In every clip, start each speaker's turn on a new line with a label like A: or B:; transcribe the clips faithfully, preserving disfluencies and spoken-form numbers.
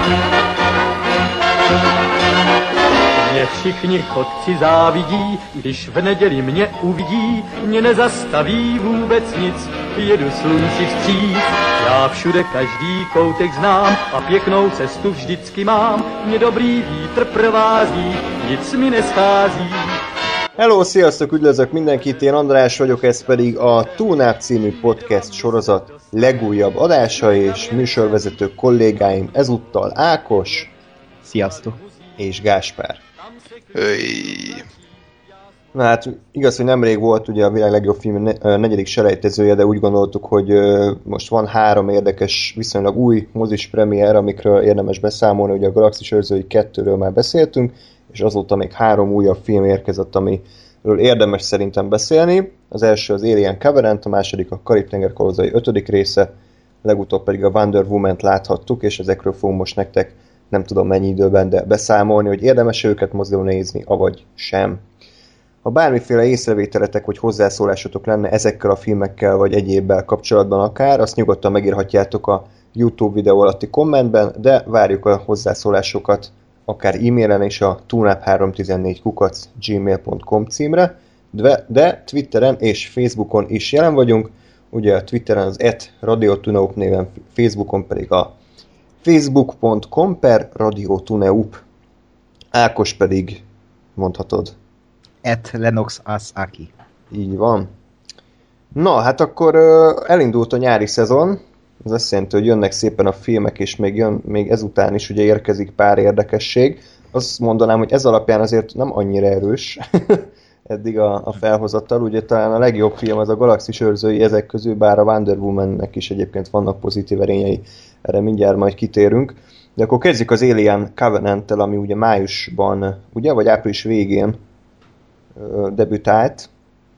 A: Mě všichni chodci závidí, když v neděli mě uvidí, mě nezastaví vůbec nic, jedu slunci vstříc. Já všude každý koutek znám a pěknou cestu vždycky mám, mě dobrý vítr provází, nic mi neschází.
B: Hello, sziasztok, üdvözlök mindenkit, én András vagyok, ez pedig a Tune-Up című podcast sorozat legújabb adása, és műsorvezető kollégáim ezúttal Ákos.
C: Sziasztok.
B: És Gáspár.
D: Öy.
B: Na hát igaz, hogy nemrég volt ugye a világ legjobb film negyedik selejtezője, de úgy gondoltuk, hogy most van három érdekes, viszonylag új mozis premier, amikről érdemes beszámolni, ugye a Galaxis őrzői kettőről már beszéltünk, és azóta még három újabb film érkezett, amiről érdemes szerintem beszélni. Az első az Alien Covenant, a második a Karib-tenger kalózai ötödik része, legutóbb pedig a Wonder Woman-t láthattuk, és ezekről fogunk most nektek nem tudom mennyi időben, de beszámolni, hogy érdemes őket moziban nézni, avagy sem. Ha bármiféle észrevételetek vagy hozzászólásotok lenne ezekkel a filmekkel, vagy egyébbel kapcsolatban akár, azt nyugodtan megírhatjátok a YouTube videó alatti kommentben, de várjuk a hozzászólásokat akár e-mailen is a tuneup háromszáztizennégy kukac gmail pont com címre, de, de Twitteren és Facebookon is jelen vagyunk, ugye a Twitteren az et radiotuneup néven, Facebookon pedig a facebook pont com per radiotuneup. Ákos pedig mondhatod.
C: Et Lenox Asaki.
B: Így van. Na, hát akkor uh, elindult a nyári szezon. Ez azt jelenti, hogy jönnek szépen a filmek, és még, jön, még ezután is ugye érkezik pár érdekesség. Azt mondanám, hogy ez alapján azért nem annyira erős eddig a, a felhozattal. Ugye talán a legjobb film az a Galaxis őrzői ezek közül, bár a Wonder Woman-nek is egyébként vannak pozitív erényei, erre mindjárt majd kitérünk. De akkor kezdjük az Alien Covenant-tel, ami ugye májusban, ugye, vagy április végén ö, debütált.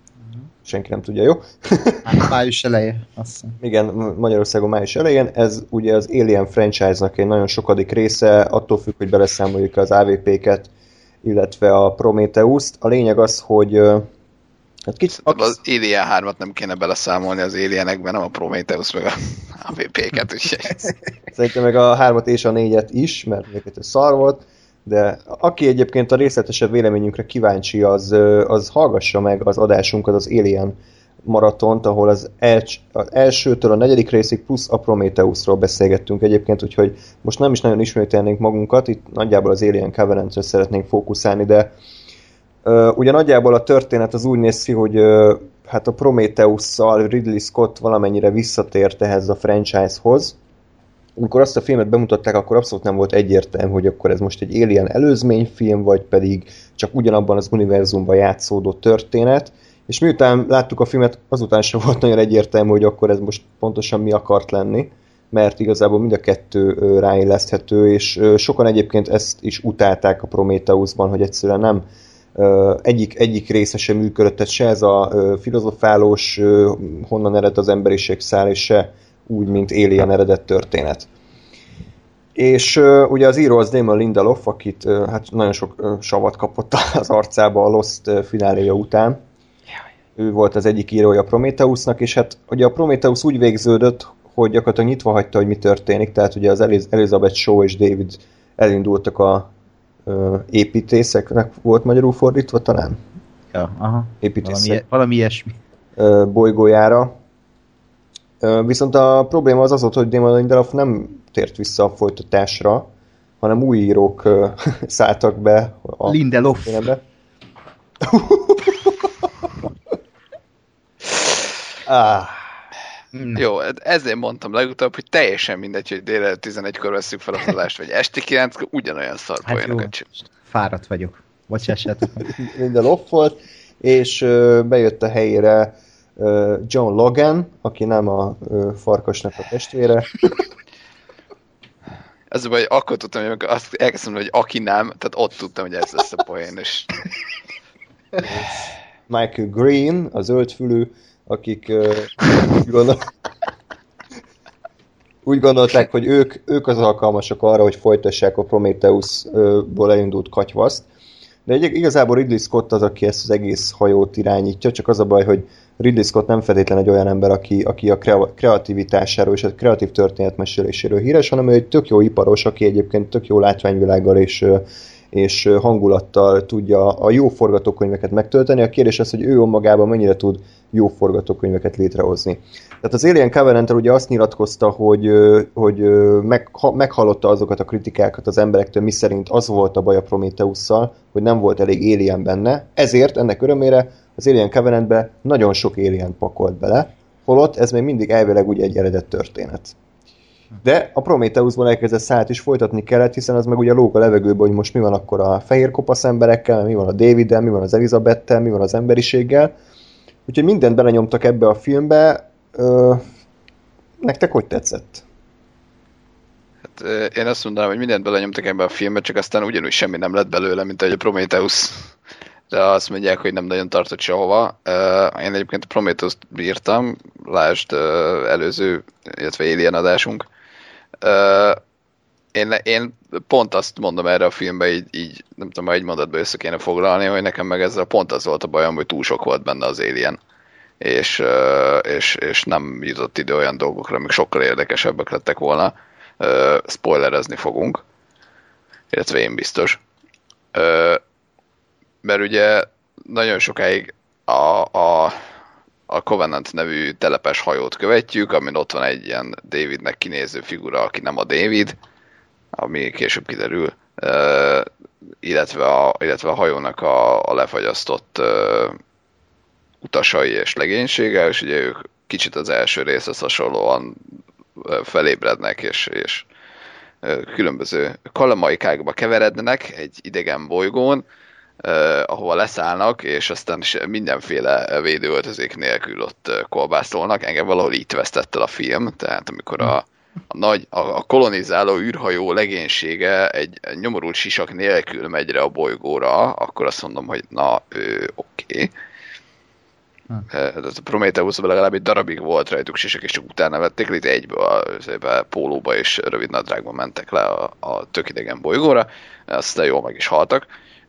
B: Senki nem tudja, jó?
C: Május eleje, azt hiszem.
B: Igen, Magyarországon május elején. Ez ugye az Alien franchise-nak egy nagyon sokadik része, attól függ, hogy beleszámoljuk az á vé pé-ket, illetve a Prometheus-t. A lényeg az, hogy hát kicsit...
D: Az Alien hármat nem kéne beleszámolni az Alienekben, nem a Prometheus meg a á vé pé-ket is.
B: Szerintem meg a hármat és a négyet is, mert őket szar volt, de aki egyébként a részletesebb véleményünkre kíváncsi, az, az hallgassa meg az adásunkat, az Alien maratont, ahol az, els, az elsőtől a negyedik részig plusz a Prometheusról beszélgettünk egyébként, úgyhogy most nem is nagyon ismételnénk magunkat, itt nagyjából az Alien Covenantre szeretnénk fókuszálni, de uh, ugye nagyjából a történet az úgy néz ki, hogy uh, hát a Prometheus-szal Ridley Scott valamennyire visszatért ehhez a franchise-hoz. Amikor azt a filmet bemutatták, akkor abszolút nem volt egyértelmű, hogy akkor ez most egy Alien előzményfilm, vagy pedig csak ugyanabban az univerzumban játszódó történet. És miután láttuk a filmet, azután sem volt nagyon egyértelmű, hogy akkor ez most pontosan mi akart lenni, mert igazából mind a kettő ráilleszthető, és sokan egyébként ezt is utálták a Prometheusban, hogy egyszerűen nem egyik, egyik része sem működött, tehát se ez a filozofálós, honnan ered az emberiség száll, és se úgy, mint Alien eredet történet. És uh, ugye az író az Damon Lindelof, akit uh, hát nagyon sok uh, savat kapott az arcába a Lost uh, fináléja után. Ő volt az egyik írója a Prometheusnak, és hát ugye a Prometheus úgy végződött, hogy gyakorlatilag nyitva hagyta, hogy mi történik, tehát ugye az Eliz- Elizabeth Shaw és David elindultak a uh, építészeknek, volt magyarul fordítva talán?
C: Ja, aha.
B: Építészek.
C: Valami, valami ilyesmi.
B: Uh, bolygójára. Viszont a probléma az az volt, hogy Damon Lindelof nem tért vissza a folytatásra, hanem új írók uh, szálltak be a
C: Lindelof.
B: filmbe. ah.
D: Jó, ezért mondtam legutóbb, hogy teljesen mindegy, hogy délelőtt tizenegykor veszünk fel a adást, vagy esti kilenckor, ugyanolyan szar
C: hát
D: poénokat csinál.
C: Fáradt vagyok. Bocsássátok.
B: Lindelof volt, és uh, bejött a helyére John Logan, aki nem a farkasnak a testvére.
D: Ez a baj, akkor tudtam, hogy azt elkezdtem, hogy aki nem, tehát ott tudtam, hogy ez lesz a poén, és...
B: Michael Green, a zöldfülű, akik uh, úgy, gondol... úgy gondolták, hogy ők, ők az alkalmasak arra, hogy folytassák a Prometheusból elindult katyvaszt. De egy, igazából Ridley Scott az, aki ezt az egész hajót irányítja, csak az a baj, hogy Ridley Scott nem feltétlenül egy olyan ember, aki, aki a kreativitásáról és a kreatív történetmeséléséről híres, hanem ő egy tök jó iparos, aki egyébként tök jó látványvilággal és, és hangulattal tudja a jó forgatókönyveket megtölteni. A kérdés az, hogy ő önmagában mennyire tud jó forgatókönyveket létrehozni. Tehát az Alien Covenant-tel ugye azt nyilatkozta, hogy, hogy meg, meghallotta azokat a kritikákat az emberektől, miszerint az volt a baj a Prometheusszal, hogy nem volt elég Alien benne. Ezért ennek örömére az Alien Covenantbe nagyon sok Alien pakolt bele, holott ez még mindig elvileg ugye egy eredet történet. De a Prometheusból elkezdett szállt is folytatni kellett, hiszen az meg ugye lóg a levegőben, hogy most mi van akkor a fehér kopasz emberekkel, mi van a Daviddel, mi van az Elizabettel, mi van az emberiséggel. Úgyhogy mindent belenyomtak ebbe a filmbe. Ö, nektek hogy tetszett?
D: Hát, én azt mondanám, hogy mindent belenyomtak ebbe a filmbe, csak aztán ugyanúgy semmi nem lett belőle, mint ahogy a Prometheus. De azt mondják, hogy nem nagyon tartott sehova. Én egyébként a Prometheus-t bírtam, lásd előző, illetve Alien adásunk. Én, én pont azt mondom erre a filmbe, így, így nem tudom, egy mondatba össze kéne foglalni, hogy nekem meg ezzel pont az volt a bajom, hogy túl sok volt benne az Alien. És, és, és nem jutott ide olyan dolgokra, amik sokkal érdekesebbek lettek volna. Spoilerezni fogunk. Illetve én biztos. Mert ugye nagyon sokáig a, a, a Covenant nevű telepes hajót követjük, amin ott van egy ilyen Davidnek kinéző figura, aki nem a David, ami később kiderül, uh, illetve, a, illetve a hajónak a, a lefagyasztott uh, utasai és legénysége, és ugye ők kicsit az első részhez hasonlóan uh, felébrednek, és, és uh, különböző kalamaikákba keverednek egy idegen bolygón, Uh, ahova leszállnak, és aztán mindenféle védőöltözék nélkül ott uh, kolbászolnak. Engem valahol itt vesztett el a film, tehát amikor a, a nagy, a, a kolonizáló űrhajó legénysége egy, egy nyomorult sisak nélkül megy a bolygóra, akkor azt mondom, hogy na, oké. Okay. Uh, a Prometheusban legalább egy darabig volt rajtuk sisak, és csak utána vették, itt egyből a pólóba és rövid nadrágban mentek le a, a tök idegen bolygóra, aztán jól meg is haltak.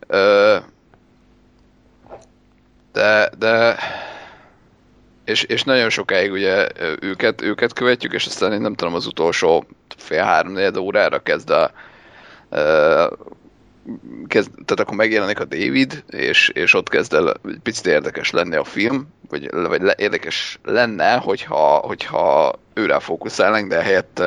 D: De, de és, és nagyon sokáig ugye őket, őket követjük, és aztán én nem tudom, az utolsó fél három-négy órára kezd a kezd, tehát akkor megjelenik a David, és, és ott kezd el egy picit érdekes lenni a film, vagy, vagy le, érdekes lenne, hogyha, hogyha őrá fókuszálnánk, de helyett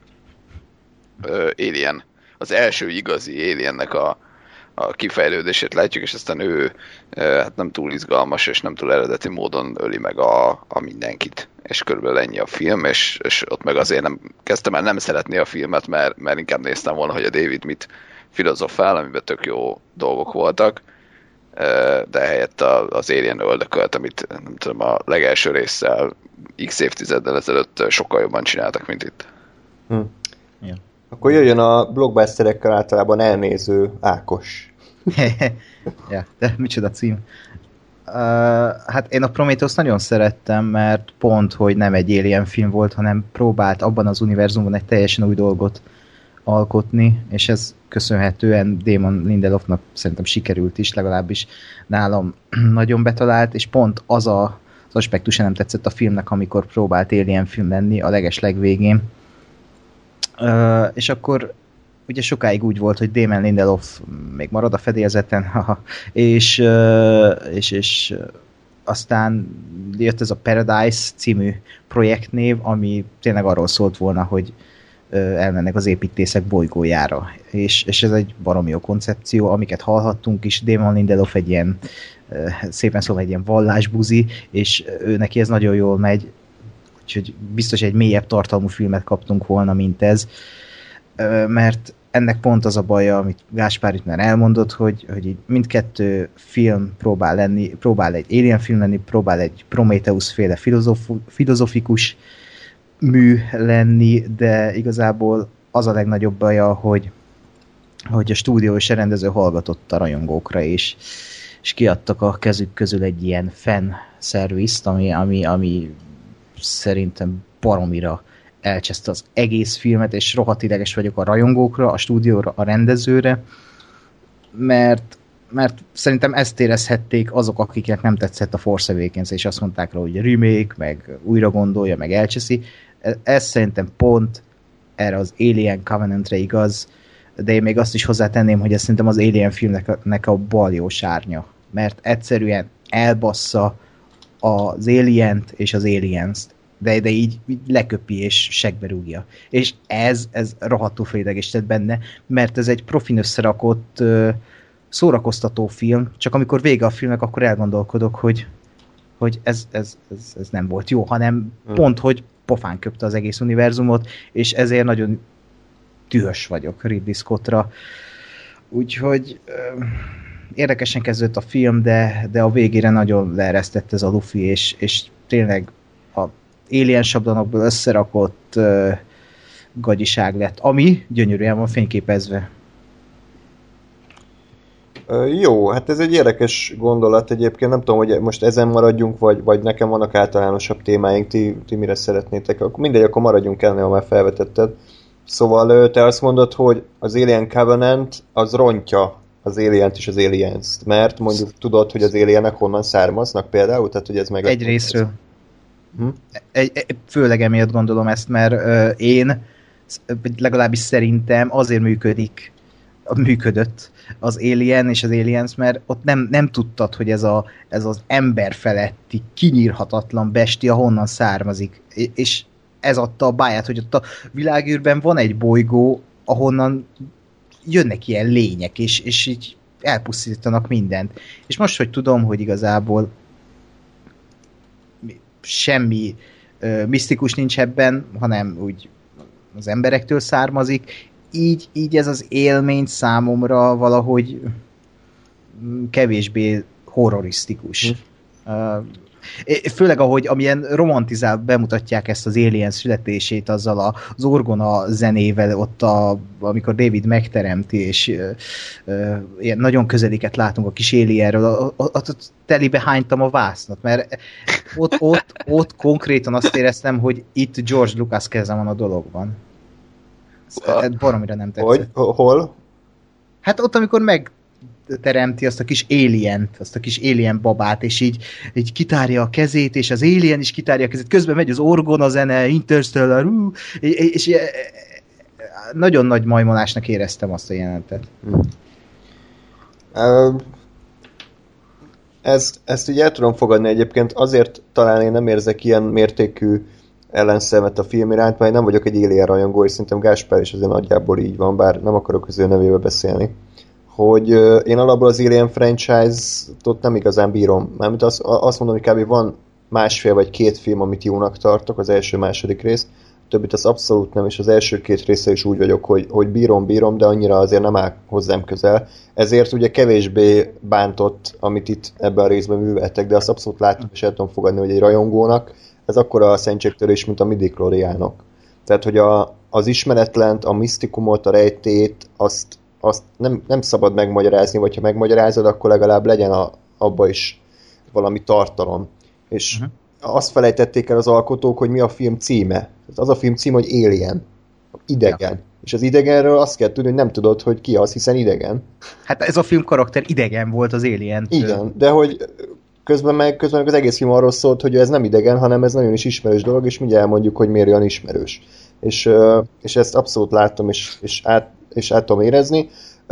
D: uh, Alien, az első igazi Aliennek a a kifejlődését látjuk, és aztán ő hát nem túl izgalmas, és nem túl eredeti módon öli meg a, a mindenkit. És körülbelül ennyi a film, és, és ott meg azért nem, kezdtem el nem szeretni a filmet, mert, mert inkább néztem volna, hogy a David mit filozofál, amiben tök jó dolgok voltak, de helyett az Alien öldökölt, amit nem tudom, a legelső résszel x évtizeddel ezelőtt sokkal jobban csináltak, mint itt.
B: Hm. Ja. Akkor jöjjön a blockbusterekkel általában elnéző Ákos.
C: Ja, de micsoda cím. Uh, hát én a Prometheus nagyon szerettem, mert pont, hogy nem egy Alien film volt, hanem próbált abban az univerzumban egy teljesen új dolgot alkotni, és ez köszönhetően Damon Lindelofnak szerintem sikerült is, legalábbis nálam nagyon betalált, és pont az a, az aspektusa nem tetszett a filmnek, amikor próbált Alien film lenni a leges legvégén. Uh, és akkor ugye sokáig úgy volt, hogy Damon Lindelof még marad a fedélzeten, és, uh, és, és uh, aztán jött ez a Paradise című projektnév, ami tényleg arról szólt volna, hogy uh, elmennek az építészek bolygójára. És, és ez egy baromi jó koncepció, amiket hallhattunk is. Damon Lindelof egy ilyen, uh, szépen szóval egy ilyen vallásbuzi, és ő neki ez nagyon jól megy, úgyhogy biztos egy mélyebb tartalmú filmet kaptunk volna, mint ez, mert ennek pont az a baja, amit Gáspár itt már elmondott, hogy, hogy így mindkettő film próbál lenni, próbál egy Alien film lenni, próbál egy Prometheus-féle filozof, filozofikus mű lenni, de igazából az a legnagyobb baja, hogy, hogy a stúdió és a rendező hallgatott a rajongókra, és, és kiadtak a kezük közül egy ilyen fan szervizt, ami, ami, ami szerintem baromira elcseszte az egész filmet, és rohadt ideges vagyok a rajongókra, a stúdióra, a rendezőre, mert mert szerintem ezt érezhették azok, akiknek nem tetszett a Force Awakens, és azt mondták rá, hogy remake, meg újra gondolja, meg elcseszi. Ez, ez szerintem pont erre az Alien Covenantre igaz, de én még azt is hozzátenném, hogy ez szerintem az Alien filmnek a, nek a baljó sárnya, mert egyszerűen elbassza az Alient és az Aliens-t, de, de így, így leköpi és segbe rúgja. És ez, ez rohadtul felidegesített benne, mert ez egy profin összerakott uh, szórakoztató film, csak amikor vége a filmnek, akkor elgondolkodok, hogy, hogy ez, ez, ez, ez nem volt jó, hanem hmm. pont, hogy pofán köpte az egész univerzumot, és ezért nagyon dühös vagyok Ridley Scottra. Úgyhogy uh, érdekesen kezdődött a film, de, de a végére nagyon leeresztett ez a lufi, és, és tényleg a Alien sablonokból összerakott uh, gagyiság lett, ami gyönyörűen van fényképezve.
B: Jó, hát ez egy érdekes gondolat egyébként, nem tudom, hogy most ezen maradjunk, vagy, vagy nekem vannak általánosabb témáink, ti, ti mire szeretnétek, akkor mindegy, akkor maradjunk el, ha már felvetetted. Szóval te azt mondod, hogy az Alien Covenant az rontja az Alien-t és az Aliens-t, mert mondjuk tudod, hogy az Alienek honnan származnak például, tehát hogy ez meg...
C: Egy részről. Hm? Egy, egy, főleg emiatt gondolom ezt, mert ö, én legalábbis szerintem azért működik, működött az Alien és az Aliens, mert ott nem, nem tudtad, hogy ez, a, ez az ember feletti, kinyírhatatlan bestia honnan származik. És ez adta a báját, hogy ott a világűrben van egy bolygó, ahonnan jönnek ilyen lények, és, és így elpusztítanak mindent. És most, hogy tudom, hogy igazából semmi ö, misztikus nincs ebben, hanem úgy az emberektől származik, így, így ez az élmény számomra valahogy kevésbé horrorisztikus. Hm. Uh, főleg ahogy amilyen romantizál bemutatják ezt az Alien születését azzal az orgona zenével ott, a, amikor David megteremti, és uh, uh, ilyen nagyon közeliket látunk a kis Alienről, ott, ott telibe hánytam a vásznat, mert ott, ott, ott konkrétan azt éreztem, hogy itt George Lucas keze van a dologban. Ez baromira nem tetszett.
B: Hogy? Hol?
C: Hát ott, amikor megteremti azt a kis alien-t, azt a kis alien babát, és így, így kitárja a kezét, és az alien is kitárja a kezét, közben megy az orgona zene, Interstellar, ú, és, és nagyon nagy majmolásnak éreztem azt a jelentet.
B: Hmm. Uh, ezt, ezt ugye el tudom fogadni egyébként, azért talán én nem érzek ilyen mértékű ellenszemet a film iránt, mert nem vagyok egy Alien rajongó, és szerintem Gáspár is azért nagyjából így van, bár nem akarok az ő nevébe beszélni, hogy uh, én alapból az Alien franchise-ot nem igazán bírom. Mármint azt, azt mondom, hogy kb. Van másfél vagy két film, amit jónak tartok, az első-második rész, többit az abszolút nem, és az első két része is úgy vagyok, hogy, hogy bírom, bírom, de annyira azért nem áll hozzám közel. Ezért ugye kevésbé bántott, amit itt ebben a részben műveltek, de azt abszolút látom, és el tudom fogadni, hogy egy rajongónak ez akkora a szentségtörés, mint a midi-klóriánok. Tehát, hogy a, az ismeretlent, a misztikumot, a rejtét, azt, azt nem, nem szabad megmagyarázni, vagy ha megmagyarázod, akkor legalább legyen a, abba is valami tartalom. És uh-huh. azt felejtették el az alkotók, hogy mi a film címe. Az a film címe, hogy Alien. Idegen. Ja. És az idegenről azt kell tudni, hogy nem tudod, hogy ki az, hiszen idegen.
C: Hát ez a film karakter idegen volt az Alien.
B: Igen, de hogy közben meg, közben meg az egész film arról szólt, hogy ez nem idegen, hanem ez nagyon is ismerős dolog, és mindjárt elmondjuk, hogy miért olyan ismerős. És, és ezt abszolút láttam, és, és, át, és át tudom érezni.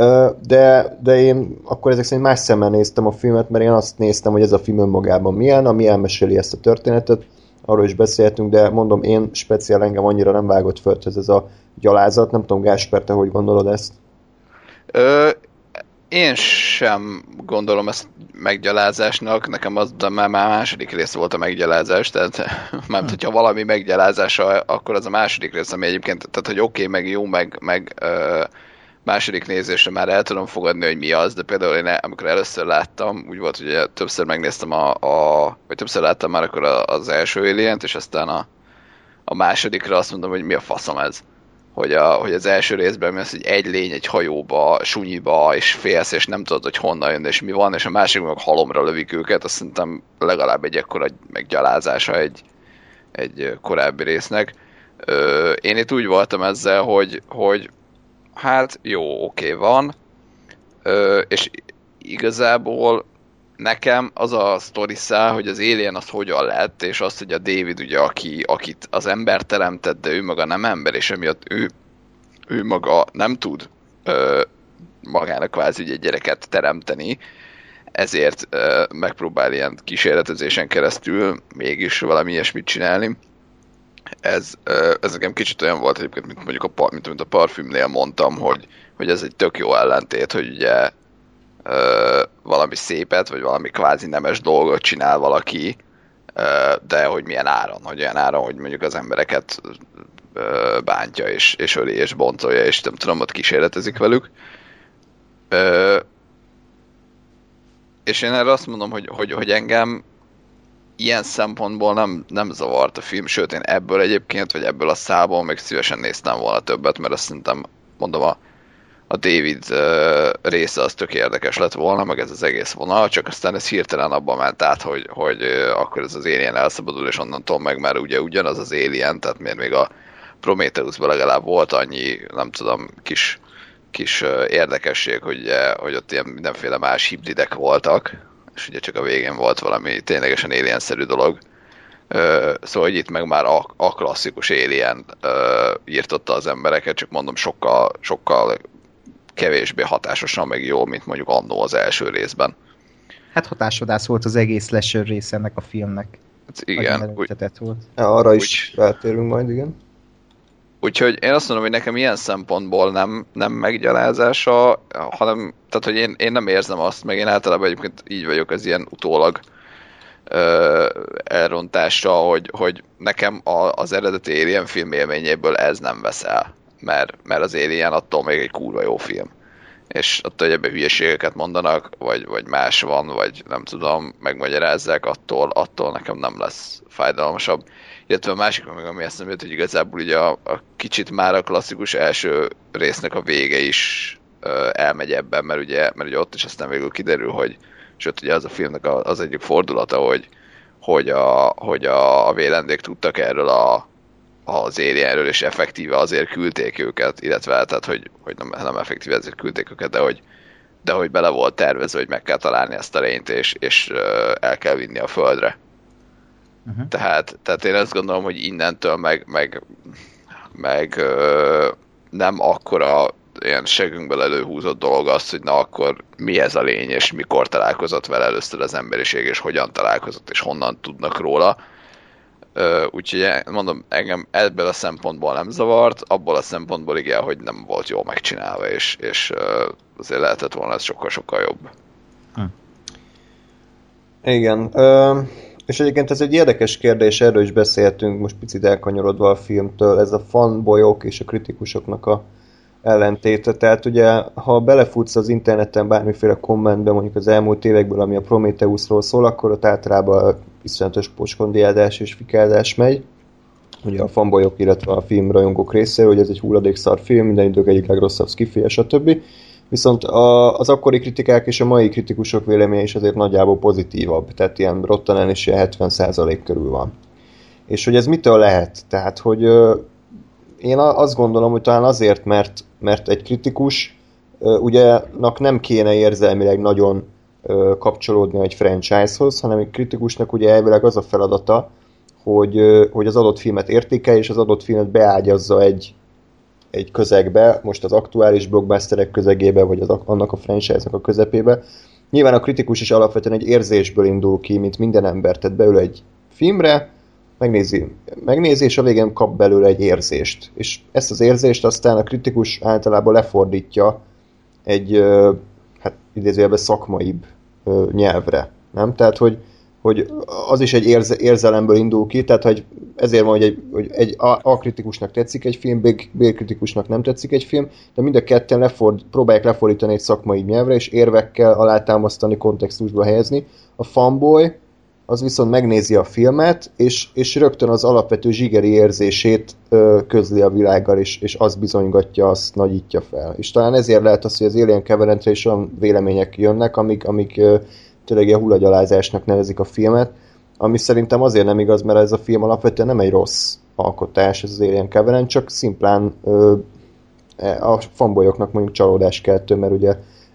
B: De, de én akkor ezek szerint más szemmel néztem a filmet, mert én azt néztem, hogy ez a film önmagában milyen, ami elmeséli ezt a történetet, arról is beszéltünk, de mondom, én speciál engem annyira nem vágott föl, ez, ez a gyalázat. Nem tudom, Gáspár, te hogy gondolod ezt?
D: Ö, én sem gondolom ezt meggyalázásnak, nekem az de már második rész volt a meggyalázás, tehát már hogyha valami meggyalázása, akkor az a második rész, ami egyébként, tehát hogy oké, okay, meg jó, meg, meg ö, második nézésre már el tudom fogadni, hogy mi az, de például én amikor először láttam, úgy volt, hogy többször megnéztem a, a vagy többször láttam már akkor az első Alien-t, és aztán a, a másodikra azt mondom, hogy mi a faszom ez. Hogy, a, hogy az első részben mi az, hogy egy lény egy hajóba, sunyiba, és félsz, és nem tudod, hogy honnan jön, és mi van, és a másik meg halomra lövik őket, azt szerintem legalább egy ekkora meggyalázása egy, egy korábbi résznek. Ö, én itt úgy voltam ezzel, hogy, hogy hát jó, oké, van, Ö, és igazából nekem az a sztori szál, hogy az Alien az hogyan lett, és az, hogy a David ugye, aki, akit az ember teremtett, de ő maga nem ember, és emiatt ő, ő maga nem tud ö, magának kvázi egy gyereket teremteni, ezért ö, megpróbál ilyen kísérletezésen keresztül mégis valami ilyesmit csinálni. Ez, ö, ez nekem kicsit olyan volt egyébként, mint mondjuk a, mint, mint a parfümnél mondtam, hogy, hogy ez egy tök jó ellentét, hogy ugye ö, valami szépet, vagy valami kvázi nemes dolgot csinál valaki, ö, de hogy milyen áron, hogy olyan áron, hogy mondjuk az embereket ö, bántja, és, és öli, és boncolja, és nem tudom, ott kísérletezik velük. Ö, és én erre azt mondom, hogy, hogy, hogy engem ilyen szempontból nem, nem zavart a film, sőt én ebből egyébként, vagy ebből a szából még szívesen néztem volna többet, mert azt szerintem, mondom, a, a David uh, része az tök érdekes lett volna, meg ez az egész vonal, csak aztán ez hirtelen abban ment át, hogy, hogy uh, akkor ez az Alien elszabadul, és onnantól meg már ugye ugyanaz az Alien, tehát miért még a Prometheusban legalább volt annyi, nem tudom, kis, kis uh, érdekesség, hogy, uh, hogy ott ilyen mindenféle más hibridek voltak, és ugye csak a végén volt valami ténylegesen Alien-szerű dolog. Uh, szóval hogy itt meg már a, a klasszikus Alien uh, írtotta az embereket, csak mondom sokkal, sokkal kevésbé hatásosan meg jó, mint mondjuk annó az első részben.
C: Hát hatásodász volt az egész slasher rész ennek a filmnek.
D: Hát igen. Úgy,
B: volt. Arra is úgy, rátérünk majd, igen.
D: Úgyhogy én azt mondom, hogy nekem ilyen szempontból nem, nem meggyalázása, hanem, tehát hogy én, én nem érzem azt, meg én általában egyébként így vagyok az ilyen utólag ö, elrontásra, hogy, hogy nekem a, az eredeti Alien film élményéből ez nem vesz el, mert, mert az Alien attól még egy kurva jó film. És attól, hogy ebbe hülyeségeket mondanak, vagy, vagy más van, vagy nem tudom, megmagyarázzák, attól, attól nekem nem lesz fájdalmasabb. Illetve a másik, meg ami eszembe jött, hogy igazából ugye a, a kicsit már a klasszikus első résznek a vége is ö, elmegy ebben, mert ugye, mert ugye ott is aztán végül kiderül, hogy sőt ugye az a filmnek a, az egyik fordulata, hogy, hogy, a, hogy a, a vélendék tudtak erről a, az Alienről, és effektíve azért küldték őket, illetve tehát, hogy, hogy nem, nem effektíve azért küldték őket, de hogy, de hogy bele volt tervezve, hogy meg kell találni ezt a lényt, és, és ö, el kell vinni a földre. Uh-huh. Tehát, tehát én azt gondolom, hogy innentől meg, meg, meg ö, nem akkora ilyen segünkből előhúzott dolog az, hogy na akkor mi ez a lény, és mikor találkozott vele először az emberiség, és hogyan találkozott, és honnan tudnak róla. Ö, úgyhogy mondom, engem ebből a szempontból nem zavart, abból a szempontból igen, hogy nem volt jól megcsinálva, és, és ö, azért lehetett volna ez sokkal-sokkal jobb.
B: Hm. Igen. Ö... És egyébként ez egy érdekes kérdés, erről is beszéltünk, most picit elkanyarodva a filmtől, ez a fanboyok és a kritikusoknak a ellentéte. Tehát ugye, ha belefutsz az interneten bármiféle kommentbe, mondjuk az elmúlt évekből, ami a Prometheusról szól, akkor ott általában iszonyatos pocskondiázás és fikázás megy. Ugye a fanboyok, illetve a filmrajongók részéről, hogy ez egy hulladékszar film, minden idők egyik legrosszabb skifi, stb. Viszont a, az akkori kritikák és a mai kritikusok véleménye is azért nagyjából pozitívabb, tehát ilyen Rottenen is ilyen hetven százalék körül van. És hogy ez mitől lehet? Tehát, hogy ö, én azt gondolom, hogy talán azért, mert, mert egy kritikus ö, ugye nem kéne érzelmileg nagyon ö, kapcsolódni egy franchise-hoz, hanem egy kritikusnak ugye elvileg az a feladata, hogy, ö, hogy az adott filmet értékelje, és az adott filmet beágyazza egy egy közegbe, most az aktuális blockbusterek közegébe, vagy az, annak a franchise-nak a közepébe. Nyilván a kritikus is alapvetően egy érzésből indul ki, mint minden ember, tehát beül egy filmre, megnézi, megnézi, és a végén kap belőle egy érzést. És ezt az érzést aztán a kritikus általában lefordítja egy, hát idézőjelben szakmaibb nyelvre. Nem? Tehát, hogy hogy az is egy érze, érzelemből indul ki, tehát hogy ezért van, hogy egy, hogy egy A, A kritikusnak tetszik egy film, B, B kritikusnak nem tetszik egy film, de mind a ketten leford, próbálják lefordítani egy szakmai nyelvre, és érvekkel alátámasztani, kontextusba helyezni. A fanboy az viszont megnézi a filmet, és, és rögtön az alapvető zsigeri érzését ö, közli a világgal, és, és azt bizonygatja, azt nagyítja fel. És talán ezért lehet az, hogy az Alien Covenantre is olyan vélemények jönnek, amik, amik ö, tényleg ilyen hullagyalázásnak nevezik a filmet, ami szerintem azért nem igaz, mert ez a film alapvetően nem egy rossz alkotás, ez az Alien Covenant, csak szimplán ö, a fanboyoknak mondjuk csalódás keltő, mert ugye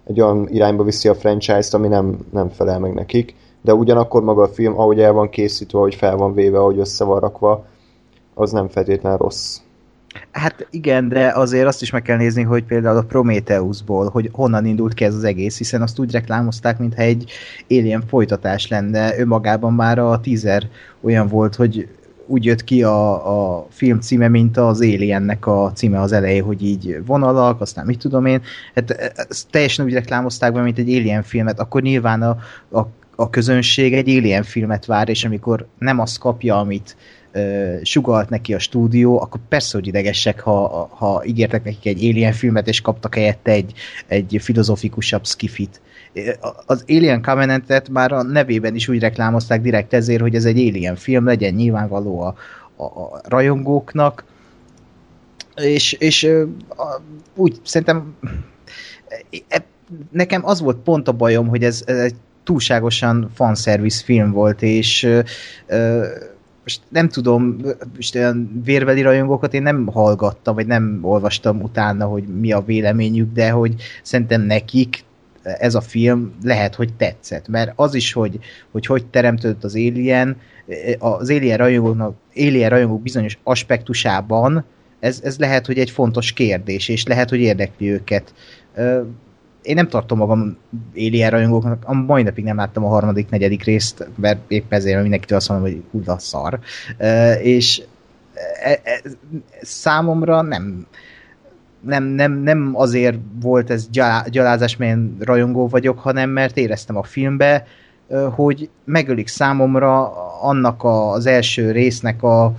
B: egy olyan irányba viszi a franchise-t, ami nem, nem felel meg nekik, de ugyanakkor maga a film, ahogy el van készítve, ahogy fel van véve, ahogy össze van rakva, az nem feltétlenül rossz.
C: Hát igen, de azért azt is meg kell nézni, hogy például a Prometheusból, hogy honnan indult ki ez az egész, hiszen azt úgy reklámozták, mintha egy Alien folytatás lenne. Önmagában már a teaser olyan volt, hogy úgy jött ki a, a film címe, mint az Aliennek a címe az elején, hogy így vonalak, aztán mit tudom én. Hát ezt teljesen úgy reklámozták be, mint egy Alien filmet, akkor nyilván a, a, a közönség egy Alien filmet vár, és amikor nem azt kapja, amit uh, sugalt neki a stúdió, akkor persze, hogy idegesek, ha, ha ígértek nekik egy Alien filmet, és kaptak helyette egy, egy filozofikusabb skifit. Az Alien Covenantet már a nevében is úgy reklámozták direkt ezért, hogy ez egy Alien film legyen, nyilvánvaló a, a, a rajongóknak, és, és a, úgy szerintem nekem az volt pont a bajom, hogy ez, ez egy túlságosan fanservice film volt, és most nem tudom, most olyan vérveli rajongókat én nem hallgattam, vagy nem olvastam utána, hogy mi a véleményük, de hogy szerintem nekik ez a film lehet, hogy tetszett. Mert az is, hogy hogy, hogy teremtődött az Alien, az Alien rajongóknak, Alien rajongók bizonyos aspektusában ez, ez lehet, hogy egy fontos kérdés, és lehet, hogy érdekli őket. Én nem tartom magam Alien rajongóknak, a mai napig nem láttam a harmadik, negyedik részt, mert épp ezért mert mindenkitől azt mondom, hogy hulla szar. És számomra nem Nem, nem, nem azért volt ez gyalázás, mert én rajongó vagyok, hanem mert éreztem a filmbe, hogy megölik számomra annak az első résznek a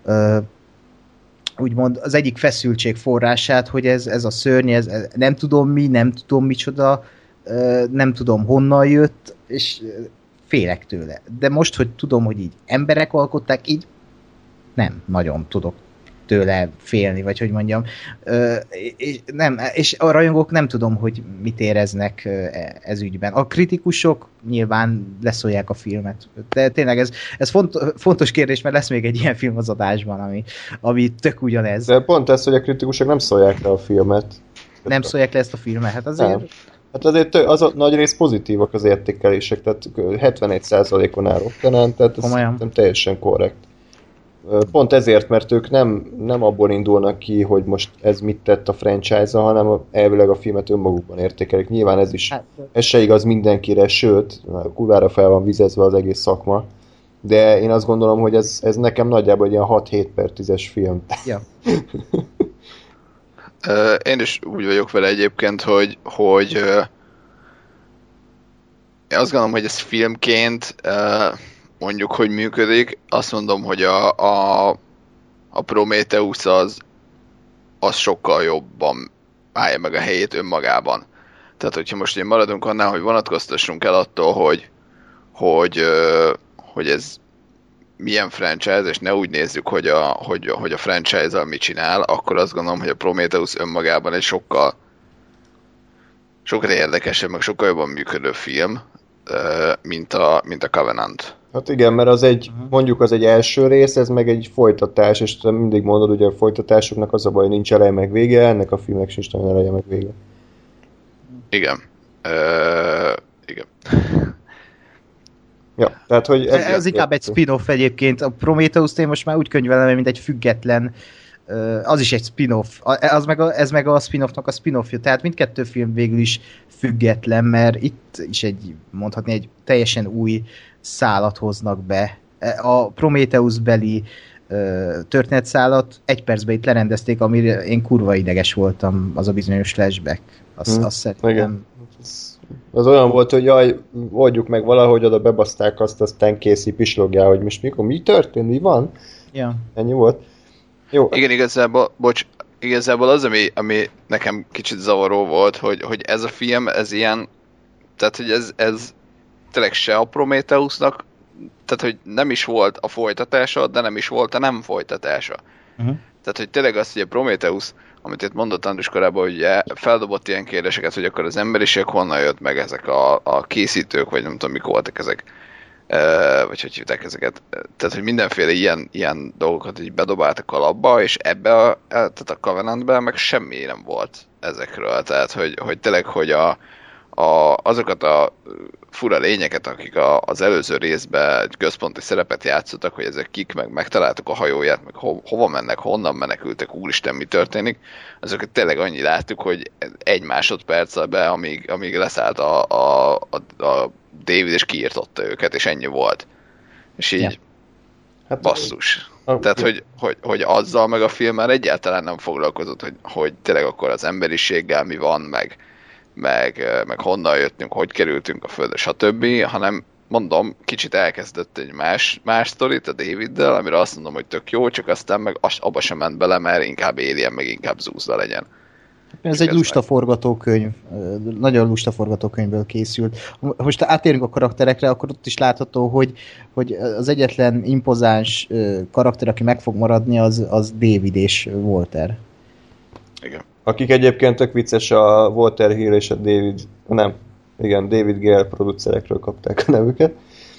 C: úgymond az egyik feszültség forrását, hogy ez, ez a szörny, ez, nem tudom mi, nem tudom micsoda, nem tudom honnan jött, és félek tőle. De most, hogy tudom, hogy így emberek alkották, így nem nagyon tudok tőle félni, vagy hogy mondjam. És, nem, és a rajongók nem tudom, hogy mit éreznek ez ügyben. A kritikusok nyilván leszólják a filmet. De tényleg ez, ez font, fontos kérdés, mert lesz még egy ilyen film az adásban, ami, ami tök ugyanez.
B: De pont ez, hogy a kritikusok nem szólják le a filmet.
C: Nem szólják le ezt a filmet, hát azért... Nem.
B: Hát azért az a nagy rész pozitívak az értékelések, tehát hetvenegy százalékon áll Rottenen, tehát ez nem teljesen korrekt. Pont ezért, mert ők nem, nem abból indulnak ki, hogy most ez mit tett a franchise-a, hanem elvileg a filmet önmagukban értékelik. Nyilván ez is, ez se igaz mindenkire, sőt, kurvára fel van vizezve az egész szakma, de én azt gondolom, hogy ez, ez nekem nagyjából egy ilyen hat-hét per tízes film.
C: Ja.
D: Én is úgy vagyok vele egyébként, hogy, hogy én azt gondolom, hogy ez filmként mondjuk, hogy működik. Azt mondom, hogy a, a, a Prometheus az, az sokkal jobban állja meg a helyét önmagában. Tehát, hogyha most én maradunk annál, hogy vonatkoztassunk el attól, hogy, hogy, hogy ez milyen franchise, és ne úgy nézzük, hogy a, hogy, hogy a franchise-al mit csinál, akkor azt gondolom, hogy a Prometheus önmagában egy sokkal sokkal érdekesebb, meg sokkal jobban működő film, mint a, mint a Covenant.
B: Hát igen, mert az egy, mondjuk az egy első rész, ez meg egy folytatás, és te mindig mondod, hogy a folytatásoknak az a baj, nincs eleje meg vége, ennek a filmnek sincs nagyon eleje meg vége.
D: Igen. Uh, igen.
B: Ja, tehát, hogy ez,
C: ez inkább egy spin-off egyébként. A Prometheus-t én most már úgy könyvelem, mint egy független, az is egy spin-off. Az meg a, ez meg a spin-offnak a spin-offja. Tehát mindkettő film végül is független, mert itt is egy, mondhatni, egy teljesen új szálat hoznak be. A Prometheus-beli történetszálat egy percben itt lerendezték, amire én kurva ideges voltam, az a bizonyos flashback. Azt, hmm. azt szerintem...
B: Az olyan volt, hogy jaj, oldjuk meg valahogy, oda bebaszták azt, aztán készi pislogjál, hogy most mikor, mi történt, mi van?
C: Ja.
B: Ennyi volt. Jó.
D: Igen, igazából, bocs, igazából az, ami, ami nekem kicsit zavaró volt, hogy, hogy ez a film, ez ilyen, tehát, hogy ez, ez tényleg se a Prometheusnak, tehát, hogy nem is volt a folytatása, de nem is volt a nem folytatása. Uh-huh. Tehát, hogy tényleg az, hogy a Prometheus, amit itt mondott Andris korábban, hogy feldobott ilyen kérdéseket, hogy akkor az emberiség honnan jött meg ezek a, a készítők, vagy nem tudom, mik voltak ezek, e, vagy hogy hívták ezeket. Tehát, hogy mindenféle ilyen, ilyen dolgokat így bedobáltak a labba, és ebbe a, tehát a Covenantben meg semmi nem volt ezekről. Tehát, hogy, hogy tényleg, hogy a, a, azokat a fura lényeket, akik a, az előző részben egy központi szerepet játszottak, hogy ezek kik, meg megtaláltuk a hajóját, meg ho, hova mennek, honnan menekültek, úristen, mi történik, azokat tényleg annyi láttuk, hogy egy másodperccel be, amíg, amíg leszállt a, a, a, a David, és kiírtotta őket, és ennyi volt. És így yeah. hát basszus. A, Tehát, a, hogy, hogy, hogy azzal meg a film már egyáltalán nem foglalkozott, hogy, hogy tényleg akkor az emberiséggel mi van, meg Meg, meg honnan jöttünk, hogy kerültünk a földre, stb., hanem mondom, kicsit elkezdett egy más, más sztorit a Daviddel, amire azt mondom, hogy tök jó, csak aztán meg abba sem ment bele, mert inkább Alien, meg inkább Zúzza legyen.
C: Ez csak egy ez lusta meg... forgatókönyv, nagyon lusta forgatókönyvből készült. Most átérünk a karakterekre, akkor ott is látható, hogy, hogy az egyetlen impozáns karakter, aki meg fog maradni, az, az David és Walter.
D: Igen.
B: Akik egyébként tök vicces, a Walter Hill és a David, nem, igen, David Gale producerekről kapták a nevüket.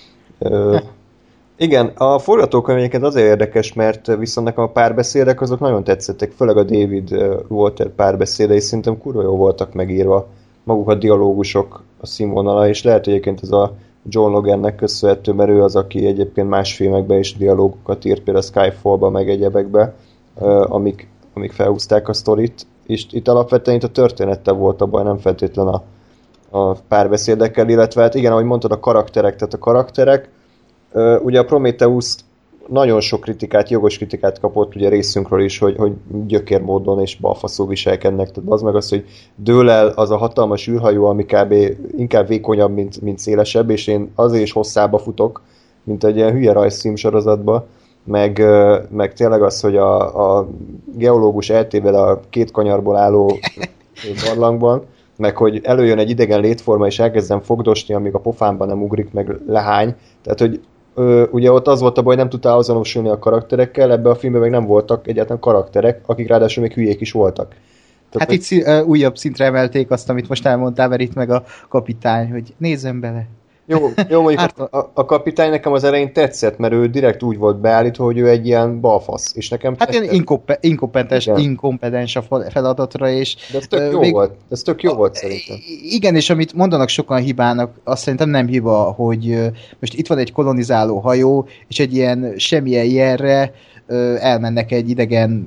B: Ö, igen, a forgatókönyveket azért érdekes, mert viszont nekem a párbeszédek azok nagyon tetszettek, főleg a David Walter párbeszédei szerintem kurva jó voltak megírva, maguk a dialógusok, a színvonala, és lehet, hogy egyébként ez a John Logannek köszönhető, mert ő az, aki egyébként más filmekben is dialógokat írt, például a Skyfall-ba, meg egyebekbe, amik, amik felhúzták a sztorit. És itt alapvetően itt a történettel volt a baj, nem feltétlen a, a párbeszédekkel, illetve hát igen, ahogy mondtad, a karakterek, tehát a karakterek, ugye a Prometheus nagyon sok kritikát, jogos kritikát kapott ugye részünkről is, hogy, hogy gyökérmódon és balfaszul viselkednek, tehát az meg az, hogy dől el az a hatalmas űrhajó, ami kb. Inkább vékonyabb, mint, mint szélesebb, és én azért is hosszába futok, mint egy ilyen hülye rajzfilm sorozatba, meg, meg tényleg az, hogy a, a geológus eltéved a két kanyarból álló barlangban, meg hogy előjön egy idegen létforma, és elkezdem fogdosni, amíg a pofámban nem ugrik, meg lehány. Tehát, hogy ö, ugye ott az volt a baj, nem tudtál azonosulni a karakterekkel, ebbe a filmben meg nem voltak egyáltalán karakterek, akik ráadásul még hülyék is voltak.
C: Tehát, hát hogy... itt szí- uh, újabb szintre emelték azt, amit most elmondtál, mert itt meg a kapitány, hogy nézzem bele.
B: Jó, jó mondjuk a, a, a kapitány nekem az elején tetszett, mert ő direkt úgy volt beállítva, hogy ő egy ilyen balfasz, és nekem
C: hát ilyen inkompe- inkompetens, inkompetens a feladatra, és...
B: De ez tök jó még, volt, ez tök jó a, volt szerintem.
C: Igen, és amit mondanak sokan hibának, azt szerintem nem hiba, hogy most itt van egy kolonizáló hajó, és egy ilyen semmilyen jelre elmennek egy idegen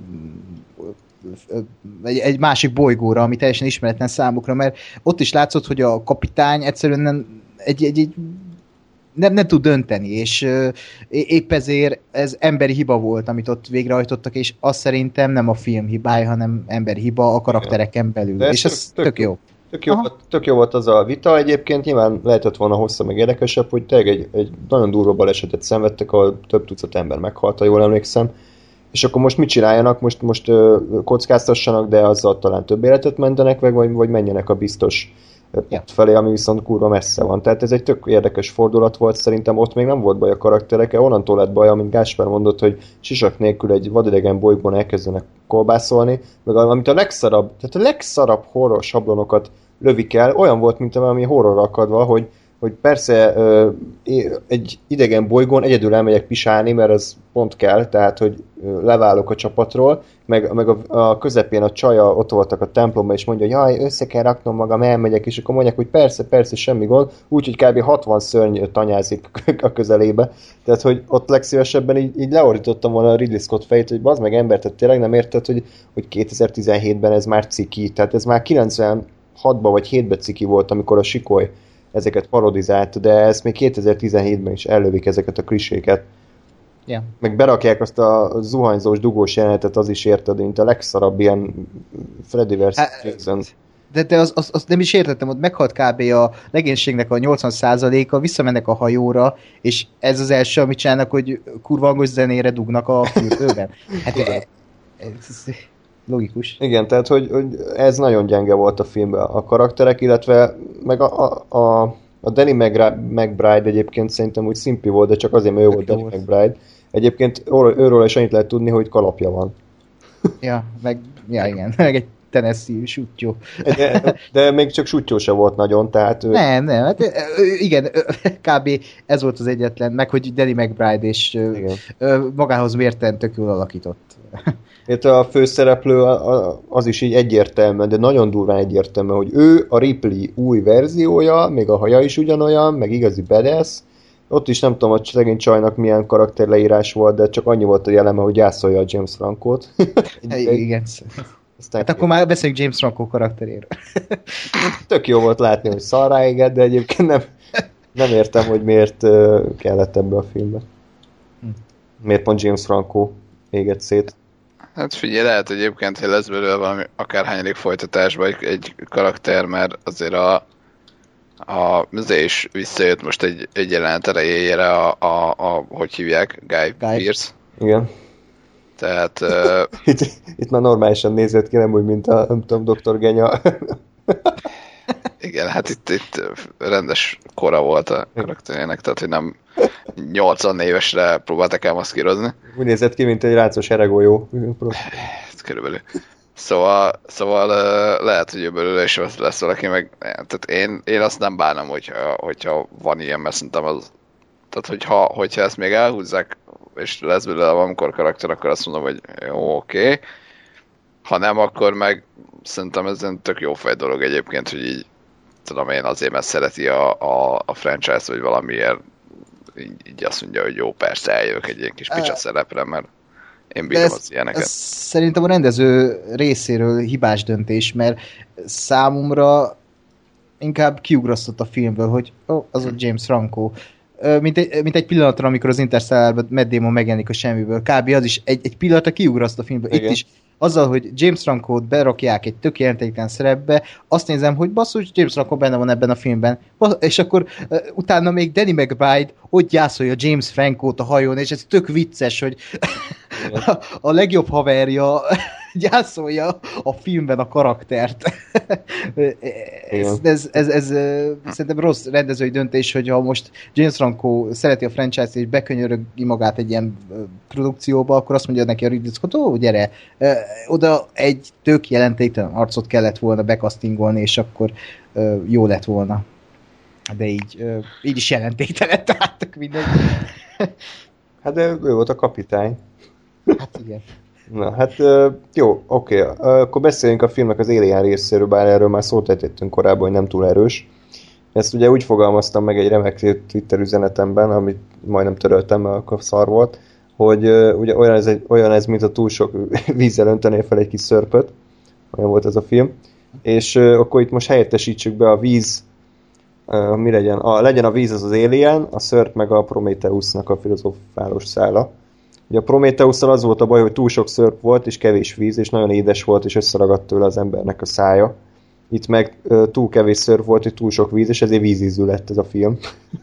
C: egy, egy másik bolygóra, ami teljesen ismeretlen számukra, mert ott is látszott, hogy a kapitány egyszerűen nem Egy, egy, egy, nem, nem tud dönteni, és uh, épp ezért ez emberi hiba volt, amit ott végrehajtottak, és azt szerintem nem a film hibája, hanem emberi hiba a karaktereken belül, de és ez tök, tök jó.
B: Tök jó, volt, tök jó volt az a vita, egyébként nyilván lehetett volna hosszabb, meg érdekesebb, hogy tényleg egy, egy nagyon durva balesetet szenvedtek, ahol több tucat ember meghalt, ha jól emlékszem, és akkor most mit csináljanak? Most, most uh, kockáztassanak, de azzal talán több életet mentenek meg, vagy, vagy menjenek a biztos ja. felé, ami viszont kurva messze van. Tehát ez egy tök érdekes fordulat volt, szerintem ott még nem volt baj a karakterekkel, onnantól lett baj, amint Gáspár mondott, hogy sisak nélkül egy vadidegen bolygón elkezdenek kolbászolni, meg amit a legszarabb, tehát a legszarabb horror sablonokat lövik el, olyan volt, mint valami horror akadva, hogy hogy persze egy idegen bolygón egyedül elmegyek pisálni, mert ez pont kell, tehát, hogy leválok a csapatról, meg, meg a, a közepén a csaja ott voltak a templomban, és mondja, hogy jaj, össze kell raknom magam, elmegyek, és akkor mondják, hogy persze, persze, semmi gond, úgyhogy kb. hatvan szörny tanyázik a közelébe. Tehát, hogy ott legszívesebben így, így leordítottam volna a Ridley Scott fejét, hogy bazd meg ember, tehát tényleg nem érted, hogy, hogy kétezer-tizenhétben ez már ciki, tehát ez már kilencvenhatban vagy hétben ciki volt, amikor a Sikoly ezeket parodizált, de ezt még kétezer-tizenhétben is ellövik ezeket a kliséket.
C: Yeah.
B: Meg berakják azt a zuhanyzós, dugós jelenetet, az is érted, mint a legszarabb ilyen Freddy versus.
C: De, de az, az, az nem is értettem, ott meghalt kb. A legénységnek a nyolcvan százaléka, visszamennek a hajóra, és ez az első, amit csinálnak, hogy kurva hangos zenére dugnak a fürdőben. Hát ez, ez logikus.
B: Igen, tehát hogy, hogy ez nagyon gyenge volt a filmben a karakterek, illetve meg a, a, a, a Danny McBride egyébként szerintem úgy szimpi volt, de csak azért, mert ő volt Danny McBride. Egyébként őről is annyit lehet tudni, hogy kalapja van.
C: Ja, meg, ja igen, meg egy Tennessee sutyó.
B: De, de még csak sutyó se volt nagyon, tehát... Ő...
C: Nem, nem, hát igen, kb. Ez volt az egyetlen, meg hogy Danny McBride és igen. magához mérten tök jól alakított.
B: Itt a főszereplő az is így egyértelműen, de nagyon durván egyértelmű, hogy ő a Ripley új verziója, még a haja is ugyanolyan, meg igazi badass. Ott is nem tudom, hogy szegény csajnak milyen karakterleírás volt, de csak annyi volt a jeleme, hogy gyászolja a James Franco-t.
C: Igen. Hát akkor már beszéljük James Franco karakteréről.
B: Tök jó volt látni, hogy szarrá égett, de egyébként nem, nem értem, hogy miért kellett ebbe a filmbe. Miért pont James Franco égett szét.
D: Hát figyelj, lehet egyébként, hogy lesz belőle valami akárhányadik folytatásban egy, egy karakter, mert azért a, a azért is visszajött most egy, egy jelenet elejére a, a, a, hogy hívják, Guy, Guy. Pearce.
B: Igen.
D: Tehát... Uh,
B: itt, itt már normálisan nézett ki, nem úgy, mint a, nem tudom, doktor Genya.
D: Igen, hát itt, itt rendes kora volt a karakterének, tehát hogy nem nyolcvan évesre próbáltak elmaszkírozni.
B: Úgy nézett ki, mint egy rácos eregolyó.
D: Körülbelül. Szóval, szóval lehet, hogy belőle is lesz valaki, meg tehát én, én azt nem bánom, hogyha, hogyha van ilyen, mert szerintem az, tehát hogyha, hogyha ezt még elhúzzák, és lesz belőle valamikor karakter, akkor azt mondom, hogy jó, oké. Okay. Ha nem, akkor meg szerintem ez egy tök jó fej dolog egyébként, hogy így tudom én azért, mert szereti a, a, a franchise, vagy valamiért így, így azt mondja, hogy jó, persze eljövök egy ilyen kis picsa szerepre, mert én bírom az ilyeneket. Ez
C: szerintem a rendező részéről hibás döntés, mert számomra inkább kiugrasztott a filmből, hogy oh, az ott James Franco. Mint egy, mint egy pillanatra, amikor az Interstellárban Matt Damon megjelenik a semmiből. Kb. Az is egy, egy pillanatra kiugraszt a filmből. Igen. Itt is azzal, hogy James Franco-t berakják egy tök jelentéktelen szerepbe, azt nézem, hogy basszus, James Franco benne van ebben a filmben. És akkor uh, utána még Danny McBride ott gyászolja James Franco-t a hajón, és ez tök vicces, hogy a, a legjobb haverja gyászolja a filmben a karaktert. ez, ez, ez, ez szerintem rossz rendezői döntés, hogyha most James Franco szereti a franchise-t és bekönyörögi magát egy ilyen produkcióba, akkor azt mondja neki a Ridley Scott, ó, gyere, oda egy tök jelentéktelen arcot kellett volna bekasztingolni, és akkor jó lett volna. De így, így is jelentéktelen, tehát tök mindegy.
B: Hát de ő volt a kapitány.
C: Hát igen.
B: Na, hát jó, oké. Okay. Akkor beszéljünk a filmnek az Alien részéről, bár erről már szót ejtettünk korábban, hogy nem túl erős. Ezt ugye úgy fogalmaztam meg egy remek Twitter üzenetemben, amit majdnem töröltem, mert akkor szar volt, hogy ugye olyan ez, egy, olyan ez, mint a túl sok vízzel öntenél fel egy kis szörpöt. Olyan volt ez a film. És akkor itt most helyettesítsük be a víz, mi legyen? A, legyen a víz az az Alien, a szörp meg a Prometheusnak a filozofálós szála. Ugye a Prometheusszal az volt a baj, hogy túl sok szörp volt, és kevés víz, és nagyon édes volt, és összeragadt tőle az embernek a szája. Itt meg uh, túl kevés szörp volt, és túl sok víz, és ezért vízízű lett ez a film.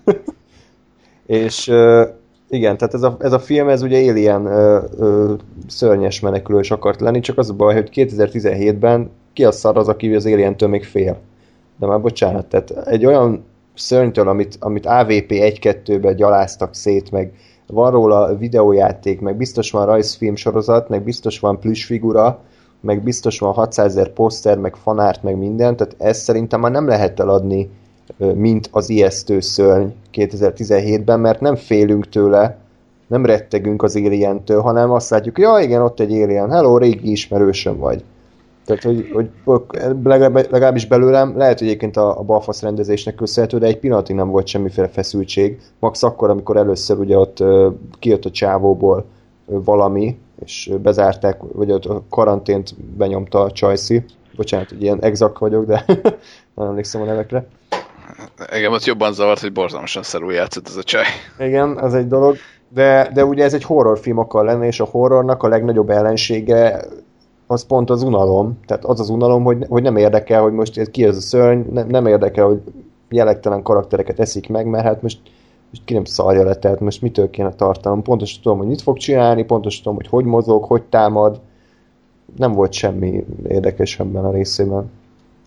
B: és uh, igen, tehát ez a, ez a film, ez ugye Alien uh, uh, szörnyes menekülős akart lenni, csak az a baj, hogy kétezer-tizenhétben ki a szar az, aki az Alientől még fél. De már bocsánat, tehát egy olyan szörnytől, amit, amit á vé pé egy-kettőben gyaláztak szét, meg van róla videójáték, meg biztos van rajzfilm sorozat, meg biztos van plüssfigura, meg biztos van hatszázezer poszter, meg fanárt, meg minden, tehát ezt szerintem már nem lehet eladni, mint az ijesztő szörny kétezer-tizenhétben, mert nem félünk tőle, nem rettegünk az Alientől, hanem azt látjuk, ja igen, ott egy Alien, hello, régi ismerősöm vagy. Tehát, hogy, hogy legalábbis belőlem, lehet, hogy egyébként a, a balfasz rendezésnek köszönhető, de egy pillanatig nem volt semmiféle feszültség. Max akkor, amikor először ugye ott uh, kijött a csávóból uh, valami, és uh, bezárták, vagy ott a karantént benyomta a Csajci. Bocsánat, hogy ilyen exakt vagyok, de nem emlékszem a nevekre.
D: Igen, ott jobban zavart, hogy borzalmasan szarul játszott ez a csaj.
B: Igen, az egy dolog. De, de ugye ez egy horrorfilm akar lenni, és a horrornak a legnagyobb ellensége az pont az unalom. Tehát az az unalom, hogy, hogy nem érdekel, hogy most ki ez a szörny, nem, nem érdekel, hogy jellegtelen karaktereket eszik meg, mert hát most, most ki nem szarja le, tehát most mitől kéne tartanom. Pontosan tudom, hogy mit fog csinálni, pontosan tudom, hogy hogy mozog, hogy támad. Nem volt semmi érdekes ebben a részében.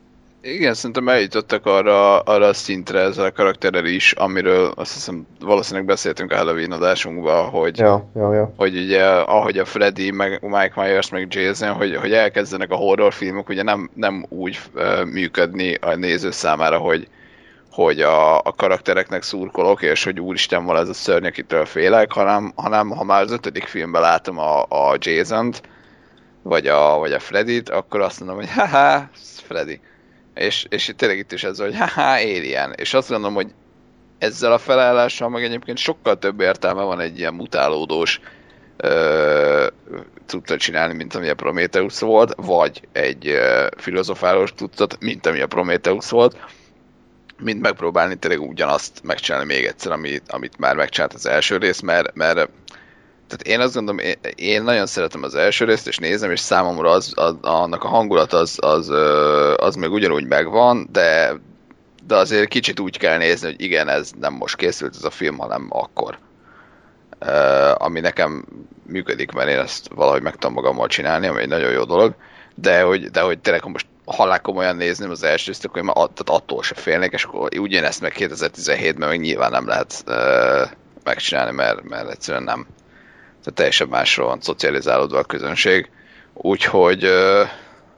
D: Igen, szerintem eljutottak arra, arra a szintre ezzel a karakterrel is, amiről azt hiszem valószínűleg beszéltünk a Halloween adásunkban, hogy,
B: Ja, ja, ja.
D: hogy ugye ahogy a Freddy, meg Mike Myers, meg Jason, hogy, hogy elkezdenek a horrorfilmok ugye nem, nem úgy uh, működni a néző számára, hogy, hogy a, a karaktereknek szurkolok, és hogy úristen van ez a szörny, akitől félek, hanem, hanem ha már az ötödik filmben látom a, a Jasont, vagy a, vagy a Freddyt, akkor azt mondom, hogy haha, Freddy. És, és tényleg itt is ez, hogy haha, Alien. És azt gondolom, hogy ezzel a felállással meg egyébként sokkal több értelme van egy ilyen mutálódós ö, cuccot csinálni, mint ami a Prometheus volt, vagy egy ö, filozofálós cuccot, mint ami a Prometheus volt, mint megpróbálni tényleg ugyanazt megcsinálni még egyszer, amit, amit már megcsinált az első rész, mert, mert tehát én azt gondolom, én, én nagyon szeretem az első részt, és nézem, és számomra az, az, annak a hangulat az, az, az még ugyanúgy megvan, de, de azért kicsit úgy kell nézni, hogy igen, ez nem most készült ez a film, hanem akkor. Uh, ami nekem működik, mert én ezt valahogy meg tudom magammal csinálni, ami egy nagyon jó dolog, de hogy, de hogy tényleg, ha most halál komolyan nézném az első részt, akkor én már att, attól se félnék, és akkor ugyanezt meg kétezer-tizenhétben meg nyilván nem lehet uh, megcsinálni, mert, mert egyszerűen nem. Tehát teljesen másról van szocializálódva a közönség. Úgyhogy uh,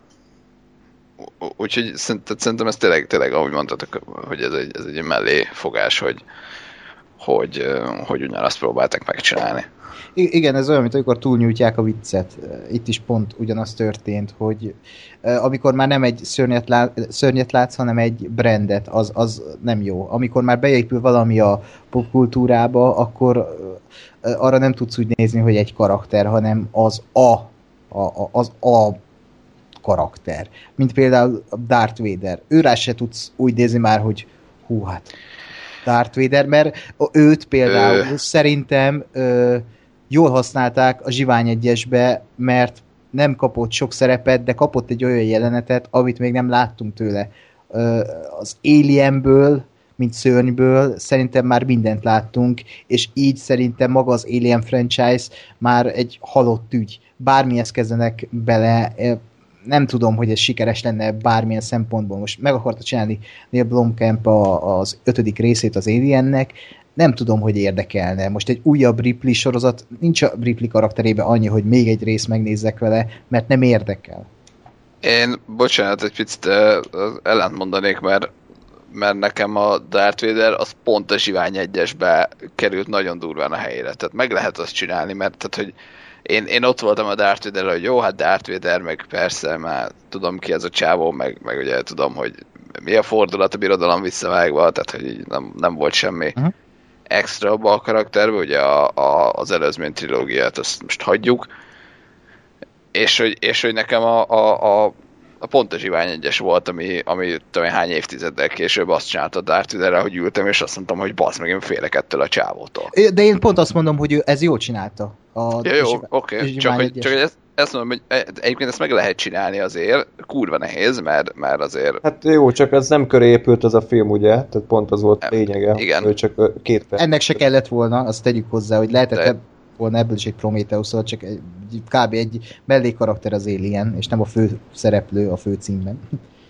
D: úgyhogy szerintem ez tényleg, tényleg ahogy mondtatok, hogy ez egy, ez egy melléfogás, hogy, hogy, hogy ugyanazt próbáltak megcsinálni.
C: Igen, ez olyan, mint amikor túlnyújtják a viccet. Itt is pont ugyanaz történt, hogy amikor már nem egy szörnyet, lá- szörnyet látsz, hanem egy brandet, az, az nem jó. Amikor már beépül valami a popkultúrába, akkor arra nem tudsz úgy nézni, hogy egy karakter, hanem az a, a, az a karakter. Mint például Darth Vader. Őrá se tudsz úgy nézni már, hogy hú, hát Darth Vader, mert őt például Ö... szerintem ö, jól használták a Zsivány egyesbe, mert nem kapott sok szerepet, de kapott egy olyan jelenetet, amit még nem láttunk tőle. Ö, az Alienből, mint szörnyből szerintem már mindent láttunk, és így szerintem maga az Alien franchise már egy halott ügy. Bármihez kezdenek bele, nem tudom, hogy ez sikeres lenne bármilyen szempontból. Most meg akarta csinálni Neil Blomkamp a, az ötödik részét az Aliennek, nem tudom, hogy érdekelne. Most egy újabb Ripley sorozat, nincs a Ripley karakterében annyi, hogy még egy részt megnézzek vele, mert nem érdekel.
D: Én, bocsánat, egy picit ellent mondanék, mert, mert nekem a Darth Vader az pont a Zsivány egyesbe került nagyon durván a helyére. Tehát meg lehet azt csinálni, mert tehát, hogy Én, én ott voltam a Darth Vader-rel, hogy jó, hát Darth Vader, meg persze, már tudom ki ez a csávó, meg, meg ugye tudom, hogy mi a fordulat a birodalom visszavágva, tehát hogy nem, nem volt semmi uh-huh. extra abban a karakterben, ugye a, a, az előzmény trilógiát azt most hagyjuk, és hogy, és hogy nekem a, a, a, a pont a Zsivány egyes volt, ami, ami tudom, hány évtizeddel később azt csinálta a Darth Vader-rel, hogy ültem, és azt mondtam, hogy bassz meg, én félek ettől a csávótól.
C: De én pont azt mondom, hogy ez jól csinálta. A
D: ja, jó, oké, okay. csak, hogy, csak hogy ezt, ezt mondom, hogy egyébként ezt meg lehet csinálni azért, kurva nehéz, mert, mert azért...
B: Hát jó, csak ez nem köré épült ez a film, ugye? Tehát pont az volt lényege.
D: Igen.
B: Csak két perc.
C: Ennek se kellett volna, azt tegyük hozzá, hogy lehetett De... volna ebből is egy Prometheus, szóval csak egy, kb. Egy mellékkarakter az Alien, és nem a fő szereplő a fő címben.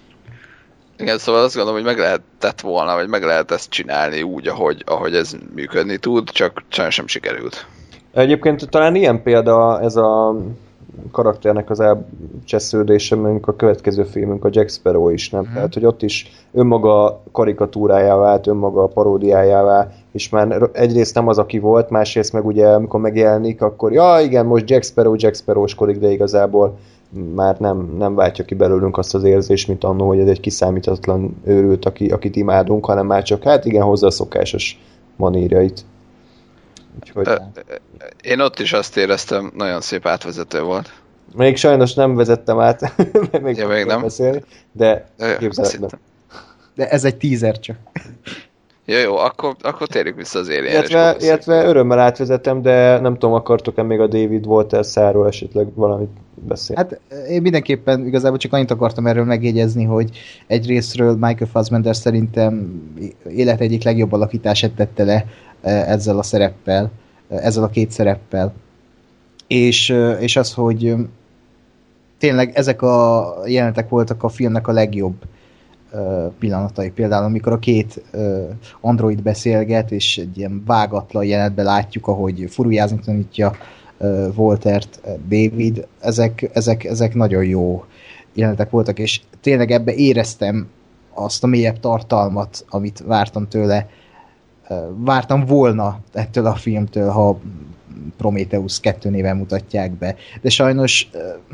D: Igen, szóval azt gondolom, hogy meg lehetett volna, vagy meg lehet ezt csinálni úgy, ahogy, ahogy ez működni tud, csak sajnos sem sikerült.
B: Egyébként talán ilyen példa ez a karakternek az elcsesződése, mint a következő filmünk, a Jack Sparrow is, nem? Mm. Tehát, hogy ott is önmaga karikatúrájá vált, önmaga paródiájává, és már egyrészt nem az, aki volt, másrészt meg ugye, amikor megjelenik, akkor ja, igen, most Jack Sparrow, Jack Sparrow-skodik, de igazából már nem, nem váltja ki belőlünk azt az érzést, mint annó, hogy ez egy kiszámítatlan őrült, aki, akit imádunk, hanem már csak, hát igen, hozzá a szokásos manírjait. Úgyhogy...
D: Én ott is azt éreztem, nagyon szép átvezető volt.
B: Még sajnos nem vezettem át, még,
D: ja, még nem
B: beszélni, de képzelem.
C: De ez egy teaser csak.
D: Ja, jó, akkor, akkor térjük vissza az Alienre.
B: Illetve, illetve örömmel átvezetem, de nem tudom, akartok-e még a David Walter-száról esetleg valamit beszélni?
C: Hát én mindenképpen igazából csak annyit akartam erről megjegyezni, hogy egy részről Michael Fassbender szerintem élet egyik legjobb alakítását tette le ezzel a szereppel, ezzel a két szereppel. És, és az, hogy tényleg ezek a jelenetek voltak a filmnek a legjobb pillanatai. Például amikor a két android beszélget, és egy ilyen vágatlan jelenetben látjuk, ahogy furujázni tanítja Waltert David, ezek, ezek, ezek nagyon jó jelenetek voltak, és tényleg ebbe éreztem azt a mélyebb tartalmat, amit vártam tőle. Vártam volna ettől a filmtől, ha Prometheus kettő néven mutatják be. De sajnos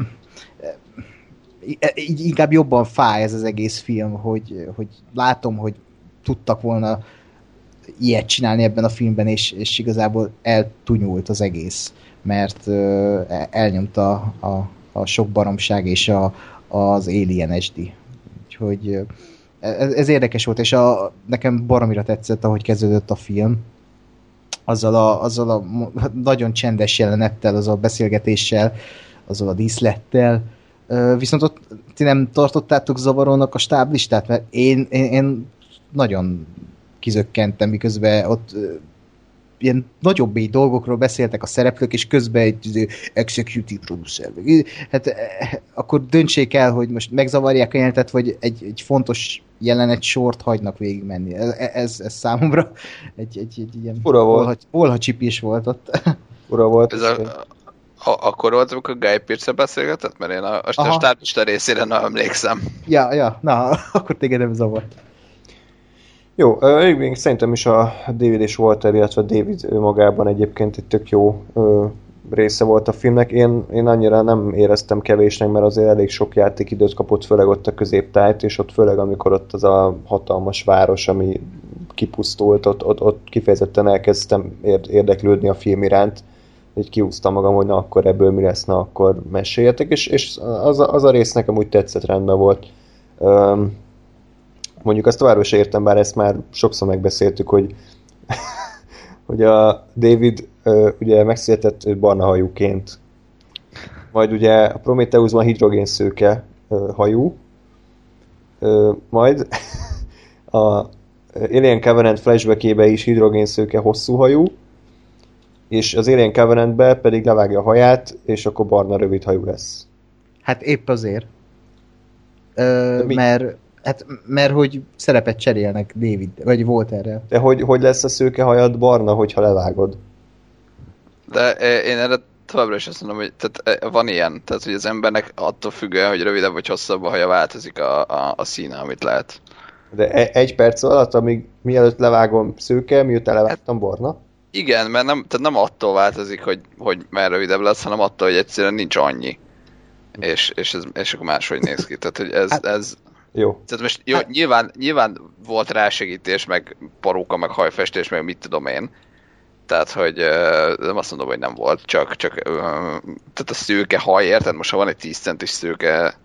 C: így inkább jobban fáj ez az egész film, hogy, hogy látom, hogy tudtak volna ilyet csinálni ebben a filmben, és, és igazából eltunyult az egész, mert elnyomta a, a sok baromság és a, az Alien es dé. Úgyhogy ez, ez érdekes volt, és a, nekem baromira tetszett, ahogy kezdődött a film. Azzal a, azzal a nagyon csendes jelenettel, azzal a beszélgetéssel, azzal a díszlettel. Viszont ott ti nem tartottátok zavarónak a stáblistát, mert én, én, én nagyon kizökkentem, miközben ott ilyen nagyobb így dolgokról beszéltek a szereplők, és közben egy executive producer. Hát akkor döntsék el, hogy most megzavarják a jelenetet, vagy egy, egy fontos jelenet sort hagynak végigmenni. Ez, ez, ez számomra egy, egy, egy ilyen olhacsipés volt ott.
B: Ura volt.
D: Ez a, a, akkor volt, amikor Guy Pearce-el beszélgetett? Mert én a, a stáblista részére nem emlékszem.
C: Ja, ja, na, akkor téged nem zavart.
B: Jó, még szerintem is a David és Walter, illetve David magában egyébként egy tök jó ö, része volt a filmnek. Én, én annyira nem éreztem kevésnek, mert azért elég sok játékidőt kapott, főleg ott a középtájt, és ott főleg amikor ott az a hatalmas város, ami kipusztult, ott, ott, ott kifejezetten elkezdtem érdeklődni a film iránt. Így kiúztam magam, hogy na akkor ebből mi lesz, na akkor meséljetek, és, és az, a, az a rész nekem úgy tetszett, rendben volt. Um, mondjuk azt továbbra sem értem, bár ezt már sokszor megbeszéltük, hogy, hogy a David uh, ugye megszületett barna hajúként, majd ugye a Prometheusban hidrogénszőke uh, hajú, uh, majd a Alien Covenant flashback-ébe is hidrogénszőke hosszú hajú, és az Alien Covenantbe pedig levágja a haját, és akkor barna rövid hajú lesz.
C: Hát épp azért. Ö, mert, hát, mert hogy szerepet cserélnek David, vagy Walterrel.
B: De hogy, hogy lesz a szőke hajad barna, hogyha levágod?
D: De én erre továbbra is azt mondom, hogy tehát van ilyen, tehát hogy az embernek attól függően, hogy rövidebb vagy hosszabb a haja, változik a, a, a színe, amit lehet.
B: De egy perc alatt, amíg mielőtt levágom szőke, miután levágtam barna?
D: Igen, mert nem, tehát nem attól változik, hogy, hogy már rövidebb lesz, hanem attól, hogy egyszerűen nincs annyi. És, és, ez, és akkor máshogy néz ki. Tehát, hogy ez... ez
B: jó.
D: Tehát most jó, nyilván, nyilván volt rásegítés, meg paróka, meg hajfestés, meg mit tudom én. Tehát, hogy nem azt mondom, hogy nem volt, csak, csak tehát a szőke haj, érted? Most ha van egy tíz centis szőke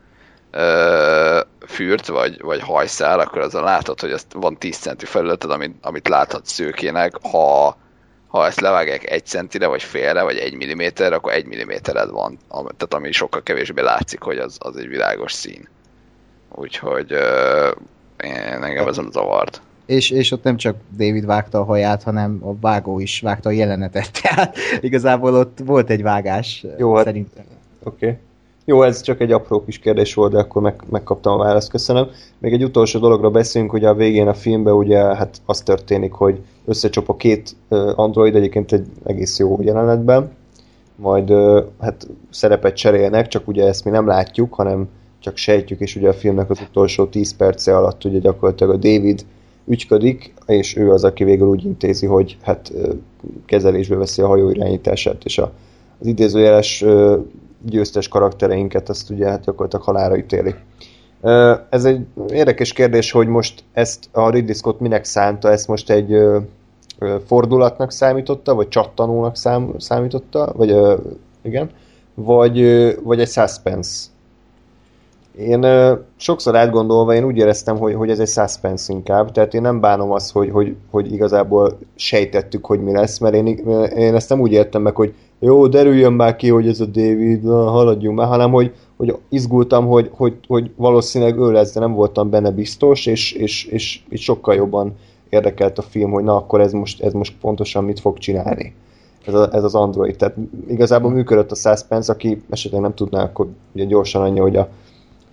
D: fürt, vagy, vagy hajszál, akkor azon látod, hogy azt van tíz centi felületed, amit, amit láthatsz szőkének, ha ha ezt levágják egy centire, vagy félre, vagy egy milliméterre, akkor egy millimétered van. Tehát ami sokkal kevésbé látszik, hogy az, az egy világos szín. Úgyhogy uh, én engem ez nem zavart.
C: És, és ott nem csak David vágta a haját, hanem a vágó is vágta a jelenetet. Tehát igazából ott volt egy vágás,
B: jó, hát,
C: szerintem.
B: Oké. Okay. Jó, ez csak egy apró kis kérdés volt, de akkor meg, megkaptam a választ, köszönöm. Még egy utolsó dologra beszélünk, hogy a végén a filmben ugye hát az történik, hogy összecsap a két android egyébként egy egész jó jelenetben, majd hát szerepet cserélnek, csak ugye ezt mi nem látjuk, hanem csak sejtjük, és ugye a filmnek az utolsó tíz perce alatt ugye gyakorlatilag a David ügyködik, és ő az, aki végül úgy intézi, hogy hát kezelésbe veszi a hajó irányítását, és a, az idézőjeles győztes karaktereinket, azt ugye hát gyakorlatilag halálra ítéli. Ez egy érdekes kérdés, hogy most ezt a Ridley Scott minek szánta, ezt most egy fordulatnak számította, vagy csattanónak szám, számította, vagy igen, vagy, vagy egy suspense. Én sokszor átgondolva, én úgy éreztem, hogy, hogy ez egy suspense inkább, tehát én nem bánom azt, hogy, hogy, hogy igazából sejtettük, hogy mi lesz, mert én, én ezt nem úgy értem meg, hogy jó, derüljön már ki, hogy ez a David, haladjunk már, hanem hogy, hogy izgultam, hogy, hogy, hogy valószínűleg ő lesz, de nem voltam benne biztos, és, és, és, és sokkal jobban érdekelt a film, hogy na akkor ez most, ez most pontosan mit fog csinálni. Ez, a, ez az android. Tehát igazából működött a suspense, aki esetleg nem tudná, akkor ugye gyorsan annyi, hogy a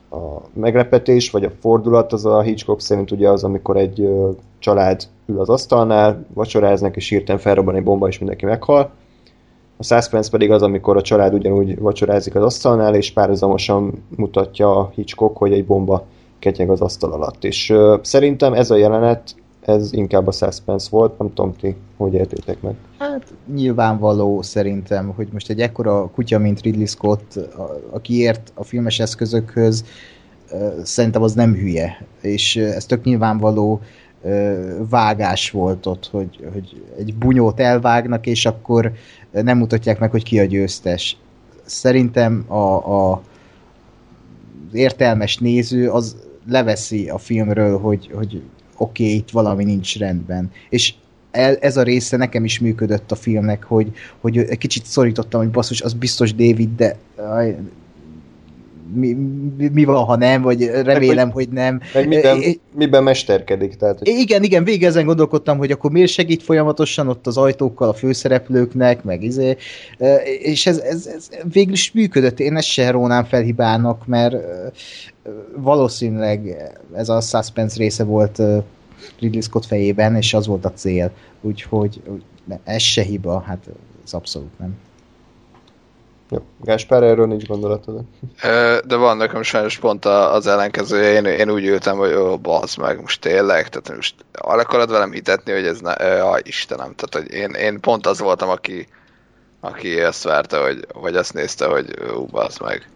B: a meglepetés, vagy a fordulat, az a Hitchcock szerint ugye az, amikor egy ö, család ül az asztalnál, vacsoráznak, és hirtelen felrobban egy bomba, és mindenki meghal. A suspense pedig az, amikor a család ugyanúgy vacsorázik az asztalnál, és párhuzamosan mutatja a Hitchcock, hogy egy bomba ketyeg az asztal alatt. És ö, szerintem ez a jelenet, ez inkább a suspense volt, nem tudom ti, hogy értétek meg.
C: Hát nyilvánvaló szerintem, hogy most egy ekkora kutya, mint Ridley Scott, a, aki ért a filmes eszközökhöz, szerintem az nem hülye. És ez tök nyilvánvaló vágás volt ott, hogy, hogy egy bunyót elvágnak, és akkor nem mutatják meg, hogy ki a győztes. Szerintem a, a, az értelmes néző az leveszi a filmről, hogy, hogy oké, okay, itt valami nincs rendben. És ez a része nekem is működött a filmnek, hogy, hogy egy kicsit szorítottam, hogy basszus, az biztos David, de aj, mi, mi, mi van, ha nem, vagy remélem, meg, hogy nem.
B: Meg minden, é, miben mesterkedik. Tehát, hogy...
C: Igen, igen, végig ezen gondolkodtam, hogy akkor miért segít folyamatosan ott az ajtókkal a főszereplőknek, meg izé, és ez, ez, ez végül is működött. Én ezt se rónám fel hibának, mert valószínűleg ez a suspense része volt Ridley Scott fejében, és az volt a cél. Úgyhogy ez se hiba, hát ez abszolút nem.
B: Jó. Gáspár, erről nincs gondolatod?
D: De van nekem sajnos pont az ellenkezője, én, én úgy ültem, hogy ó, bazd meg, most tényleg, tehát most el akarod velem hitetni, hogy ez ne, ja, Istenem, tehát hogy én, én pont az voltam, aki, aki ezt várta, hogy, vagy azt nézte, hogy ó, bazd meg.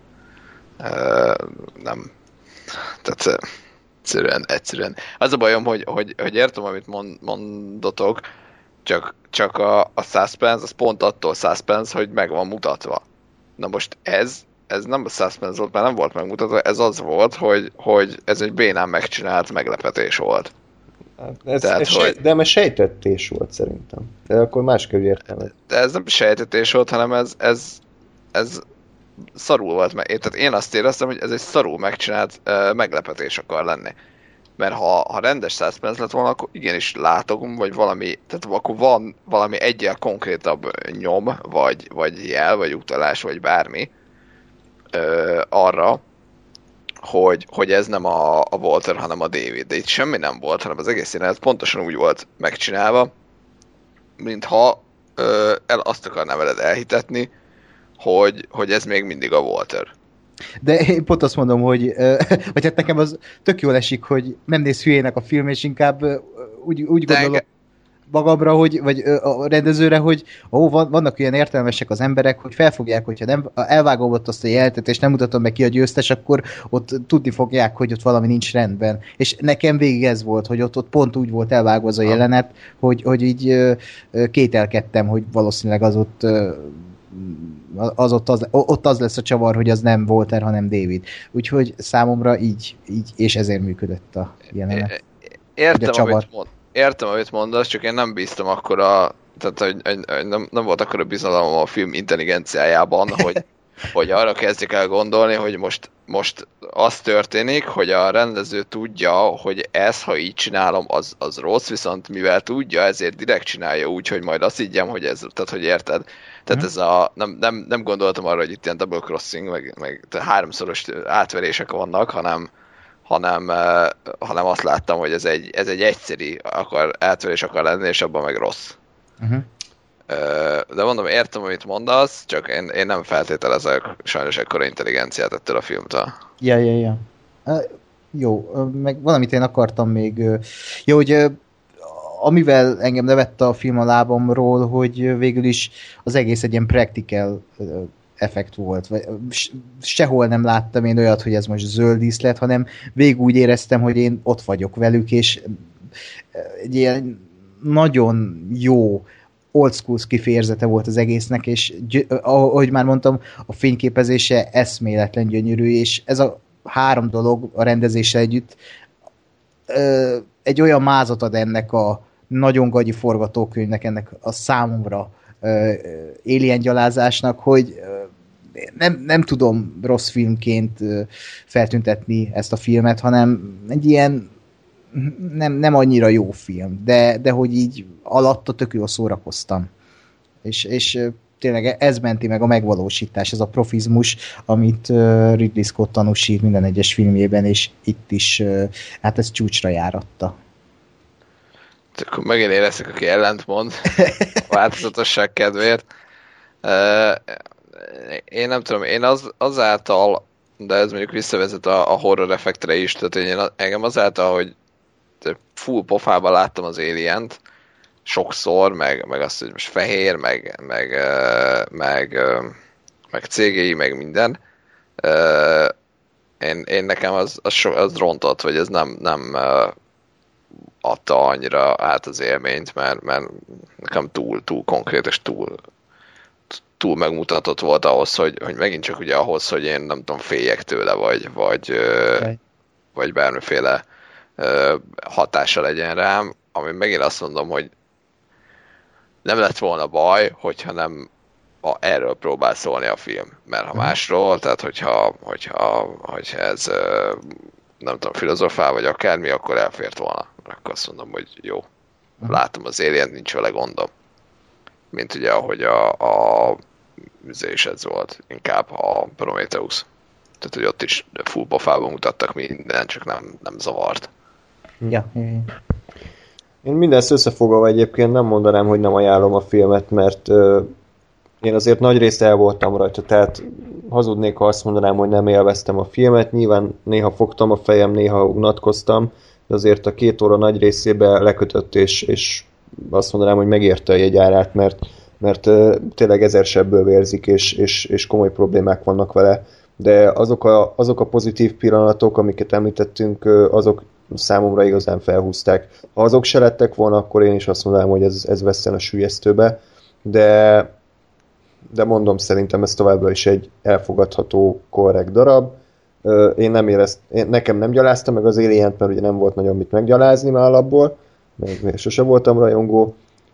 D: Nem. Tehát egyszerűen, egyszerűen. Az a bajom, hogy, hogy, hogy értem, amit mond, mondotok, csak, csak a, a suspense, az pont attól suspense, hogy meg van mutatva. Na most ez, ez nem a suspense volt, mert nem volt megmutatva, ez az volt, hogy, hogy ez egy bénán megcsinált meglepetés volt.
B: Ez, Tehát, ez hogy... De ez sejtettés volt szerintem. De akkor másképp értem.
D: De ez nem sejtetés volt, hanem ez, ez, ez szarul volt meg. Tehát én azt éreztem, hogy ez egy szarul megcsinált uh, meglepetés akar lenni. Mert ha, ha rendes suspense lett volna, akkor igenis látok, vagy valami, tehát akkor van valami egyel konkrétabb nyom, vagy, vagy jel, vagy utalás, vagy bármi ö, arra, hogy, hogy ez nem a, a Walter, hanem a David. De itt semmi nem volt, hanem az egész jelenet pontosan úgy volt megcsinálva, mintha ö, el azt akarná veled elhitetni, hogy, hogy ez még mindig a Walter.
C: De én pont azt mondom, hogy vagy hát nekem az tök jól esik, hogy nem néz hülyének a film, és inkább úgy, úgy gondolom enge... magamra, hogy, vagy a rendezőre, hogy ó, vannak olyan értelmesek az emberek, hogy felfogják, hogyha nem elvágom ott azt a jelentet, és nem mutatom meg ki a győztes, akkor ott tudni fogják, hogy ott valami nincs rendben. És nekem végig ez volt, hogy ott, ott pont úgy volt elvágva az a jelenet, hogy, hogy így kételkedtem, hogy valószínűleg az ott az ott, az, ott az lesz a csavar, hogy az nem Walter, hanem David. Úgyhogy számomra így, így és ezért működött a jelenet.
D: Értem, a amit, mond, értem amit mondasz, csak én nem bíztam akkor a, tehát hogy, hogy nem, nem volt akkor a bizalom a film intelligenciájában, hogy, hogy arra kezdjük el gondolni, hogy most, most az történik, hogy a rendező tudja, hogy ez, ha így csinálom, az, az rossz, viszont mivel tudja, ezért direkt csinálja úgy, hogy majd azt higgyem, hogy ez, tehát hogy érted. Tehát ez a, nem, nem, nem gondoltam arra, hogy itt ilyen double crossing, meg, meg háromszoros átverések vannak, hanem, hanem, uh, hanem azt láttam, hogy ez egy, ez egy egyszeri akar, átverés akar lenni, és abban meg rossz. Uh-huh. Uh, de mondom, értem, amit mondasz, csak én, én nem feltételezek sajnos ekkora intelligenciát ettől a filmtől.
C: Ja, ja, ja. Uh, jó, uh, meg valamit én akartam még. Uh, jó, hogy uh, amivel engem nevette a film a lábamról, hogy végül is az egész egy ilyen practical effekt volt. Sehol nem láttam én olyat, hogy ez most zöld ízlet, hanem végig úgy éreztem, hogy én ott vagyok velük, és egy ilyen nagyon jó old school kiférzete volt az egésznek, és ahogy már mondtam, a fényképezése eszméletlen gyönyörű, és ez a három dolog a rendezéssel együtt egy olyan mázat ad ennek a nagyon gagyi forgatókönyvnek, ennek a számomra uh, alien gyalázásnak, hogy uh, nem, nem tudom rossz filmként uh, feltüntetni ezt a filmet, hanem egy ilyen nem, nem annyira jó film, de, de hogy így alatta tök jól szórakoztam. És, és uh, tényleg ez menti meg a megvalósítás, ez a profizmus, amit uh, Ridley Scott tanúsít minden egyes filmjében, és itt is, uh, hát ez csúcsra járatta.
D: Akkor megint éreztek, aki ellentmond a változatosság kedvéért. Uh, én nem tudom, én az, azáltal, de ez mondjuk visszavezet a, a horror effektre is, tehát én engem azáltal, hogy full pofában láttam az Alien-t, sokszor, meg, meg azt, hogy most fehér, meg, meg, meg, meg cé gé i, meg minden. Én, én nekem az, az, so, az rontott, vagy ez nem, nem adta annyira át az élményt, mert, mert nekem túl, túl konkrét, és túl, túl megmutatott volt ahhoz, hogy, hogy megint csak ugye ahhoz, hogy én nem tudom, féljek tőle, vagy, vagy, okay. vagy bármiféle hatása legyen rám, ami megint azt mondom, hogy nem lett volna baj, hogyha nem a, erről próbál szólni a film. Mert ha másról, tehát hogyha, hogyha, hogyha ez nem tudom, filozofál, vagy akármi, akkor elfért volna. Akkor azt mondom, hogy jó. Látom az Alien, nincs vele gondom. Mint ugye, ahogy a, a is ez volt, inkább a Prometheus. Tehát, hogy ott is full pofában mutattak minden, csak nem, nem zavart.
C: Ja.
B: Én mindezt összefoglalva egyébként nem mondanám, hogy nem ajánlom a filmet, mert euh, én azért nagy részt el voltam rajta, tehát hazudnék, ha azt mondanám, hogy nem élveztem a filmet. Nyilván néha fogtam a fejem, néha unatkoztam, de azért a két óra nagy részében lekötött, és, és azt mondanám, hogy megérte a jegyárát, mert, mert euh, tényleg ezer sebből vérzik, és, és, és komoly problémák vannak vele. De azok a, azok a pozitív pillanatok, amiket említettünk, azok számomra igazán felhúzták. Ha azok se lettek volna, akkor én is azt mondanám, hogy ez, ez vesszen a süllyesztőbe, de, de mondom, szerintem ez továbbra is egy elfogadható, korrekt darab. Én nem érezt, én, nekem nem gyalázta meg az Alien-t, mert ugye nem volt nagyon mit meggyalázni már alapból, mert sose voltam rajongó.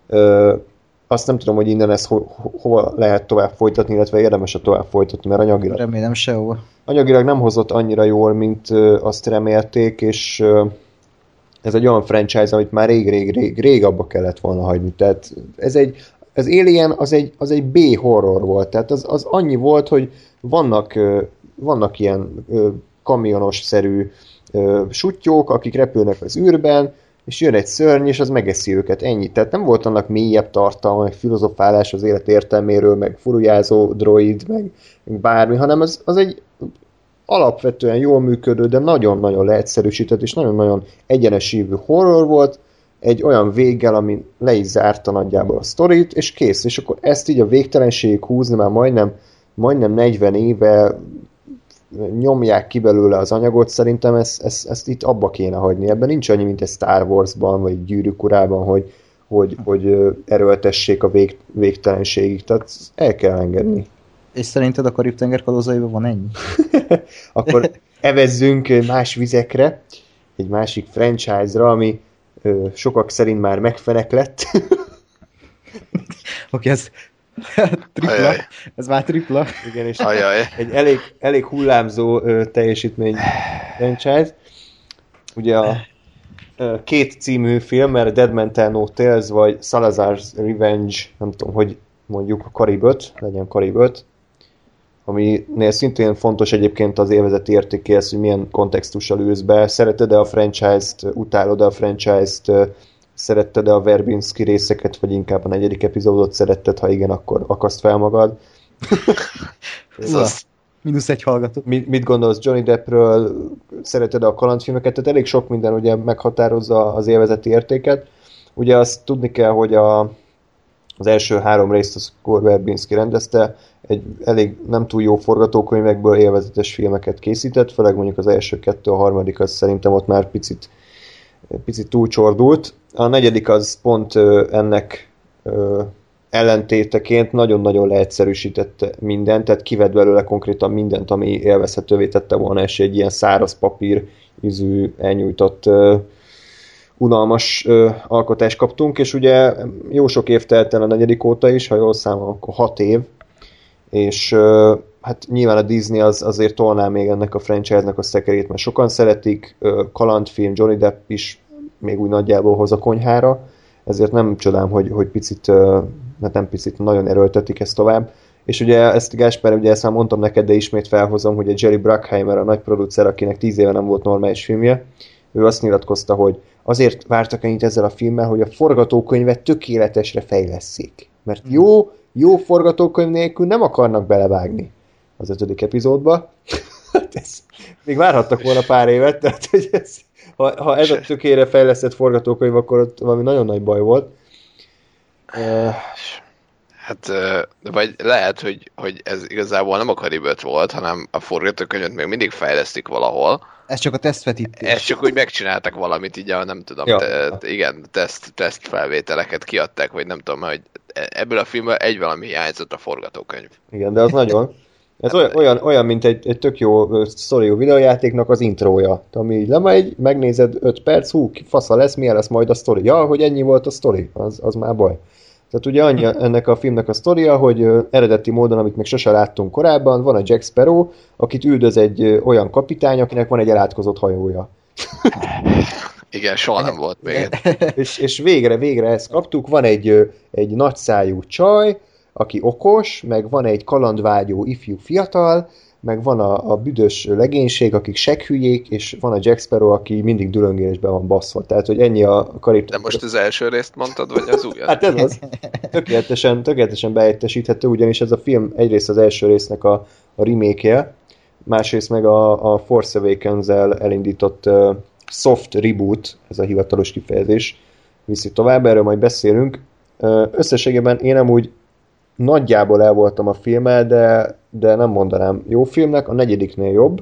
B: Azt nem tudom, hogy innen ezt ho- hova lehet tovább folytatni, illetve érdemes-e tovább folytatni, mert anyagilag...
C: Remélem sehova.
B: Anyagilag nem hozott annyira jól, mint uh, azt remélték, és uh, ez egy olyan franchise, amit már rég, rég, rég, rég abba kellett volna hagyni. Tehát ez egy, az Alien az egy, az egy B-horror volt, tehát az, az annyi volt, hogy vannak, uh, vannak ilyen uh, kamionos-szerű uh, sutyók, akik repülnek az űrben, és jön egy szörny, és az megeszi őket, ennyi. Tehát nem volt annak mélyebb tartalma, meg filozofálás az élet értelméről, meg furujázó droid, meg, meg bármi, hanem az, az egy alapvetően jól működő, de nagyon-nagyon leegyszerűsített, és nagyon-nagyon egyenesívű horror volt, egy olyan véggel, ami le is zárta nagyjából a sztorit, és kész. És akkor ezt így a végtelenségig húzni már majdnem, majdnem negyven éve nyomják ki belőle az anyagot, szerintem ezt, ezt, ezt itt abba kéne hagyni. Ebben nincs annyi, mint egy Star Wars-ban, vagy Gyűrűk urában, hogy, hogy, hogy erőltessék a vég, végtelenségig. Tehát el kell engedni.
C: És szerinted a Karib-tenger kalózaiban van ennyi?
B: Akkor evezzünk más vizekre, egy másik franchise-ra, ami ö, sokak szerint már megfenek lett.
C: Oké, okay, ez tripla. Ajaj. Ez már tripla.
B: Igen, és Ajaj. egy elég, elég hullámzó ö, teljesítmény franchise. Ugye a ö, két című film, mert Dead Man Tell No Tales, vagy Salazar's Revenge, nem tudom, hogy mondjuk a Karib öt, legyen Karib öt, aminél szintén fontos egyébként az élvezeti értékéhez, hogy milyen kontextussal ülsz be. Szereted-e a franchise-t, utálod-e a franchise-t, szeretted-e a Verbinski részeket, vagy inkább a negyedik epizódot szeretted, ha igen, akkor akaszt fel magad.
C: az... Minusz egy hallgató.
B: Mit, mit gondolsz Johnny Deppről, szereted-e a kalandfilmeket, tehát elég sok minden ugye meghatározza az élvezeti értéket. Ugye azt tudni kell, hogy a, az első három részt az Gore Verbinski rendezte, egy elég nem túl jó forgatókönyvekből élvezetes filmeket készített, főleg mondjuk az első kettő, a harmadik az szerintem ott már picit, picit túlcsordult. A negyedik az pont ö, ennek ö, ellentéteként nagyon-nagyon leegyszerűsítette mindent, tehát kivett belőle konkrétan mindent, ami élvezhetővé tette volna, és egy ilyen száraz papír ízű, elnyújtott ö, unalmas ö, alkotást kaptunk, és ugye jó sok év telt el a negyedik óta is, ha jól számolom, akkor hat év, és ö, hát nyilván a Disney az, azért tolná még ennek a franchise-nak a szekerét, mert sokan szeretik, ö, kalandfilm, Johnny Depp is még úgy nagyjából hoz a konyhára, ezért nem csodám, hogy, hogy picit ö, hát nem picit, nagyon erőltetik ezt tovább. És ugye ezt Gáspár, ugye ezt már mondtam neked, de ismét felhozom, hogy a Jerry Bruckheimer, a nagy producer, akinek tíz éve nem volt normális filmje, ő azt nyilatkozta, hogy azért vártak ennyit ezzel a filmmel, hogy a forgatókönyvet tökéletesre fejlesszék. Mert jó, jó forgatókönyv nélkül nem akarnak belevágni az ötödik epizódba. ez, még várhattak volna pár évet, tehát hogy ez, ha, ha ez a tökére fejlesztett forgatókönyv, akkor ott valami nagyon nagy baj volt. Uh,
D: Hát, vagy lehet, hogy, hogy ez igazából nem a kariböt volt, hanem a forgatókönyvet még mindig fejlesztik valahol.
C: Ez csak a tesztvetítés.
D: Ez csak úgy megcsináltak valamit, így a nem tudom,
B: ja.
D: te, igen, teszt, teszt felvételeket kiadták, vagy nem tudom, hogy ebből a filmből egy valami hiányzott a forgatókönyv.
B: Igen, de az nagyon. Ez olyan, olyan, olyan mint egy, egy tök jó sztoriú videójátéknak az intrója. Ami így lemegy, megnézed öt perc, hú, fasza lesz, milyen lesz majd a sztori. Ja, hogy ennyi volt a sztori, az, az már baj. Tehát ugye annyi ennek a filmnek a sztoria, hogy ö, eredeti módon, amit még sose láttunk korábban, van a Jack Sparrow, akit üldöz egy ö, olyan kapitány, akinek van egy elátkozott hajója.
D: Igen, soha nem volt még.
B: és, és végre, végre ezt kaptuk, van egy, ö, egy nagyszájú csaj, aki okos, meg van egy kalandvágyó ifjú fiatal, meg van a, a büdös legénység, akik segghülyék, és van a Jack Sparrow, aki mindig dülöngélésben van baszva. Tehát, hogy ennyi a karib...
D: De most az első részt mondtad, vagy az újat?
B: Hát ez az. Tökéletesen, tökéletesen behelyettesíthető, ugyanis ez a film egyrészt az első résznek a, a remake-je, másrészt meg a, a Force Awakens-el elindított uh, soft reboot, ez a hivatalos kifejezés, viszi tovább, erről majd beszélünk. Uh, összességében én amúgy nagyjából el voltam a filmmel, de, de nem mondanám jó filmnek, a negyediknél jobb,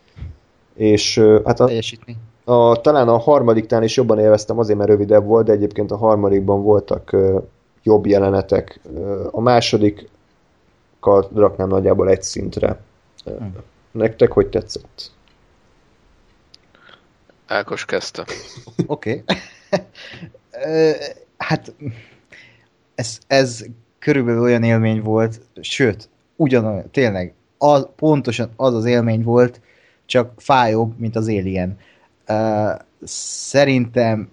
B: és hát a, a, talán a harmadiknál is jobban élveztem, azért mert rövidebb volt, de egyébként a harmadikban voltak uh, jobb jelenetek. Uh, a másodikkal raknám nagyjából egy szintre. Uh, hmm. Nektek hogy tetszett?
D: Ákos kezdte.
C: Oké. Hát ez, ez körülbelül olyan élmény volt, sőt, ugyanolyan, tényleg, az, pontosan az az élmény volt, csak fájóbb, mint az Alien. Uh, szerintem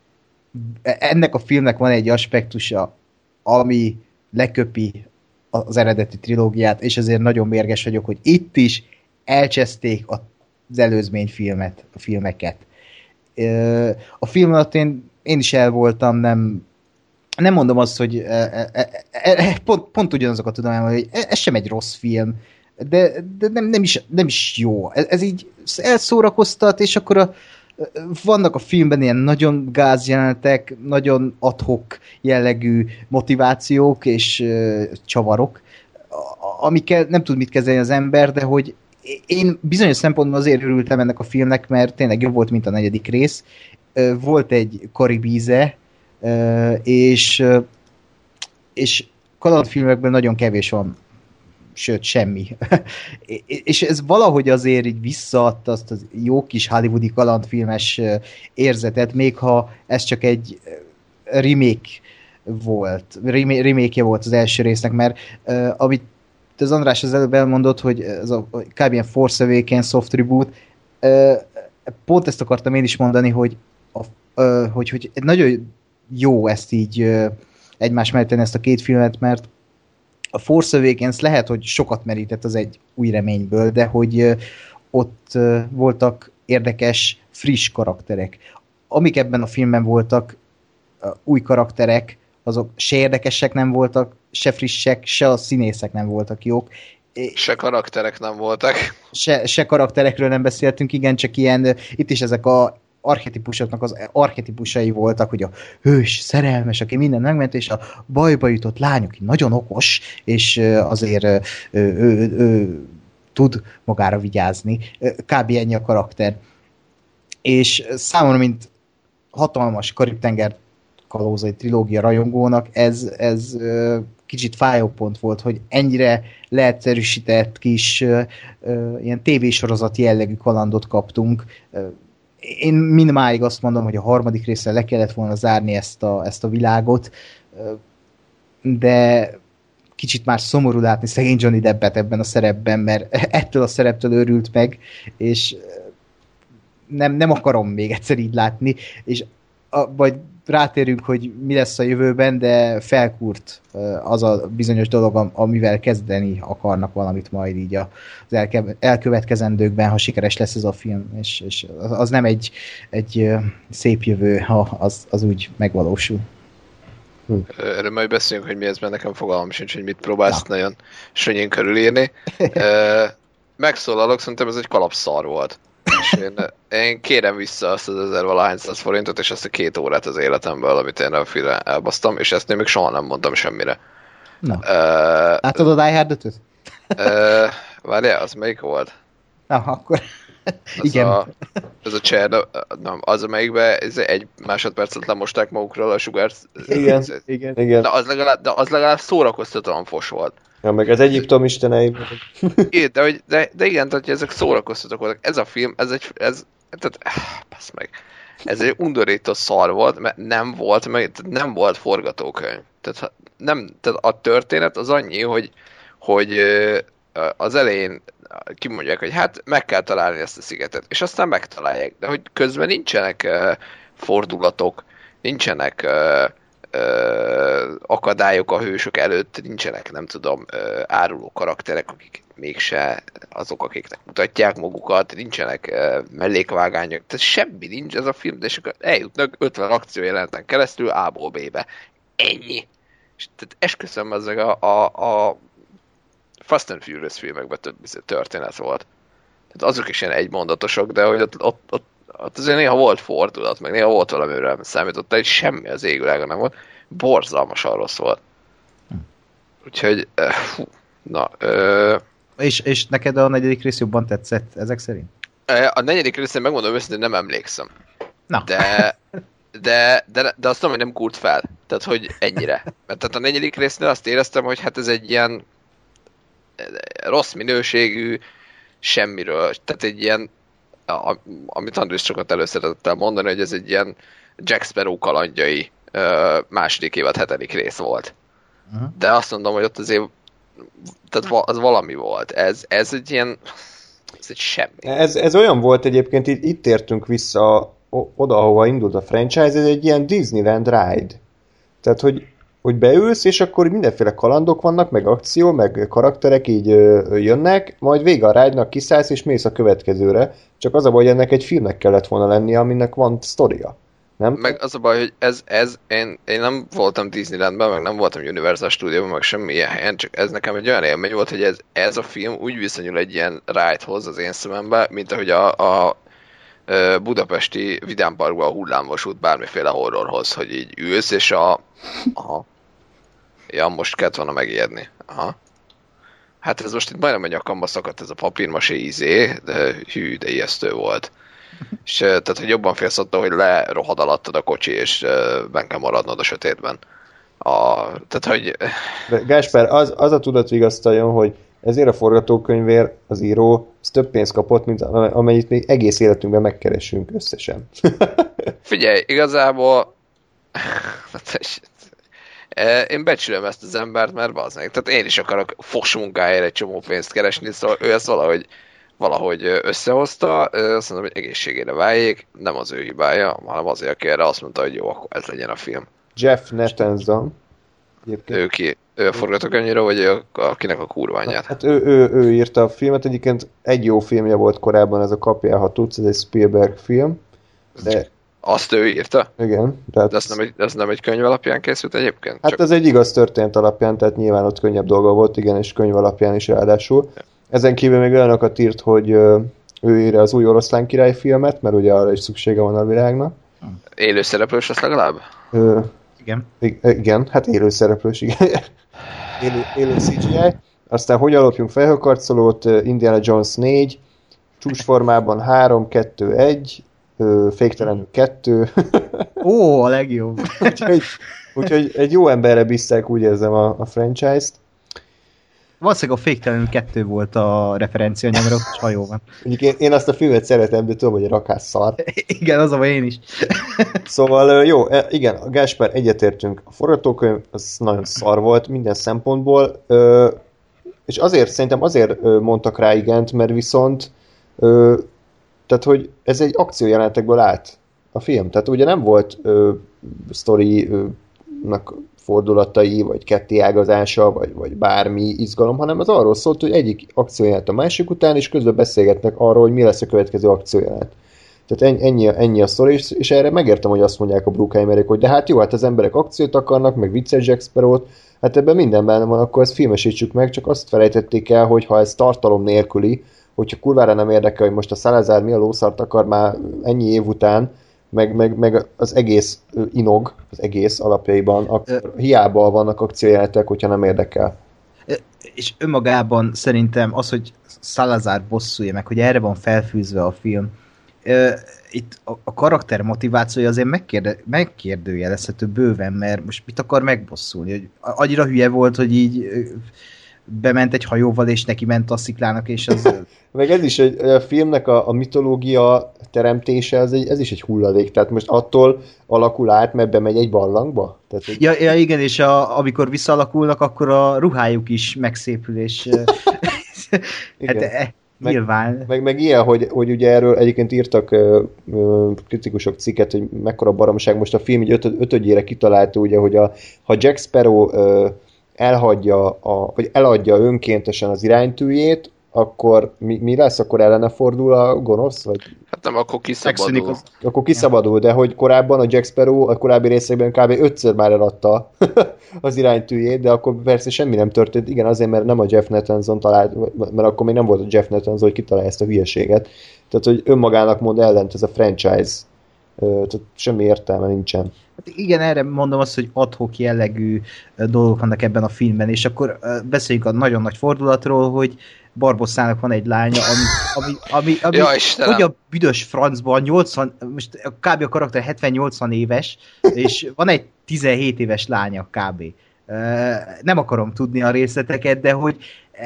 C: ennek a filmnek van egy aspektusa, ami leköpi az eredeti trilógiát, és ezért nagyon mérges vagyok, hogy itt is elcseszték az előzményfilmet, a filmeket. Uh, a film alatt én, én is el voltam, nem Nem mondom azt, hogy e, e, e, pont, pont ugyanazokat tudom elmondani, hogy ez sem egy rossz film, de, de nem, nem, is, nem is jó. Ez, ez így elszórakoztat, és akkor a, vannak a filmben ilyen nagyon gázjelenetek, nagyon ad-hoc jellegű motivációk és uh, csavarok, amikkel nem tud mit kezelni az ember, de hogy én bizonyos szempontból azért örültem ennek a filmnek, mert tényleg jobb volt, mint a negyedik rész. Uh, volt egy karibíze, Uh, és, uh, és kalandfilmekben nagyon kevés van, sőt, semmi. És ez valahogy azért így visszaadta azt az jó kis hollywoodi kalandfilmes uh, érzetet, még ha ez csak egy remake volt, remake-je volt az első résznek, mert uh, amit az András az előbb elmondott, hogy ez a kb. Ilyen Force Awakens soft reboot, uh, pont ezt akartam én is mondani, hogy, a, uh, hogy, hogy nagyon jó ezt így uh, egymás mellett tenni ezt a két filmet, mert a Force Awakens lehet, hogy sokat merített az egy új reményből, de hogy uh, ott uh, voltak érdekes, friss karakterek. Amik ebben a filmben voltak, uh, új karakterek, azok se érdekesek nem voltak, se frissek, se a színészek nem voltak jók.
D: Se karakterek nem voltak.
C: Se, se karakterekről nem beszéltünk, igen, csak ilyen, uh, itt is ezek a archetipusoknak az archetipusai voltak, hogy a hős, szerelmes, aki minden megment, és a bajba jutott lány, aki nagyon okos, és azért ő, ő, ő, ő tud magára vigyázni. Kb. Ennyi a karakter. És számomra, mint hatalmas Karib-tenger kalózai trilógia rajongónak, ez, ez kicsit fájó pont volt, hogy ennyire leegyszerűsített kis ilyen tévésorozat jellegű kalandot kaptunk. Én mindmáig azt mondom, hogy a harmadik részre le kellett volna zárni ezt a, ezt a világot, de kicsit már szomorú látni szegény Johnny Deppet ebben a szerepben, mert ettől a szereptől őrült meg, és nem, nem akarom még egyszer így látni, és a, vagy rátérünk, hogy mi lesz a jövőben, de felkúrt az a bizonyos dolog, amivel kezdeni akarnak valamit majd így az elke, elkövetkezendőkben, ha sikeres lesz ez a film, és, és az nem egy, egy szép jövő, ha az, az úgy megvalósul.
D: Hm. Erről majd beszélünk, hogy mi ez, mert nekem fogalmam sincs, hogy mit próbálsz ja. nagyon sönyén körülírni. Megszólalok, szerintem ez egy kalapszar volt. És én, én kérem vissza azt az ezervalahányszáz forintot, és ezt a két órát az életemből, amit én a filmre elbasztam, és ezt én még soha nem mondtam semmire.
C: Na. Uh, Látod a Die Hard ötöt?
D: uh, Várjál, az melyik volt?
C: Na, akkor...
D: Az igen. A, ez a Cserno... Nem, az, amelyikben egy másodpercet lemosták magukról a sugárt.
B: Igen, igen, igen.
D: De az legalább, de az legalább szórakoztatóan fos volt.
B: Ja, meg az Egyiptom istenei.
D: Igen, de, de, de igen, tehát ezek szórakoztatók voltak. Ez a film, ez egy... Ez, tehát, passz meg. Ez egy undorító szar volt, mert nem volt, meg, nem volt forgatókönyv. Tehát, nem, tehát a történet az annyi, hogy, hogy az elején kimondják, hogy hát meg kell találni ezt a szigetet, és aztán megtalálják. De hogy közben nincsenek uh, fordulatok, nincsenek uh, uh, akadályok a hősök előtt, nincsenek, nem tudom, uh, áruló karakterek, akik mégse azok, akiknek mutatják magukat, nincsenek uh, mellékvágányok, tehát semmi nincs ez a film, de és akkor eljutnak ötven akciójeleneten keresztül A-ból B-be. Ennyi. És tehát esküszöm, az a, a, a Fast and Furious filmekben több történet volt. Tehát azok is ilyen egymondatosok, de hogy ott, ott, ott, ott azért néha volt fordulat, meg néha volt valamire számított, de semmi az égvilágon nem volt. Borzalmasan rossz volt. Úgyhogy, fú, na... Ö...
C: És, és neked a negyedik rész jobban tetszett ezek szerint?
D: A negyedik részén megmondom őszintén, nem emlékszem.
C: Na.
D: De, de, de, de azt tudom, hogy nem kúrt fel. Tehát, hogy ennyire. Mert tehát a negyedik résznél azt éreztem, hogy hát ez egy ilyen rossz minőségű, semmiről. Tehát egy ilyen, a, amit Andrés sokat előszeretett mondani, hogy ez egy ilyen Jack Sparrow kalandjai második évad hetedik rész volt. Uh-huh. De azt mondom, hogy ott azért tehát az valami volt. Ez, ez egy ilyen ez egy semmi.
B: Ez, ez olyan volt egyébként, itt, itt értünk vissza oda, ahova indult a franchise, ez egy ilyen Disneyland ride. Tehát, hogy hogy beülsz, és akkor mindenféle kalandok vannak, meg akció, meg karakterek így ö, jönnek, majd vége a ride-nak kiszállsz, és mész a következőre. Csak az a baj, hogy ennek egy filmnek kellett volna lennie, aminek van sztoria. Nem?
D: Meg az a baj, hogy ez, ez én, én nem voltam Disneylandben, meg nem voltam Universal Studióban, meg semmilyen helyen, csak ez nekem egy olyan élmény volt, hogy ez, ez a film úgy viszonyul egy ilyen ride-hoz az én szemembe, mint ahogy a, a budapesti vidámparkban a hullámvasút bármiféle horrorhoz, hogy így ülsz, és a... Aha. Ja, most kellett volna megijedni. Aha. Hát ez most itt majdnem a nyakamba szakadt ez a papírmasé ízé, de hű, de ijesztő volt. És tehát, hogy jobban félsz attól, hogy lerohad alattad a kocsi, és benn kell maradnod a sötétben. A, tehát, hogy...
B: De Gáspár, az, az a tudat vigasztaljon, hogy ezért a forgatókönyvért az író az több pénzt kapott, mint amennyit még egész életünkben megkeresünk összesen.
D: Figyelj, igazából én becsülöm ezt az embert, mert bazdmeg. Tehát én is akarok fos munkáért egy csomó pénzt keresni, szóval ő ezt valahogy, valahogy összehozta, azt mondom, hogy egészségére váljék, nem az ő hibája, hanem azért, aki erre azt mondta, hogy jó, akkor ez legyen a film.
B: Jeff Nathanson.
D: Ő ki? Ő a forgatókönyvíró, vagy ő akinek a kurványát?
B: Hát ő, ő, ő írta a filmet, egyébként egy jó filmje volt korábban, ez a Kapjál, ha tudsz, ez egy Spielberg film. De...
D: Azt ő írta?
B: Igen. Tehát...
D: De ez nem, egy, ez nem egy könyv alapján készült egyébként?
B: Hát Csak... ez egy igaz történet alapján, tehát nyilván ott könnyebb dolga volt, igen, és könyv alapján is ráadásul. Ezen kívül még olyanokat írt, hogy ő írja az új Oroszlán király filmet, mert ugye arra is szüksége van a világnak.
D: Élő szereplős lesz legalább?
B: Ö...
C: Igen.
B: Igen, hát élő szereplős, igen. élő, élő cé gé i. Aztán Hogy alapjunk felhőkarcolót, Indiana Jones négy, Csúcsformában három, kettő, egy, Féktelenül kettő.
C: Ó, a legjobb.
B: úgyhogy, úgyhogy egy jó emberre bízták, úgy érzem a, a franchise-t.
C: Valószínűleg a Féktelenül kettő volt a referencia nyomra, ott is hajó van.
B: Én, én azt a filmet szeretem, de tudom, hogy a rakás szar.
C: Igen, az a baj, én is.
B: Szóval jó, igen, a Gáspár, egyetértünk. A forgatókönyv az nagyon szar volt minden szempontból, és azért, szerintem azért mondtak rá igent, mert viszont tehát, hogy ez egy akciójelenetekből állt. a film. Tehát ugye nem volt ö, sztorinak fordulatai, vagy kettéágazása, vagy, vagy bármi izgalom, hanem az arról szólt, hogy egyik akcióját a másik után, és közben beszélgetnek arról, hogy mi lesz a következő akcióját. Tehát ennyi, ennyi a sztori, és, és erre megértem, hogy azt mondják a Bruckheimerek, hogy de hát jó, hát az emberek akciót akarnak, meg vicces Jack Sparrow-t, hát ebben minden benne van, akkor ezt filmesítsük meg, csak azt felejtették el, hogy ha ez tartalom nélküli, hogyha kurvára nem érdekel, hogy most a Salazar mi a lószart akar már ennyi év után, meg, meg, meg az egész inog, az egész alapjaiban, akkor hiába vannak akciójelenetek, hogyha nem érdekel.
C: És önmagában szerintem az, hogy Salazar bosszulja meg, hogy erre van felfűzve a film, itt a, a karakter motivációja azért megkérde, megkérdőjelezhető bőven, mert most mit akar megbosszulni? Hogy annyira hülye volt, hogy így bement egy hajóval, és neki ment a sziklának, és az...
B: Meg ez is, a filmnek a, a mitológia teremtése, ez, egy, ez is egy hulladék, tehát most attól alakul át, mert bemegy egy barlangba? Tehát, hogy...
C: ja, ja, igen, és a, amikor visszaalakulnak, akkor a ruhájuk is megszépül, és... hát, e,
B: meg,
C: nyilván.
B: Meg, meg ilyen, hogy, hogy ugye erről egyébként írtak ö, ö, kritikusok cikket, hogy mekkora baromság, most a film így ötöd, ötödjére kitalálta, ugye, hogy a, ha Jack Sparrow ö, elhagyja, a, vagy eladja önkéntesen az iránytűjét, akkor mi, mi lesz? Akkor ellene fordul a gonosz? Vagy?
D: Hát nem, akkor kiszabadul.
B: Az... Akkor kiszabadul, de hogy korábban a Jack Sparrow a korábbi részekben kb. ötször már eladta az iránytűjét, de akkor persze semmi nem történt. Igen, azért, mert nem a Jeff Nathanson talált, mert akkor még nem volt a Jeff Nathanson, hogy kitalálja ezt a hülyeséget. Tehát, hogy önmagának mond ellent ez a franchise. Tehát semmi értelme nincsen.
C: Hát igen, erre mondom azt, hogy ad-hoc jellegű dolgok vannak ebben a filmben, és akkor beszéljük a nagyon nagy fordulatról, hogy Barbosszának van egy lánya, ami, ami, ami, ami
D: ja,
C: hogy a büdös francban nyolcvan, most kb. A karakter hetven-nyolcvan éves, és van egy tizenhét éves lánya kb. Nem akarom tudni a részleteket, de hogy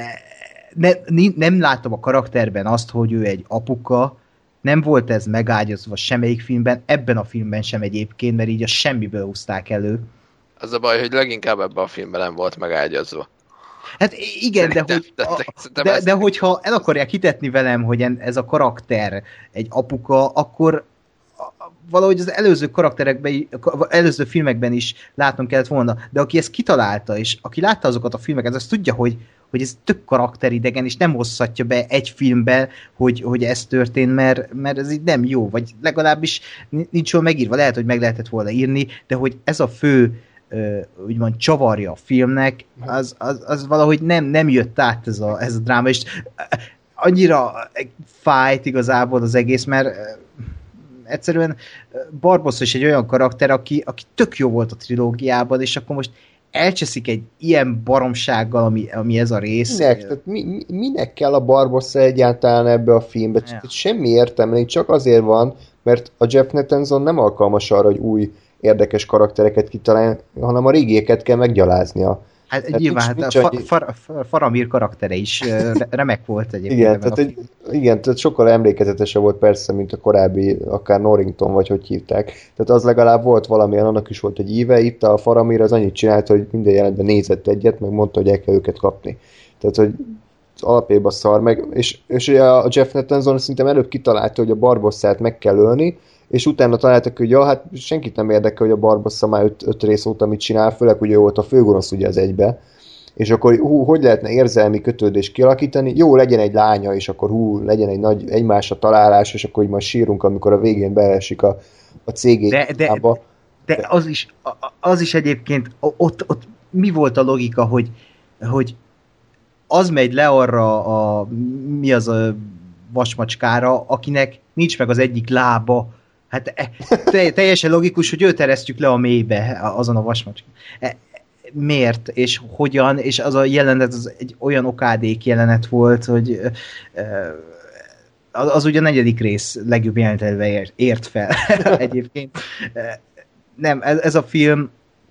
C: ne, nem látom a karakterben azt, hogy ő egy apuka, nem volt ez megágyazva semmelyik filmben, ebben a filmben sem egyébként, mert így a semmiből húzták elő.
D: Az a baj, hogy leginkább ebben a filmben nem volt megágyazva.
C: Hát igen, de, de, hogy, a, de, de hogyha el akarják hitetni velem, hogy ez a karakter egy apuka, akkor valahogy az előző karakterekben, előző filmekben is látnom kellett volna, de aki ezt kitalálta, és aki látta azokat a filmeket, az tudja, hogy, hogy ez tök karakteridegen, és nem hozhatja be egy filmbe, hogy, hogy ez történt, mert, mert ez így nem jó, vagy legalábbis nincs jól megírva, lehet, hogy meg lehetett volna írni, de hogy ez a fő úgymond csavarja a filmnek, az, az, az valahogy nem, nem jött át ez a, ez a dráma, és annyira fájt igazából az egész, mert egyszerűen Barbossa is egy olyan karakter, aki, aki tök jó volt a trilógiában, és akkor most elcseszik egy ilyen baromsággal, ami, ami ez a rész.
B: Minek? Tehát mi, mi, minek kell a Barbossa egyáltalán ebbe a filmbe? Ja. Semmi értelme, csak azért van, mert a Jeff Nathanson nem alkalmas arra, hogy új érdekes karaktereket kitalálni, hanem a régieket kell meggyaláznia.
C: Hát tehát nyilván, nincs, nincs, hát a Far, Far, Faramir karaktere is remek volt egyébként.
B: Igen, tehát, egy, igen, tehát sokkal emlékezetesebb volt persze, mint a korábbi, akár Norrington, vagy hogy hívták. Tehát az legalább volt valamilyen, annak is volt egy íve, itt a Faramir az annyit csinált, hogy minden jelentben nézett egyet, meg mondta, hogy el kell őket kapni. Tehát, hogy alapjában szar meg, és, és a Jeff Nathanson szerintem előbb kitalálta, hogy a Barbossát meg kell ölni, és utána találtak, hogy ja, hát senkit nem érdekel, hogy a Barbossa már öt, öt rész óta mit csinál, főleg ugye volt a főgonosz ugye az egybe, és akkor hú, hogy lehetne érzelmi kötődést kialakítani, jó, legyen egy lánya, és akkor hú, legyen egy nagy egymásra találás, és akkor így majd sírunk, amikor a végén beesik a, a cégébe.
C: De, de, de, de az, is, az is egyébként, ott, ott mi volt a logika, hogy, hogy az megy le arra a, mi az a vasmacskára, akinek nincs meg az egyik lába. Hát teljesen logikus, hogy őt eresztjük le a mélybe azon a vasmacskán. Miért és hogyan, és az a jelenet az egy olyan okádék jelenet volt, hogy az ugye a negyedik rész legjobb jelenetelve ért fel egyébként. Nem, ez, ez a film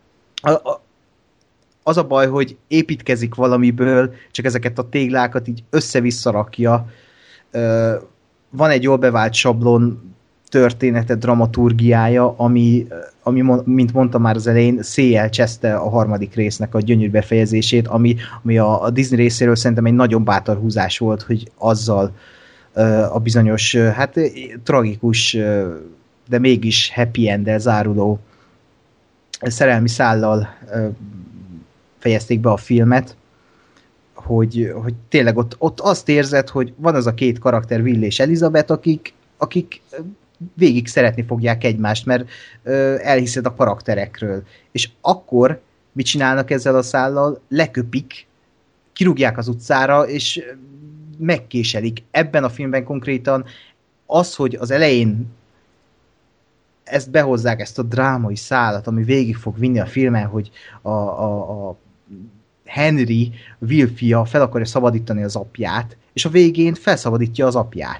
C: az a baj, hogy építkezik valamiből, csak ezeket a téglákat így össze-vissza rakja. Van egy jól bevált sablon története, dramaturgiája, ami, ami, mint mondtam már az elején, széjjel cseszte a harmadik résznek a gyönyörű befejezését, ami, ami a, a Disney részéről szerintem egy nagyon bátor húzás volt, hogy azzal a bizonyos, hát tragikus de mégis happy end-del záruló szerelmi szállal fejezték be a filmet, hogy, hogy tényleg ott, ott azt érzed, hogy van az a két karakter, Will és Elizabeth, akik, akik végig szeretni fogják egymást, mert ö, elhiszed a karakterekről. És akkor mit csinálnak ezzel a szállal? Leköpik, kirúgják az utcára, és megkéselik. Ebben a filmben konkrétan az, hogy az elején ezt behozzák, ezt a drámai szálat, ami végig fog vinni a filmen, hogy a, a, a Henry, Will fia fel akarja szabadítani az apját, és a végén felszabadítja az apját.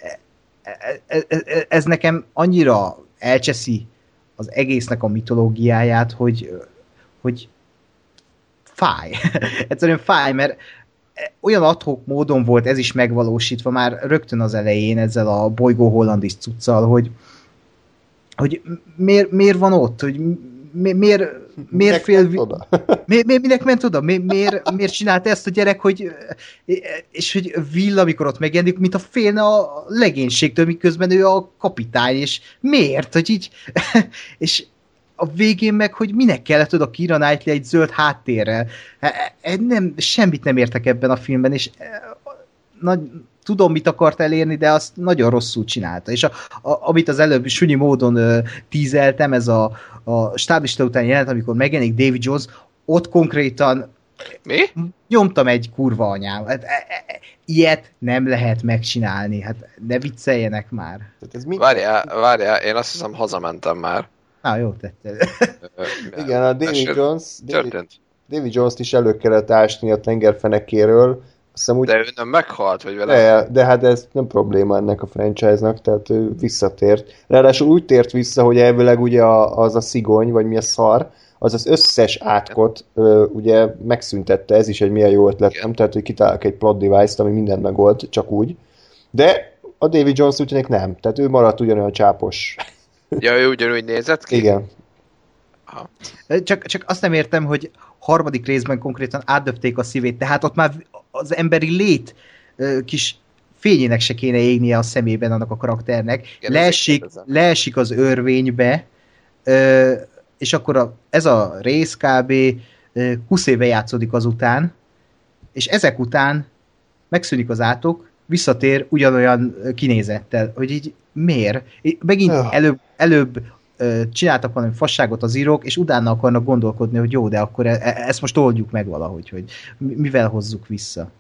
C: Ez nekem annyira elcseszi az egésznek a mitológiáját, hogy, hogy fáj. Egyszerűen fáj, mert olyan ad-hoc módon volt ez is megvalósítva már rögtön az elején ezzel a bolygó hollandis cuccal, hogy, hogy miért, miért van ott, hogy mi, miért, miért fél... Mi, mi, minek ment oda? Mi, miért, miért csinálta ezt a gyerek, hogy és hogy Will, amikor ott megjelenik, mint a félne a legénységtől, miközben ő a kapitány, és miért? Hogy így... és a végén meg, hogy minek kellett oda Keira Knightley egy zöld háttérrel. Nem, semmit nem értek ebben a filmben, és nagy, tudom, mit akart elérni, de azt nagyon rosszul csinálta. És a, a, amit az előbb sunyi módon uh, tízeltem, ez a, a stáblista után jelent, amikor megjelenik Davy Jones, ott konkrétan
D: mi?
C: Nyomtam egy kurva anyám. Hát, e, e, ilyet nem lehet megcsinálni. Hát ne vicceljenek már.
D: Várjál, várjál, én azt hiszem hazamentem már.
C: Á, jó tetted.
B: Igen, a Davy Jones,
D: David,
B: Davy Jones-t is elő kellett ásni a tengerfenekéről. Úgy,
D: de ő nem meghalt, vagy vele?
B: De, de hát ez nem probléma ennek a franchise-nak, tehát ő visszatért. Ráadásul úgy tért vissza, hogy elvileg ugye az a szigony, vagy mi a szar, az az összes átkot ö, ugye megszüntette, ez is egy milyen jó ötlet, nem? Tehát, hogy kitálnak egy plot device-t, ami mindent megold, csak úgy. De a Davy Jones úgy tűnik nem, tehát ő maradt ugyanolyan csápos.
D: Ja, ő ugyanúgy nézett ki?
B: Igen.
D: Aha.
C: Csak, csak azt nem értem, hogy harmadik részben konkrétan átdöpték a szívét, tehát ott már az emberi lét ö, kis fényének se kéne égnie a szemében annak a karakternek. Igen, leesik, leesik az örvénybe, ö, és akkor a, ez a rész kb. húsz éve játszódik azután, és ezek után megszűnik az átok, visszatér ugyanolyan kinézettel, hogy így miért? Megint előbb, előbb csináltak valami fasságot az írók, és utána akarnak gondolkodni, hogy jó, de akkor e- ezt most oldjuk meg valahogy, hogy mivel hozzuk vissza.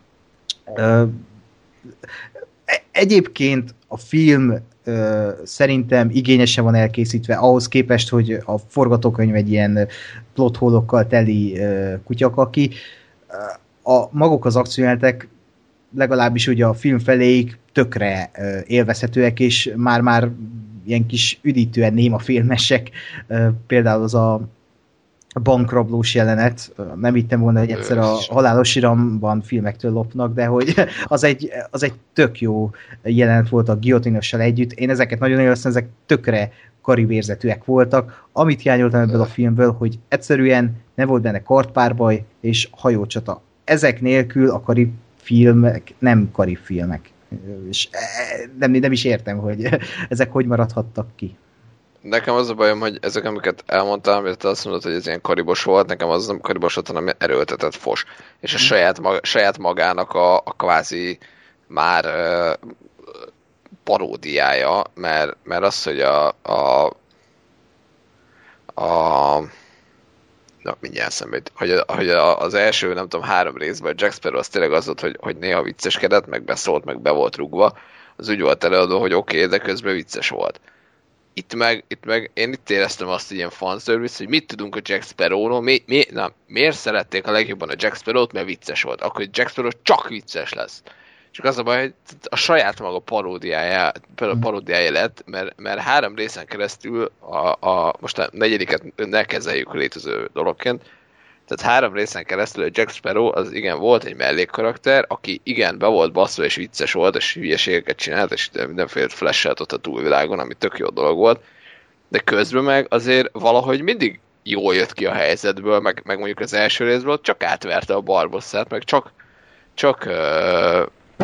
C: Egyébként a film szerintem igényesen van elkészítve, ahhoz képest, hogy a forgatókönyv egy ilyen plotholokkal teli kutyakaki. A maguk az akciójelenetek legalábbis ugye a film feléig tökre élvezhetőek, és már-már ilyen kis üdítően néma filmesek, például az a bankrablós jelenet, nem hittem volna, hogy egyszer a Halálos iramban filmektől lopnak, de hogy az egy, az egy tök jó jelenet volt a guillotinossal együtt. Én ezeket nagyon élveztem, ezek tökre karibérzetűek voltak. Amit hiányoltam ebből a filmből, hogy egyszerűen nem volt benne kartpárbaj és hajócsata. Ezek nélkül a karib filmek nem karib filmek. És nem, nem is értem, hogy ezek hogy maradhattak ki.
D: Nekem az a bajom, hogy ezek, amiket elmondtam, mert te azt mondod, hogy ez ilyen karibos volt, nekem az nem karibos volt, hanem erőltetett fos. És a saját, maga, saját magának a, a kvázi már uh, paródiája, mert, mert az, hogy a, a, a na, mindjárt szemben, hogy, hogy az első, nem tudom, három részben Jack Sparrow az tényleg az volt, hogy, hogy néha vicceskedett, meg beszólt, meg be volt rúgva. Az úgy volt előadó, hogy oké, okay, de közben vicces volt. Itt meg, itt meg én itt éreztem azt, hogy ilyen fanservice, hogy mit tudunk a Jack Sparrow-ról, mi, mi, na, miért szerették a legjobban a Jack Sparrow-t, mert vicces volt. Akkor Jack Sparrow csak vicces lesz. Csak az a baj, hogy a saját maga paródiája, paródiája lett, mert, mert három részen keresztül, a, a, most a negyediket ne kezeljük létező dologként, tehát három részen keresztül a Jack Sparrow az igen volt egy mellékkarakter, aki igen be volt basszva és vicces volt, és hülyeségeket csinált, és mindenféle flash-elt ott a túlvilágon, ami tök jó dolog volt, de közben meg azért valahogy mindig jól jött ki a helyzetből, meg, meg mondjuk az első részből csak átverte a Barbosszát, meg csak csak uh,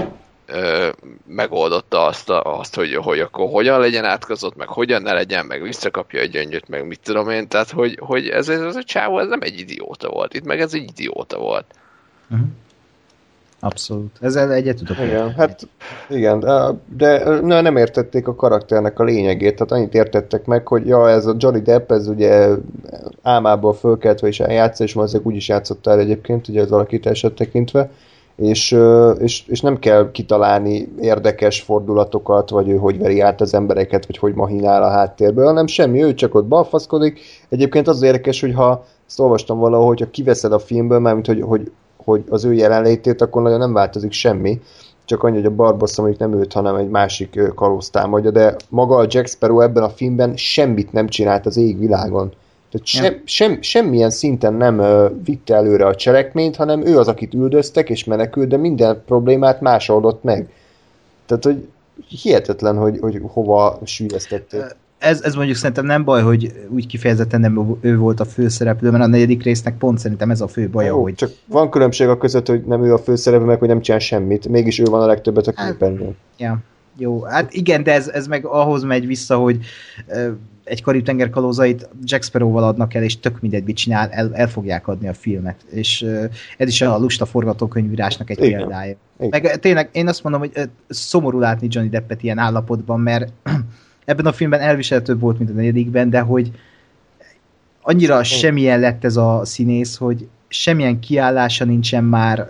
D: ö, megoldotta azt, a, azt hogy, hogy akkor hogyan legyen átkozott, meg hogyan ne legyen, meg visszakapja a gyöngyöt, meg mit tudom én, tehát hogy, hogy ez, ez, ez a csávó, ez nem egy idióta volt, itt meg ez egy idióta volt.
C: Uh-huh. Abszolút. Ezzel egyet tudok.
B: Igen, hát igen, de nem értették a karakternek a lényegét, tehát annyit értettek meg, hogy ja, ez a Johnny Depp, ez ugye álmából fölkeltve is eljátsza, és valószínűleg úgy is játszotta el egyébként, ugye az alakítását tekintve, és, és, és nem kell kitalálni érdekes fordulatokat, vagy ő hogy veri át az embereket, vagy hogy mahinál a háttérből, hanem semmi, ő csak ott balfaszkodik. Egyébként az érdekes, hogy ha ezt olvastam valahol, hogyha kiveszed a filmből, mármint hogy, hogy hogy az ő jelenlétét, akkor nagyon nem változik semmi. Csak annyi, hogy a Barbossa mondjuk nem őt, hanem egy másik kalóz támadja, de maga a Jack Sparrow ebben a filmben semmit nem csinált az égvilágon. Tehát sem, ja. sem, semmilyen szinten nem uh, vitte előre a cselekményt, hanem ő az, akit üldöztek és menekült, de minden problémát más oldott meg. Tehát, hogy hihetetlen, hogy, hogy hova süllyesztették.
C: Ez, ez mondjuk szerintem nem baj, hogy úgy kifejezetten nem ő volt a főszereplő, mert a negyedik résznek pont szerintem ez a fő baja,
B: Jó,
C: hogy...
B: Csak van különbség a között, hogy nem ő a főszereplő, meg hogy nem csinál semmit. Mégis ő van a legtöbbet a képernyőn.
C: Ja, jó. Hát igen, de ez, ez meg ahhoz megy vissza, hogy uh, egy Karib-tenger kalózait Jack Sparrow-val adnak el, és tök mindegy, mit csinál, el, el fogják adni a filmet. És uh, ez is a lusta forgatókönyvírásnak egy igen. példája. Igen. Meg tényleg én azt mondom, hogy uh, szomorú látni Johnny Deppet ilyen állapotban, mert ebben a filmben elviselhetőbb volt, mint a negyedikben, de hogy annyira semmilyen lett ez a színész, hogy semmilyen kiállása nincsen már,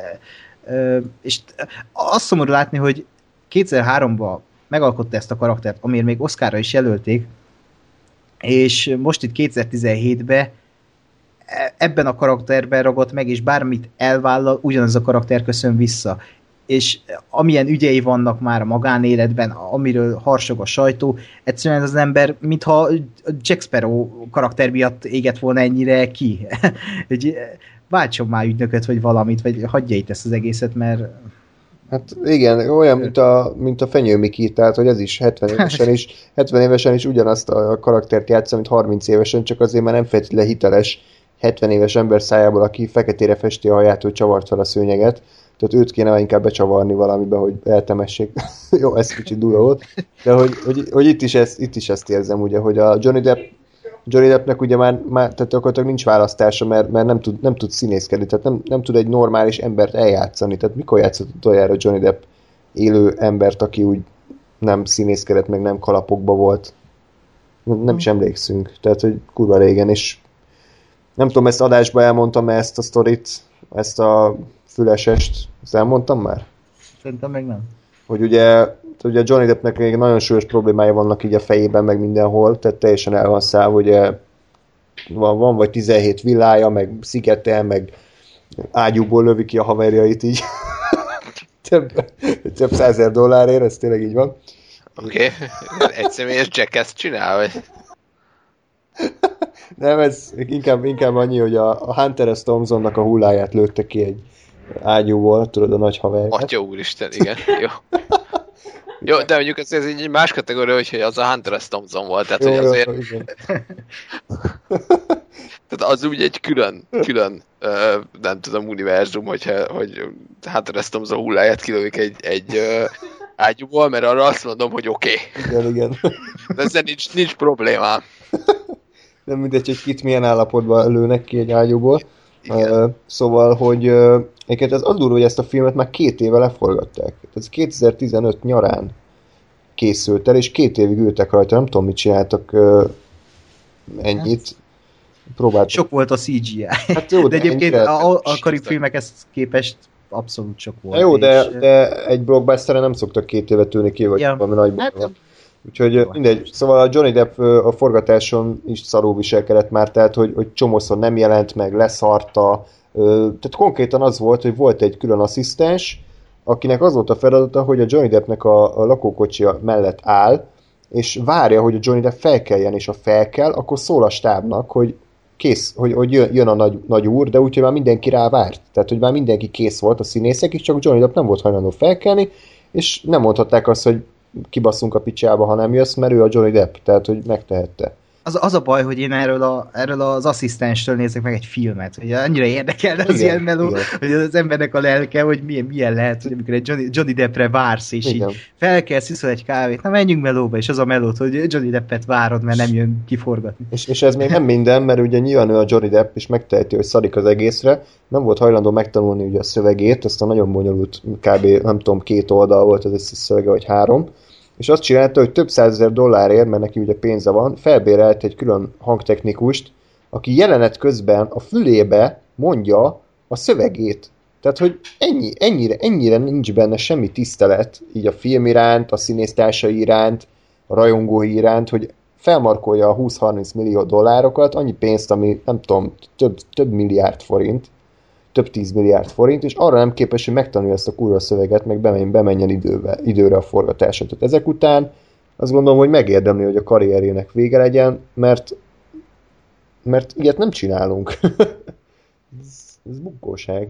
C: és azt szomorú látni, hogy kétezer-háromban megalkotta ezt a karaktert, amiért még Oscarra is jelölték, és most itt kétezer-tizenhétben ebben a karakterben ragadt meg, és bármit elvállal, ugyanaz a karakter köszön vissza. És amilyen ügyei vannak már a magánéletben, amiről harsog a sajtó, egyszerűen az ember, mintha Jack Sparrow karakter miatt égett volna ennyire ki. Hogy váltson már ügynököt, vagy valamit, vagy hagyja itt ezt az egészet, mert...
B: Hát igen, olyan, mint a, mint a Fenyő Miki, tehát, hogy ez is hetven évesen is, hetven évesen is ugyanazt a karaktert játsza, mint harminc évesen, csak azért már nem feltétlenül hiteles hetven éves ember szájából, aki feketére festi a haját, hogy csavart fel a szőnyeget. Tehát őt kéne inkább becsavarni valamibe, hogy eltemessék. Jó, ez kicsit durva volt. De hogy, hogy, hogy itt, is ezt, itt is ezt érzem, ugye, hogy a Johnny Depp, Johnny Deppnek ugye már, már tehát gyakorlatilag nincs választása, mert, mert nem, tud, nem tud színészkedni, tehát nem, nem tud egy normális embert eljátszani. Tehát mikor játszott utoljára Johnny Depp élő embert, aki úgy nem színészkedett, meg nem kalapokba volt? Nem is emlékszünk. Tehát, hogy kurva régen, és nem tudom, ezt adásba elmondtam ezt a sztorit, ezt a fülesest, ezt elmondtam már?
C: Szerintem meg nem.
B: Hogy ugye, ugye Johnny Deppnek még nagyon súlyos problémái vannak így a fejében, meg mindenhol, tehát teljesen el van szállva, ugye van, van vagy tizenhét villája, meg szigete, meg ágyúból lövi ki a haverjait így. több, több százezer dollárért, ez tényleg így van.
D: Oké, okay. Egy személyes Jackass csinál, vagy?
B: Nem, ez inkább, inkább annyi, hogy a, a Hunter S. Thompsonnak a hulláját lőtte ki egy ágyúból, tudod, a nagy haverját.
D: Atya úristen, igen, jó. Jó, de mondjuk ez, ez egy más kategória, hogy az a Hunter S. Thompson volt, tehát
B: jó,
D: hogy azért...
B: Jó, igen.
D: Tehát az úgy egy külön, külön uh, nem tudom, univerzum, hogyha, hogy Hunter S. Thompson hulláját kilövik egy, egy uh, ágyúból, mert arra azt mondom, hogy oké. Okay.
B: Igen, igen.
D: De ezzel nincs, nincs problémám.
B: Nem mindegy, hogy kit milyen állapotban lőnek ki egy ágyúból. Uh, szóval, hogy uh, egyébként ez az durva, hogy ezt a filmet már két éve leforgatták. Ez kétezer-tizenöt nyarán készült el, és két évig ültek rajta, nem tudom, mit csináltak uh, ennyit. Próbáltak.
C: Sok volt a cé gé i.
B: Hát jó,
C: de, de egyébként a, a karib filmekhez képest abszolút sok volt.
B: Jó, de, és... de egy blockbusterre nem szoktak két évet ülni ki, vagy ja. valami nagy hát, úgyhogy jó. Mindegy. Szóval a Johnny Depp a forgatáson is szarul viselkedett már, tehát hogy, hogy csomószor nem jelent meg, leszarta. Tehát konkrétan az volt, hogy volt egy külön asszisztens, akinek az volt a feladata, hogy a Johnny Deppnek a, a lakókocsia mellett áll, és várja, hogy a Johnny Depp felkeljen, és ha felkel, akkor szól a stábnak, hogy kész, hogy, hogy jön, jön a nagy, nagy úr, de úgyhogy már mindenki rá várt. Tehát, hogy már mindenki kész volt, a színészek is, csak Johnny Depp nem volt hajlandó felkelni, és nem mondhatták azt, hogy kibasszunk a picsába, ha nem jössz, mert ő a Johnny Depp, tehát, hogy megtehette.
C: Az, az a baj, hogy én erről, a, erről az asszisztenstől nézek meg egy filmet, hogy annyira érdekel az
B: Igen,
C: ilyen meló,
B: igen.
C: hogy az embernek a lelke, hogy milyen, milyen lehet, hogy amikor egy Johnny, Johnny Deppre vársz, és
B: Igen.
C: így felkelsz, iszol egy kávét, na menjünk melóba, és az a melót, hogy Johnny Deppet várod, mert nem jön kiforgatni.
B: És, és ez még nem minden, mert ugye nyilván ő a Johnny Depp is megteheti, hogy szarik az egészre, nem volt hajlandó megtanulni ugye a szövegét, ezt a nagyon bonyolult, kb. Nem tudom, két oldal volt ez a szövege, vagy három, és azt csinálta, hogy több százezer dollárért, mert neki ugye pénze van, felbérelt egy külön hangtechnikust, aki jelenet közben a fülébe mondja a szövegét. Tehát, hogy ennyi, ennyire, ennyire nincs benne semmi tisztelet így a film iránt, a színésztársai iránt, a rajongói iránt, hogy felmarkolja a húsz-harminc millió dollárokat, annyi pénzt, ami nem tudom, több, több milliárd forint, több tíz milliárd forint, és arra nem képes, hogy megtanulja ezt a kurva szöveget, meg bemenjen, bemenjen időbe, időre a forgatásra. Tehát ezek után azt gondolom, hogy megérdemli, hogy a karrierjének vége legyen, mert mert ilyet nem csinálunk. ez, ez bukkóság.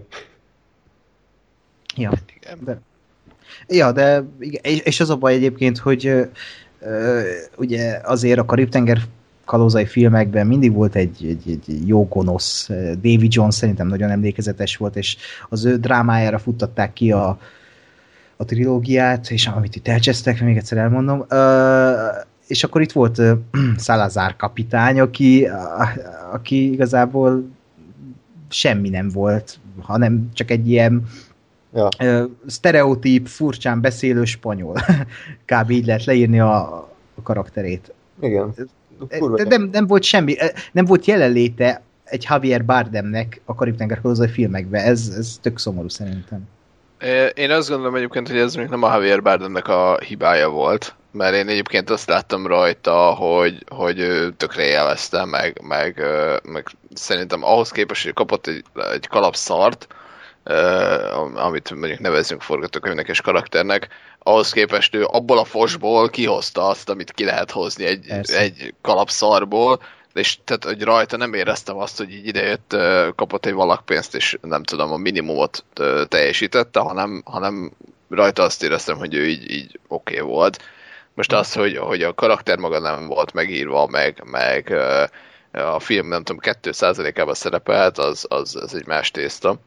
C: Ja, de, ja, de igen, és, és az a baj egyébként, hogy ö, ö, ugye azért a Karib-tenger kalózai filmekben mindig volt egy, egy, egy jó gonosz. Davy Jones szerintem nagyon emlékezetes volt, és az ő drámájára futtatták ki a, a trilógiát, és amit itt elcsesztek, még egyszer elmondom. Ö, és akkor itt volt uh, Salazar kapitány, aki, uh, aki igazából semmi nem volt, hanem csak egy ilyen
B: ja.
C: uh, sztereotíp, furcsán beszélő spanyol. Kb. Így lehet leírni a, a karakterét.
B: Igen.
C: De nem, nem volt semmi, nem volt jelenléte egy Javier Bardemnek a Karib-tenger kalózai filmekben. Ez, ez tök szomorú szerintem.
D: Én azt gondolom egyébként, hogy ez még nem a Javier Bardemnek a hibája volt, mert én egyébként azt láttam rajta, hogy, hogy ő tökre élvezte, meg, meg, meg szerintem ahhoz képest, hogy kapott egy, egy kalapszart, amit mondjuk nevezzünk forgatókönyvnek és karakternek, ahhoz képest ő abból a fosból kihozta azt, amit ki lehet hozni egy, egy kalapszarból, és tehát, hogy rajta nem éreztem azt, hogy így idejött, kapott egy valakpénzt, és nem tudom, a minimumot teljesítette, hanem, hanem rajta azt éreztem, hogy ő így, így oké okay volt. Most az, hogy, hogy a karakter maga nem volt megírva, meg, meg a film, nem tudom, két százalékában szerepelt, az, az, az egy más tészta.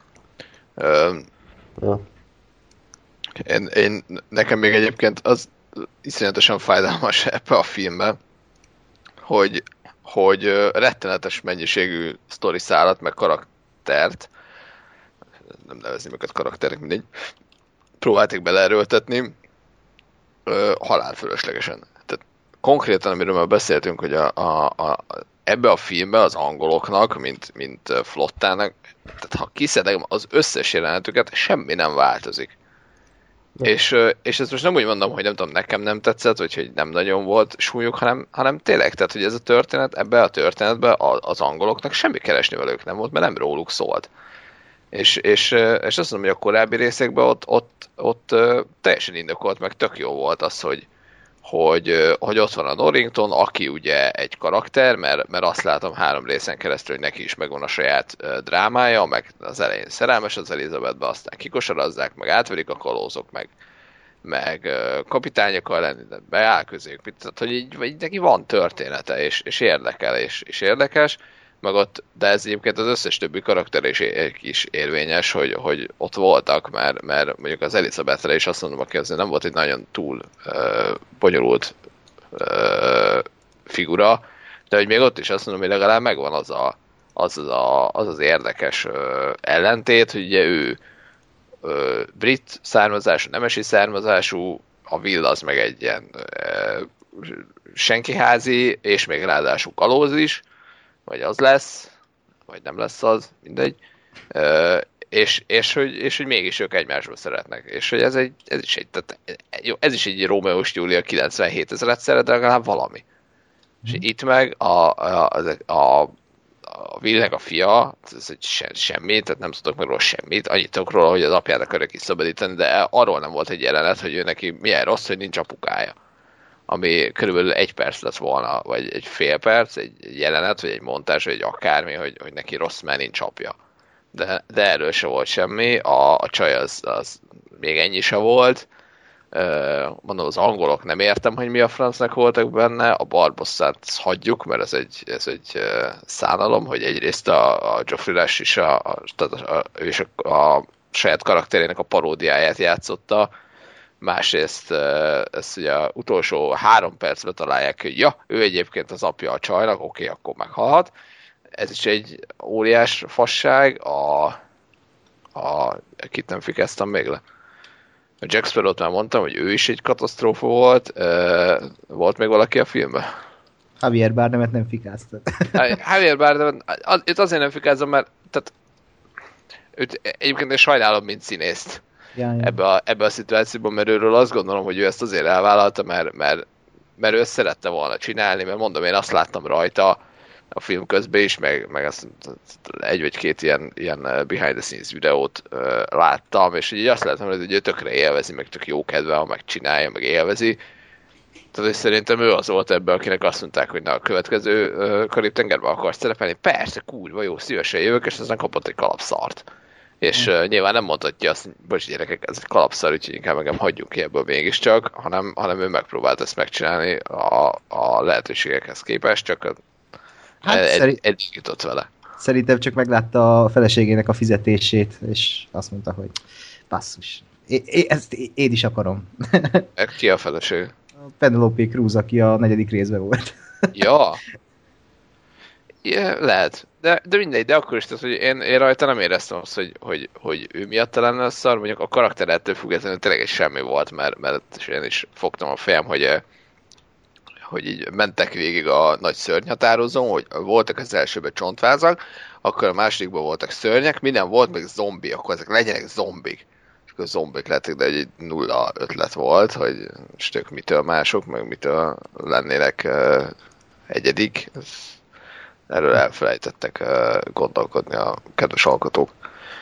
B: Ja.
D: Én, én, nekem még egyébként az iszonyatosan fájdalmas ebbe a filmbe, hogy, hogy rettenetes mennyiségű sztori szállat, meg karaktert, nem nevezni őket karakterek, mindegy, próbálték beleerőltetni halálfölöslegesen. Tehát konkrétan, amiről már beszéltünk, hogy a, a, a, ebbe a filmbe az angoloknak, mint, mint flottának, tehát ha kiszedem az összes jelenetüket, semmi nem változik. És, és ezt most nem úgy mondom, hogy nem tudom, nekem nem tetszett, vagy hogy nem nagyon volt súlyuk, hanem, hanem tényleg, tehát hogy ez a történet, ebbe a történetbe az angoloknak semmi keresnivalójuk nem volt, mert nem róluk szólt. És, és, és azt mondom, hogy a korábbi részekben ott, ott, ott teljesen indokolt, meg tök jó volt az, hogy, hogy, hogy ott van a Norrington, aki ugye egy karakter, mert, mert azt látom három részen keresztül, hogy neki is megvan a saját drámája, meg az elején szerelmes az Elizabethbe, aztán kikosarazzák, meg átverik a kalózok, meg, meg kapitányokkal lenni, de beáll közéjük, tehát hogy így, így neki van története, és, és érdekel, és, és érdekes, meg ott, de ez egyébként az összes többi karakter is, is érvényes, hogy, hogy ott voltak, mert, mert mondjuk az Elizabethre is azt mondom, aki azért nem volt egy nagyon túl uh, bonyolult uh, figura, de hogy még ott is azt mondom, hogy legalább megvan az a, az, az, a, az, az érdekes uh, ellentét, hogy ugye ő uh, brit származású, nemesi származású, a Will az meg egy ilyen uh, senkiházi, és még ráadásul kalóz is, vagy az lesz, vagy nem lesz az, mindegy. Uh, és, és, hogy, és hogy mégis ők egymásból szeretnek. És hogy ez, egy, ez is egy, tehát, jó, ez is egy Rómeó és Júlia kilencvenhét ezeret szeret, de legalább valami. Mm. És itt meg a, a, a, a, a Willnek a fia, ez egy se, semmi, tehát nem tudok meg róla semmit, annyit tudok róla, hogy az apját akarja kiszabadítani, de arról nem volt egy jelenet, hogy ő neki milyen rossz, hogy nincs apukája. Ami körülbelül egy perc lett volna, vagy egy fél perc, egy jelenet, vagy egy montázs, vagy egy akármi, hogy, hogy neki rossz, mert nincs apja. De, de erről se volt semmi, a, a csaj az, az még ennyi se volt, mondom, az angolok nem értem, hogy mi a francnak voltak benne, a Barbossát hagyjuk, mert ez egy, ez egy szánalom, hogy egyrészt a, a Geoffrey Rush is a, a, a, ő is a, a saját karakterének a paródiáját játszotta, másrészt ezt ugye az utolsó három percben találják, hogy ja, ő egyébként az apja a csajnak, oké, akkor meghalhat. Ez is egy óriás fasság, a, a kit nem fikáztam még le. A Jack Sparrow-t már mondtam, hogy ő is egy katasztrófa volt. Volt még valaki a filmben?
C: Javier Bardemet nem fikáztad.
D: Javier Bardem, az, itt azért nem fikázom, mert tehát, őt egyébként én sajnálom, mint színészt
C: Ja, ja.
D: ebbe, a, ebbe a szituációban, mert őről azt gondolom, hogy ő ezt azért elvállalta, mert, mert, mert ő ezt szerette volna csinálni, mert mondom, én azt láttam rajta a film közben is, meg, meg azt, egy vagy két ilyen, ilyen behind the scenes videót uh, láttam, és így azt láttam, hogy ő tökre élvezi, meg tök jó kedve, ha megcsinálja, meg élvezi. Tehát szerintem ő az volt ebben, akinek azt mondták, hogy na, a következő uh, Karib-tengerben akarsz szerepelni. Persze, kurva jó, szívesen jövök, és aztán kapott egy kalapszart. És uh, nyilván nem mondhatja azt, hogy bocs gyerekek, ez egy kalapszar, úgyhogy inkább engem hagyjuk ki ebből mégiscsak, hanem, hanem ő megpróbált ezt megcsinálni a, a lehetőségekhez képest, csak
C: Hát
D: ed-
C: szerint,
D: eddig jutott vele.
C: Szerintem csak meglátta a feleségének a fizetését, és azt mondta, hogy basszus, é- é- ezt én is akarom.
D: Ki a feleség?
C: Penelope Cruz, aki a negyedik részben volt.
D: Ja. Ja, lehet. De, de mindegy, de akkor is, tehát, hogy én, én rajta nem éreztem azt, hogy, hogy, hogy ő miatta lenne a szar, mondjuk a karakter ettől függetlenül tényleg egy semmi volt, mert, mert én is fogtam a fejem, hogy, hogy így mentek végig a nagy szörnyhatározón, hogy voltak az elsőben csontvázak, akkor a másodikban voltak szörnyek, minden volt, meg zombi, akkor ezek legyenek zombik. És akkor zombik lettek, de egy nulla ötlet volt, hogy stök mitől mások, meg mitől lennének uh, egyedik. Erről elfelejtettek uh, gondolkodni a kedves alkotók.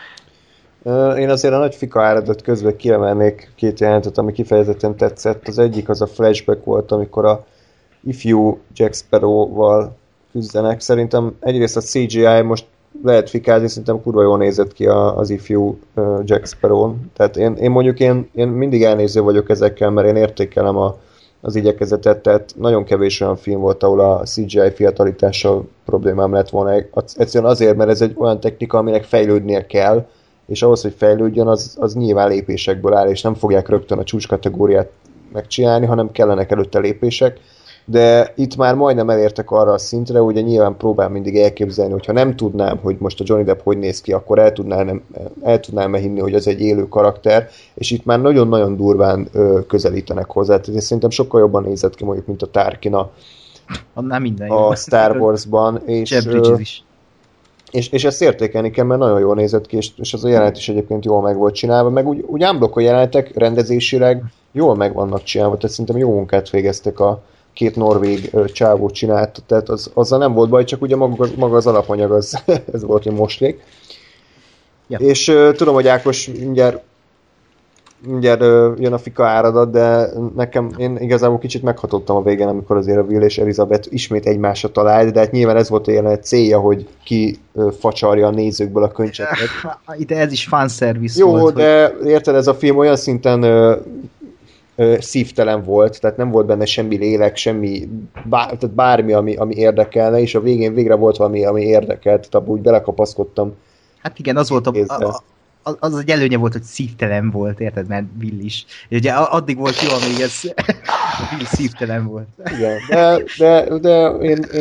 B: Én azért a nagy fika áradat közben kiemelnék két jelentet, ami kifejezetten tetszett. Az egyik az a flashback volt, amikor a ifjú Jack Sparrow-val küzdenek. Szerintem egyrészt a cé gé í most lehet fikázni, szerintem kurva jól nézett ki az ifjú Jack Sparrow-n. Tehát én, én mondjuk én, én mindig elnéző vagyok ezekkel, mert én értékelem a, az igyekezetet, tehát nagyon kevés olyan film volt, ahol a cé gé í fiatalitással problémám lett volna. Egyszerűen azért, mert ez egy olyan technika, aminek fejlődnie kell, és ahhoz, hogy fejlődjön, az, az nyilván lépésekből áll, és nem fogják rögtön a csúcskategóriát megcsinálni, hanem kellenek előtte lépések. De itt már majdnem elértek arra a szintre, ugye nyilván próbál mindig elképzelni, hogyha nem tudnám, hogy most a Johnny Depp hogy néz ki, akkor el tudnám, el tudnám hinni, hogy az egy élő karakter, és itt már nagyon-nagyon durván ö, közelítenek hozzá. Tehát szerintem sokkal jobban nézett ki mondjuk, mint a Tarkin a,
C: Annál minden
B: a Star Wars-ban. És,
C: is.
B: És, és ezt értékelni kell, mert nagyon jól nézett ki, és, és az a jelenet is egyébként jól meg volt csinálva, meg úgy, úgy unblock a jelenetek rendezésileg jól meg vannak csinálva, tehát szerintem jó munkát végeztek a két norvég csávót csinált, tehát az, azzal nem volt baj, csak ugye maga, maga az alapanyag az, ez volt, hogy moslék. Ja. És uh, tudom, hogy Ákos mindjárt, mindjárt uh, jön a fika áradat, de nekem, én igazából kicsit meghatottam a végén, amikor azért a Will és Elizabeth ismét egymásra talált, de hát nyilván ez volt a jelenet célja, hogy ki uh, facsarja a nézőkből a könycseket.
C: Itt ez is fanservice
B: Jó,
C: volt.
B: de hogy... érted, ez a film olyan szinten uh, szívtelen volt, tehát nem volt benne semmi lélek, semmi, bár, tehát bármi, ami, ami érdekelne, és a végén végre volt valami, ami érdekelt, tehát abban úgy belekapaszkodtam.
C: Hát igen, az volt a, a, a, az egy előnye volt, hogy szívtelen volt, érted, mert Will is. És ugye addig volt jó, amíg ez Will szívtelen volt. Igen,
B: de, de, de én, én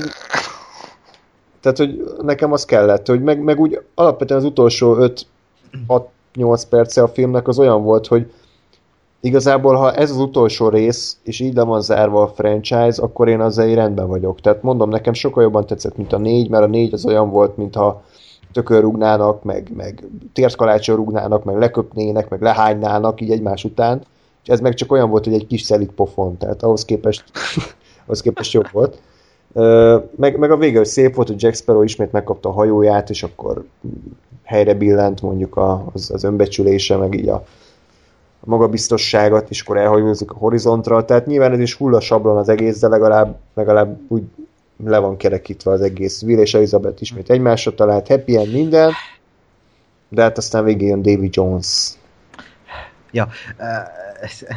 B: tehát, hogy nekem az kellett, hogy meg, meg úgy alapvetően az utolsó öt-hat-nyolc perce a filmnek az olyan volt, hogy igazából, ha ez az utolsó rész, és így le van zárva a franchise, akkor én azzal rendben vagyok. Tehát mondom, nekem sokkal jobban tetszett, mint a négy, mert a négy az olyan volt, mintha tökörrugnának, meg, meg tértkalácson rugnának, meg leköpnének, meg lehánynának így egymás után. És ez meg csak olyan volt, hogy egy kis szelit pofon, tehát ahhoz képest, ahhoz képest jobb volt. Meg, meg a vége, hogy szép volt, hogy Jack Sparrow ismét megkapta a hajóját, és akkor helyre billent mondjuk az, az önbecsülése, meg így a magabiztosságot, és akkor elhajózik a horizontra, tehát nyilván ez is hull a sablon az egész, de legalább, legalább úgy le van kerekítve az egész. Will és Elizabeth ismét egymásra talált, happy end minden, de hát aztán végén jön Davy Jones.
C: Ja,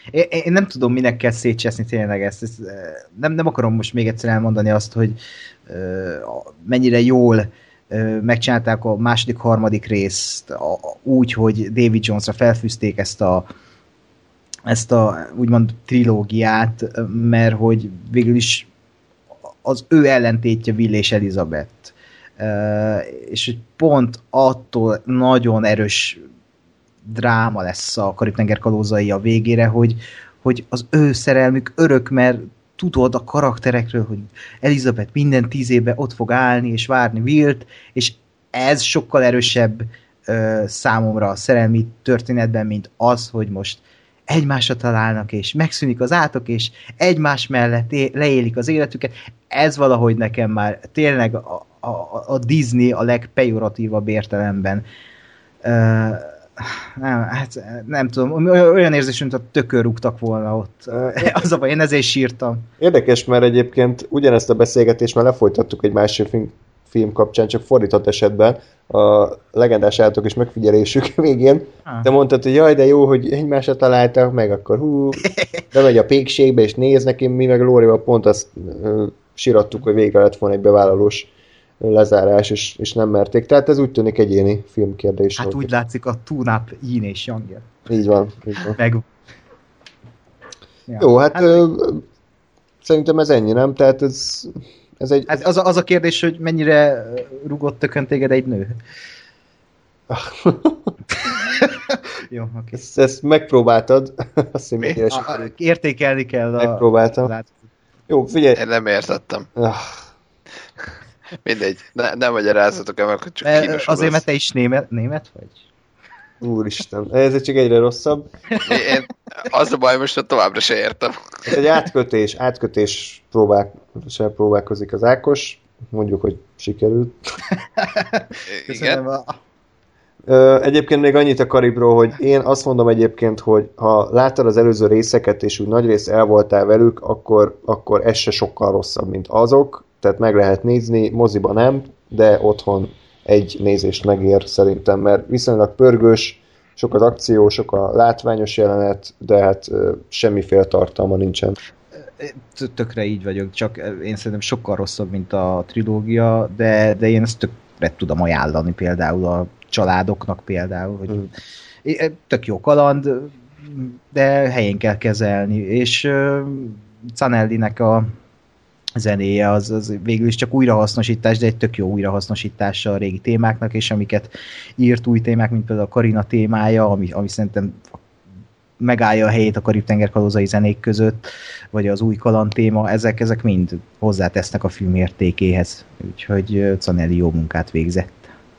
C: Én, én nem tudom, minek kell szétcseszni tényleg ezt. ezt nem, nem akarom most még egyszer elmondani azt, hogy uh, mennyire jól uh, megcsinálták a második, harmadik részt a, a, úgy, hogy David Jonesra felfűzték ezt a ezt a úgymond trilógiát, mert hogy végül is az ő ellentétje Will és Elizabeth. Uh, és hogy pont attól nagyon erős dráma lesz a Karib-tenger kalózai a végére, hogy, hogy az ő szerelmük örök, mert tudod a karakterekről, hogy Elizabeth minden tíz évben ott fog állni és várni Willt, és ez sokkal erősebb uh, számomra a szerelmi történetben, mint az, hogy most egymásra találnak, és megszűnik az átok, és egymás mellett é- leélik az életüket. Ez valahogy nekem már tényleg a, a, a Disney a legpejoratívabb értelemben. Uh, nem, hát nem tudom, olyan érzés, mint a tökör rúgtak volna ott. Az a baj, én ezért sírtam.
B: Érdekes, mert egyébként ugyanezt a beszélgetést már lefolytattuk egy másik film, film kapcsán, csak fordított esetben a legendás állatok és megfigyelésük végén. Ah. Te mondtad, hogy jaj, de jó, hogy egymásra találtak, meg akkor hú, bemegy a pékségbe és néznek, én mi meg Lórival pont azt uh, sirattuk, hogy végre lett volna egy bevállalós lezárás, és, és nem merték. Tehát ez úgy tűnik egyéni filmkérdés.
C: Hát úgy látszik a tune-up Yin és Yang.
B: Így van. Így van.
C: Meg...
B: Ja. Jó, hát, hát ö, szerintem ez ennyi, nem? Tehát ez, ez egy...
C: Hát az, a, az a kérdés, hogy mennyire rugott tökön téged egy nő? Jó, oké. Okay.
B: Ezt, ezt megpróbáltad. Azt
C: Mi? A, a, értékelni kell a...
B: Megpróbáltam. Az Jó, figyelj.
D: Én nem értettem. Ah. Mindegy, ne, nem magyarázzatok el meg, hogy csak kínos.
C: Azért, mert te is német, német vagy?
B: Úristen, ez csak egyre rosszabb.
D: Én, az a baj, most hogy továbbra se értem.
B: Ez egy átkötés, átkötés próbál, próbálkozik az Ákos. Mondjuk, hogy sikerült.
D: Igen.
B: Egyébként még annyit a Karibról, hogy én azt mondom egyébként, hogy ha láttad az előző részeket, és úgy nagy rész el voltál velük, akkor, akkor ez se sokkal rosszabb, mint azok. Tehát meg lehet nézni, moziba nem, de otthon egy nézést megér szerintem, mert viszonylag pörgős, sok az akció, sok a látványos jelenet, de hát semmiféle tartalma nincsen.
C: Tökre így vagyok, csak én szerintem sokkal rosszabb, mint a trilógia, de, de én ezt tökre tudom ajánlani például a családoknak például, hogy hmm. tök jó kaland, de helyén kell kezelni, és uh, Zanellinek a zenéje az, az végül is csak újrahasznosítás, de egy tök jó újrahasznosítása a régi témáknak, és amiket írt új témák, mint például a Karina témája, ami, ami szerintem megállja a helyét a Karib-tenger kalózai zenék között, vagy az új kaland téma, ezek, ezek mind hozzátesznek a film értékéhez. Úgyhogy Zanelli jó munkát végzett.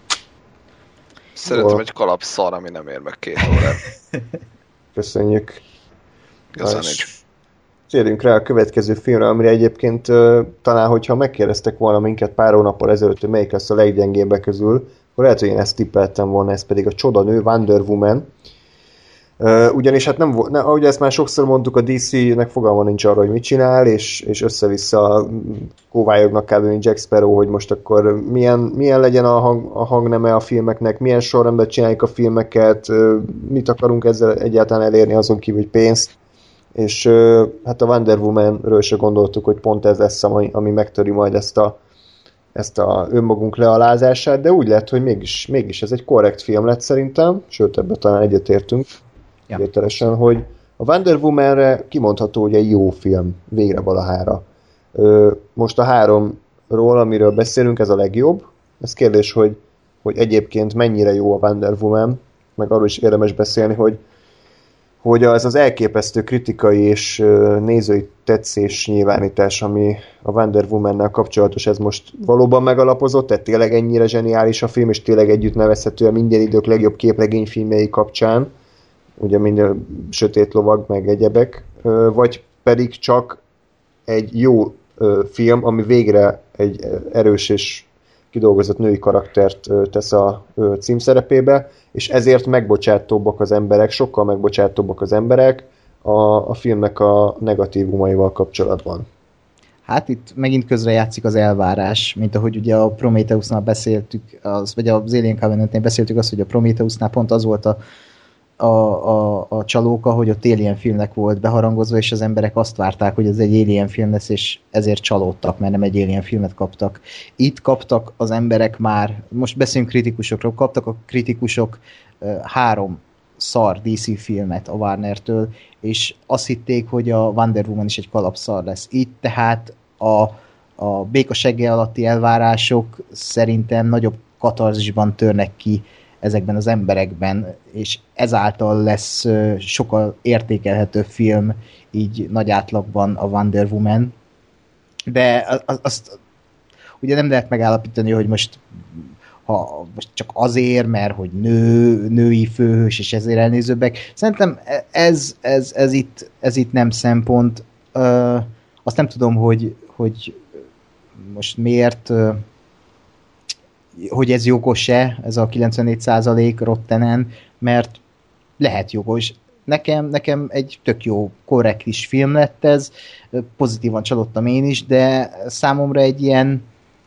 D: Szeretem egy kalap szar, ami nem ér meg két órát.
B: Köszönjük.
D: Köszönjük.
B: Térjünk rá a következő filmre, amire egyébként uh, talán, hogyha megkérdeztek volna minket pár hónappal ezelőtt, hogy melyik lesz a leggyengébbek közül, akkor lehet, hogy én ezt tippeltem volna, ez pedig a Csoda nő, Wonder Woman. Uh, ugyanis hát nem, ne, ahogy ezt már sokszor mondtuk, a dé cé-nek fogalma nincs arra, hogy mit csinál, és, és össze-vissza kóvályognak kb. Mint Jack Sparrow, hogy most akkor milyen, milyen legyen a, hang, a hangneme a filmeknek, milyen sorrendben csináljuk a filmeket, uh, mit akarunk ezzel egyáltalán elérni azon kívül, hogy pénzt. És uh, hát a Wonder Woman-ről se gondoltuk, hogy pont ez lesz, ami, ami megtöri majd ezt a, ezt a önmagunk lealázását, de úgy lett, hogy mégis, mégis ez egy korrekt film lett szerintem, sőt ebben talán egyetértünk, ja. Értelesen, hogy a Wonder Woman-re kimondható, hogy egy jó film, végre valahára. Uh, most a háromról, amiről beszélünk, ez a legjobb. Ez kérdés, hogy, hogy egyébként mennyire jó a Wonder Woman, meg arról is érdemes beszélni, hogy hogy az az elképesztő kritikai és nézői tetszés nyilvánítás, ami a Wonder Woman-nel kapcsolatos, ez most valóban megalapozott, tehát tényleg ennyire zseniális a film, és tényleg együtt nevezhető a minden idők legjobb képregényfilmjei kapcsán, ugye minden Sötét lovag, meg egyebek, vagy pedig csak egy jó film, ami végre egy erős és kidolgozott női karaktert tesz a címszerepébe, és ezért megbocsátóbbak az emberek, sokkal megbocsátóbbak az emberek a, a filmnek a negatívumaival kapcsolatban.
C: Hát itt megint közre játszik az elvárás, mint ahogy ugye a Prometheusnál beszéltük, az, vagy az Alien Covenantnél beszéltük azt, hogy a Prometheusnál pont az volt a, a, a, a csalóka, hogy ott Alien filmnek volt beharangozva, és az emberek azt várták, hogy ez egy Alien film lesz, és ezért csalódtak, mert nem egy Alien filmet kaptak. Itt kaptak az emberek már, most beszélünk kritikusokról, kaptak a kritikusok uh, három szar dé cé filmet a Warner-től, és azt hitték, hogy a Wonder Woman is egy kalapszar lesz. Itt tehát a, a béka segge alatti elvárások szerintem nagyobb katarzisban törnek ki ezekben az emberekben, és ezáltal lesz sokkal értékelhetőbb film így nagy átlagban a Wonder Woman. De azt ugye nem lehet megállapítani, hogy most ha most csak azért, mert hogy nő, női főhős, és ezért elnézőbbek. Szerintem ez, ez, ez, itt, ez itt nem szempont. Ö, azt nem tudom, hogy, hogy most miért, ö, hogy ez jogos-e, ez a kilencvennégy százalék Rottenen, mert lehet jogos. Nekem, nekem egy tök jó, korrekt is film lett ez, pozitívan csalódtam én is, de számomra egy ilyen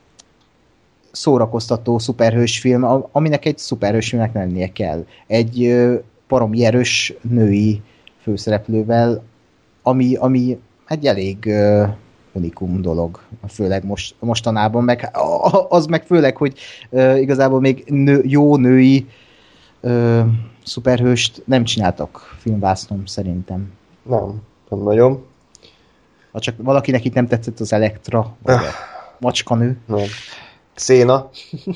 C: szórakoztató szuperhős film, aminek egy szuperhős filmnek lennie kell. Egy baromi erős női főszereplővel, ami, ami egy elég uh, unikum dolog, főleg most, mostanában, meg az meg főleg, hogy uh, igazából még nő, jó női uh, szuperhőst nem csináltak filmvásznon, szerintem.
B: Nem, nem nagyon.
C: Ha csak valakinek itt nem tetszett az Elektra, vagy a macskanő.
B: Nem. Széna.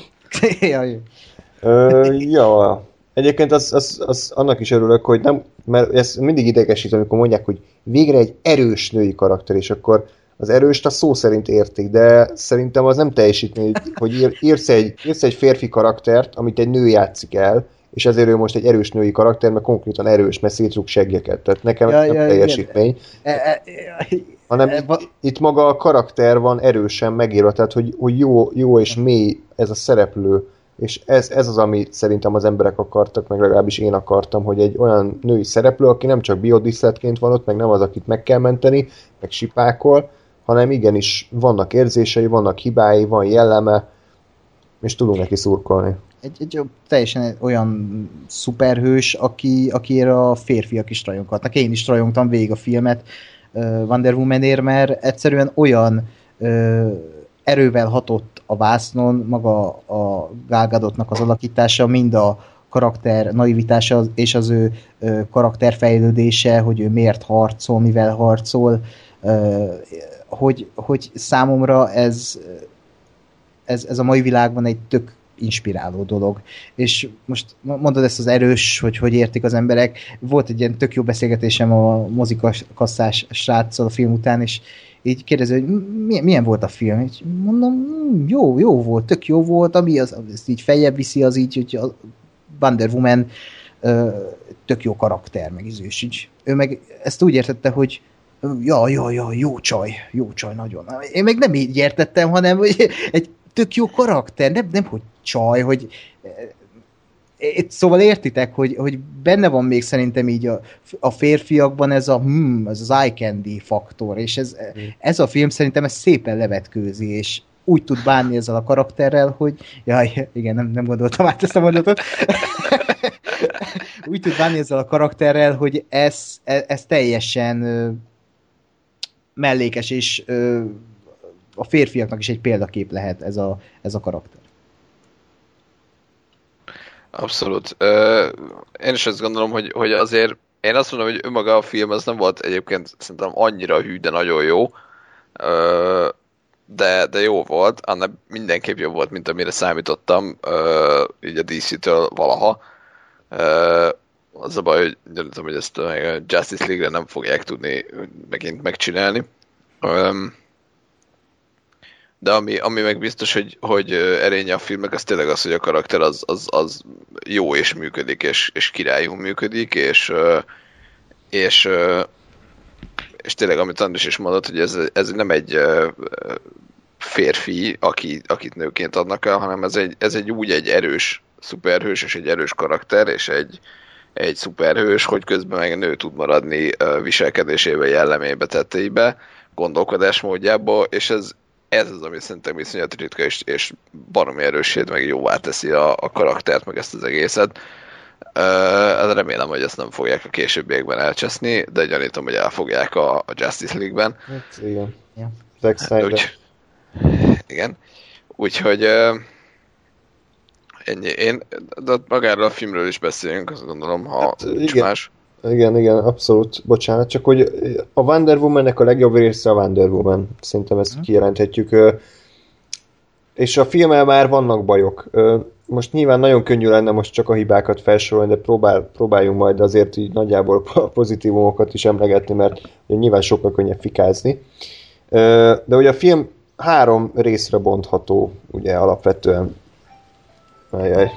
C: Jaj.
B: Ö, ja, egyébként az, az, az annak is örülök, hogy nem, mert ez mindig idegesít, amikor mondják, hogy végre egy erős női karakter, és akkor az erőst a szó szerint értik, de szerintem az nem teljesítmény, hogy ír, írsz, egy, írsz egy férfi karaktert, amit egy nő játszik el, és ezért ő most egy erős női karakter, mert konkrétan erős, mert szétrúg seggeket. Tehát nekem ja, nem ja, teljesítmény. E, e, e, hanem e, itt, itt maga a karakter van erősen megírva, tehát hogy, hogy jó, jó és mély ez a szereplő, és ez, ez az, amit szerintem az emberek akartak, meg legalábbis én akartam, hogy egy olyan női szereplő, aki nem csak biodiszletként van ott, meg nem az, akit meg kell menteni, meg sipákol, hanem igenis vannak érzései, vannak hibái, van jelleme, és tudunk neki szurkolni.
C: Egy, egy teljesen olyan szuperhős, aki, akire a férfiak is rajonghatnak. Én is rajongtam végig a filmet uh, Wonder Womanért, mert egyszerűen olyan uh, erővel hatott a vásznon, maga a Gal Gadotnak az alakítása, mind a karakter naivitása és az ő uh, karakterfejlődése, hogy ő miért harcol, mivel harcol, uh, hogy, hogy számomra ez, ez, ez a mai világban egy tök inspiráló dolog. És most mondod ezt az erős, hogy hogy értik az emberek. Volt egy ilyen tök jó beszélgetésem a mozikasszás sráccal a film után, és így kérdező, hogy milyen, milyen volt a film? És mondom, jó, jó volt, tök jó volt, ami az, az így feljebb viszi, az így, hogy a Wonder Woman tök jó karakter, meg ízős így. Ő meg ezt úgy értette, hogy ja, ja, ja, jó csaj, jó csaj, nagyon. Én meg nem így értettem, hanem hogy egy tök jó karakter, nem, nem hogy csaj, hogy szóval értitek, hogy, hogy benne van még szerintem így a, a férfiakban ez a hmm, ez az eye candy faktor, és ez, ez a film szerintem ez szépen levetkőzi, és úgy tud bánni ezzel a karakterrel, hogy jaj, igen, nem, nem gondoltam át ezt a mondatot. Úgy tud bánni ezzel a karakterrel, hogy ez, ez, ez teljesen ö, mellékes, és ö, a férfiaknak is egy példakép lehet ez a, ez a karakter.
D: Abszolút. Uh, én is azt gondolom, hogy, hogy azért én azt mondom, hogy önmaga a film az nem volt egyébként szerintem annyira hű, de nagyon jó. Uh, de, de jó volt. Annak mindenképp jobb volt, mint amire számítottam uh, így a dé cé-től valaha. Uh, az a baj, hogy gyanítom, hogy ezt a Justice League-re nem fogják tudni megint megcsinálni. Um, De ami, ami meg biztos, hogy, hogy erénye a filmnek, az tényleg az, hogy a karakter az, az, az jó és működik, és, és királyú működik, és, és, és tényleg, amit Andris is mondott, hogy ez, ez nem egy férfi, aki, akit nőként adnak el, hanem ez egy, ez egy úgy egy erős szuperhős, és egy erős karakter, és egy, egy szuperhős, hogy közben meg nő tud maradni viselkedésébe, jellemébe, tetteibe, gondolkodásmódjába, és ez Ez az, ami szerintem iszonyat ritka, és, és baromi erősét, meg jóvá teszi a, a karaktert, meg ezt az egészet. Uh, remélem, hogy ezt nem fogják a későbbiekben elcseszni, de gyanítom, hogy elfogják a, a Justice League-ben.
B: Hát, igen.
C: Ja.
B: Zack Snyder.
D: Úgy, igen. Úgyhogy uh, ennyi. Én, de magáról a filmről is beszélünk, azt gondolom, ha
B: Hát,
D: nincs
B: igen.
D: más.
B: Igen, igen, abszolút, bocsánat, csak hogy a Wonder Woman-nek a legjobb része a Wonder Woman, szerintem ezt
C: Mhm.
B: kijelenthetjük. Ö, És a filmmel már vannak bajok. Ö, Most nyilván nagyon könnyű lenne most csak a hibákat felsorolni, de próbál, próbáljunk majd azért így nagyjából a pozitívumokat is emlegetni, mert ugye nyilván sokkal könnyebb fikázni. Ö, De ugye a film három részre bontható, ugye alapvetően. Ajaj.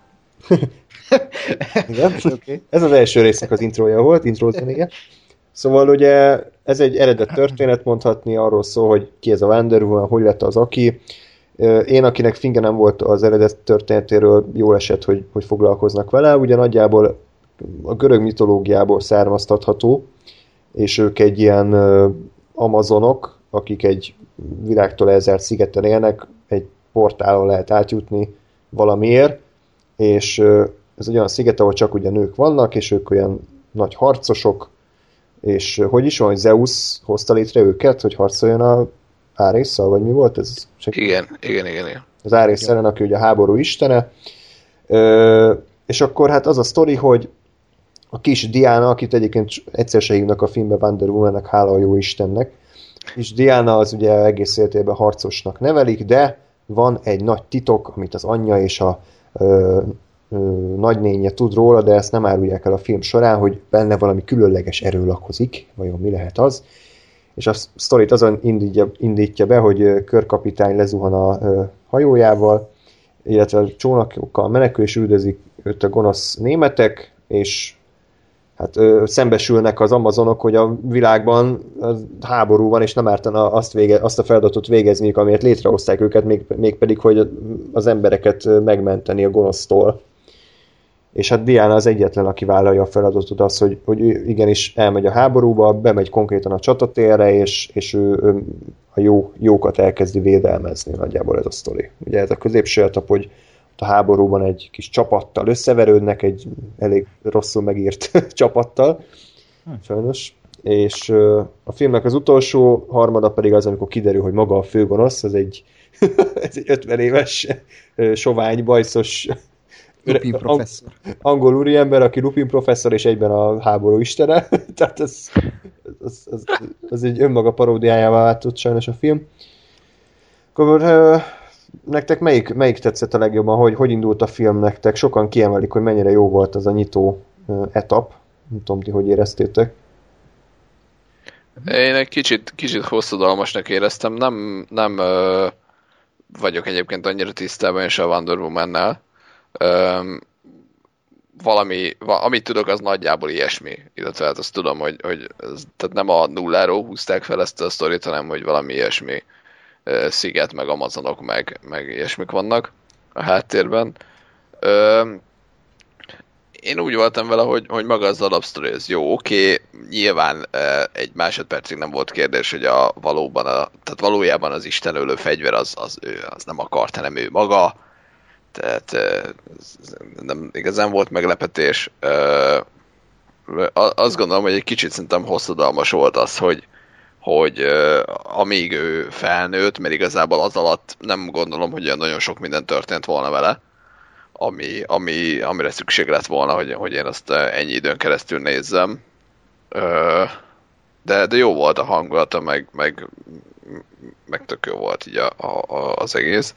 B: Igen?
C: Okay.
B: Ez az első résznek az introja volt, intrózenéje. Szóval ugye ez egy eredet történet, mondhatni, arról szól, hogy ki ez a Wonder Woman, hogy lett az aki. Én, akinek finge nem volt az eredet történetéről, jól esett, hogy, hogy foglalkoznak vele. Ugye nagyjából a görög mitológiából származtatható, és ők egy ilyen amazonok, akik egy világtól elzárt szigeten élnek, egy portálon lehet átjutni valamiért, és ez egy olyan sziget, ahol csak ugye nők vannak, és ők olyan nagy harcosok, és hogy is van, hogy Zeus hozta létre őket, hogy harcoljon a Árésszal, vagy mi volt ez?
D: Igen, igen, igen, igen.
B: Az Árész ellen, aki ugye a háború istene. Ö, és akkor hát az a sztori, hogy a kis Diana, akit egyébként egyszer se hívnak a filmbe Wonder Woman-nek, hála a jó Istennek, és Diana az ugye egész életében harcosnak nevelik, de van egy nagy titok, amit az anyja és a ö, ö, nagynénye tud róla, de ezt nem árulják el a film során, hogy benne valami különleges erő lakozik, vajon mi lehet az. És a sztorit azon indítja, indítja be, hogy körkapitány lezuhan a ö, hajójával, illetve a csónakokkal menekül, és üldözik őt a gonosz németek, és hát ö, szembesülnek az amazonok, hogy a világban háború van, és nem ártana azt, vége, azt a feladatot végezniük, amiért létrehozták őket, még, mégpedig, hogy az embereket megmenteni a gonosztól. És hát Diana az egyetlen, aki vállalja a feladatot, az, hogy, hogy ő igenis elmegy a háborúba, bemegy konkrétan a csatatérre, és, és ő, ő a jó, jókat elkezdi védelmezni, nagyjából ez a sztori. Ugye ez a középső etap, hogy a háborúban egy kis csapattal összeverődnek, egy elég rosszul megírt csapattal, sajnos. És a filmnek az utolsó harmada pedig az, amikor kiderül, hogy maga a főgonosz, ez egy, ez egy ötven éves sovány, bajszos
C: Lupin professzor.
B: angol úriember, aki Lupin professzor, és egyben a háború istene. Tehát ez, ez, ez, ez egy önmaga paródiájává váltott sajnos a film. Akkor nektek melyik, melyik tetszett a legjobban? Hogy, hogy indult a film nektek? Sokan kiemelik, hogy mennyire jó volt az a nyitó etap. Nem tudom, ti hogy éreztétek.
D: Én egy kicsit, kicsit hosszadalmasnak éreztem. Nem, nem ö, vagyok egyébként annyira tisztában és a Wonder Woman-nel. Ö, valami, va, amit tudok, az nagyjából ilyesmi. Illetve hát azt tudom, hogy, hogy ez, tehát nem a nulláról húzták fel ezt a sztorit, hanem hogy valami ilyesmi ö, sziget, meg amazonok, meg, meg ilyesmik vannak a háttérben. Ö, Én úgy voltam vele, hogy, hogy maga az alapsztori, ez jó, oké, nyilván e, egy másodpercig nem volt kérdés, hogy a valóban, a, tehát valójában az istenölő fegyver az, az, ő, az nem akart, hanem ő maga, tehát e, nem igazán volt meglepetés. E, azt gondolom, hogy egy kicsit szerintem hosszadalmas volt az, hogy, hogy e, amíg ő felnőtt, mert igazából az alatt nem gondolom, hogy olyan nagyon sok minden történt volna vele, Ami, ami, amire szükség lett volna, hogy, hogy én azt ennyi időn keresztül nézzem. De, de jó volt a hangulata, meg, meg, meg tök jó volt így a, a, az egész.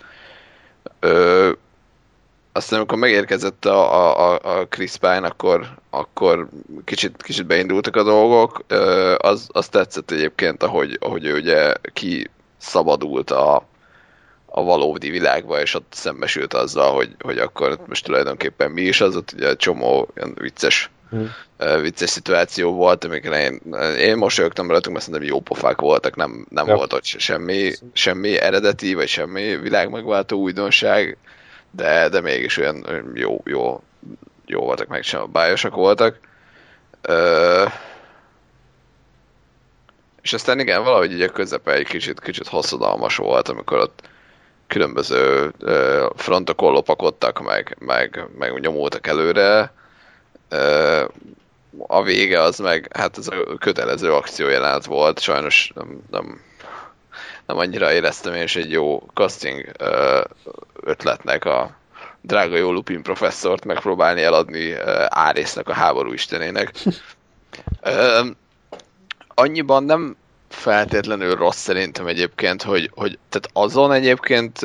D: Aztán amikor megérkezett a, a, a Chris Pine, akkor, akkor kicsit, kicsit beindultak a dolgok. Az, az tetszett egyébként, ahogy, ahogy ő ugye kiszabadult a a valódi világba, és ott szembesült azzal, hogy, hogy akkor most tulajdonképpen mi is az, ott ugye egy csomó ilyen vicces, hmm. vicces szituáció volt, amikre én, én mosolyogtam rajtunk, mert szerintem jó pofák voltak, nem, nem ja. volt ott semmi, semmi eredeti, vagy semmi világmegváltó újdonság, de, de mégis olyan jó, jó, jó voltak, meg sem bájosak voltak. Ö, és aztán igen, valahogy így a közepe egy kicsit, kicsit hosszadalmas volt, amikor ott különböző uh, frontokon lopakodtak, meg, meg, meg nyomultak előre. Ö, a vége az meg, hát ez a kötelező akciójelenet volt, sajnos nem, nem, nem annyira éreztem én is egy jó casting ötletnek a drága jó Lupin professzort megpróbálni eladni Árésznek, a háború istenének. Annyiban nem feltétlenül rossz szerintem egyébként, hogy, hogy tehát azon egyébként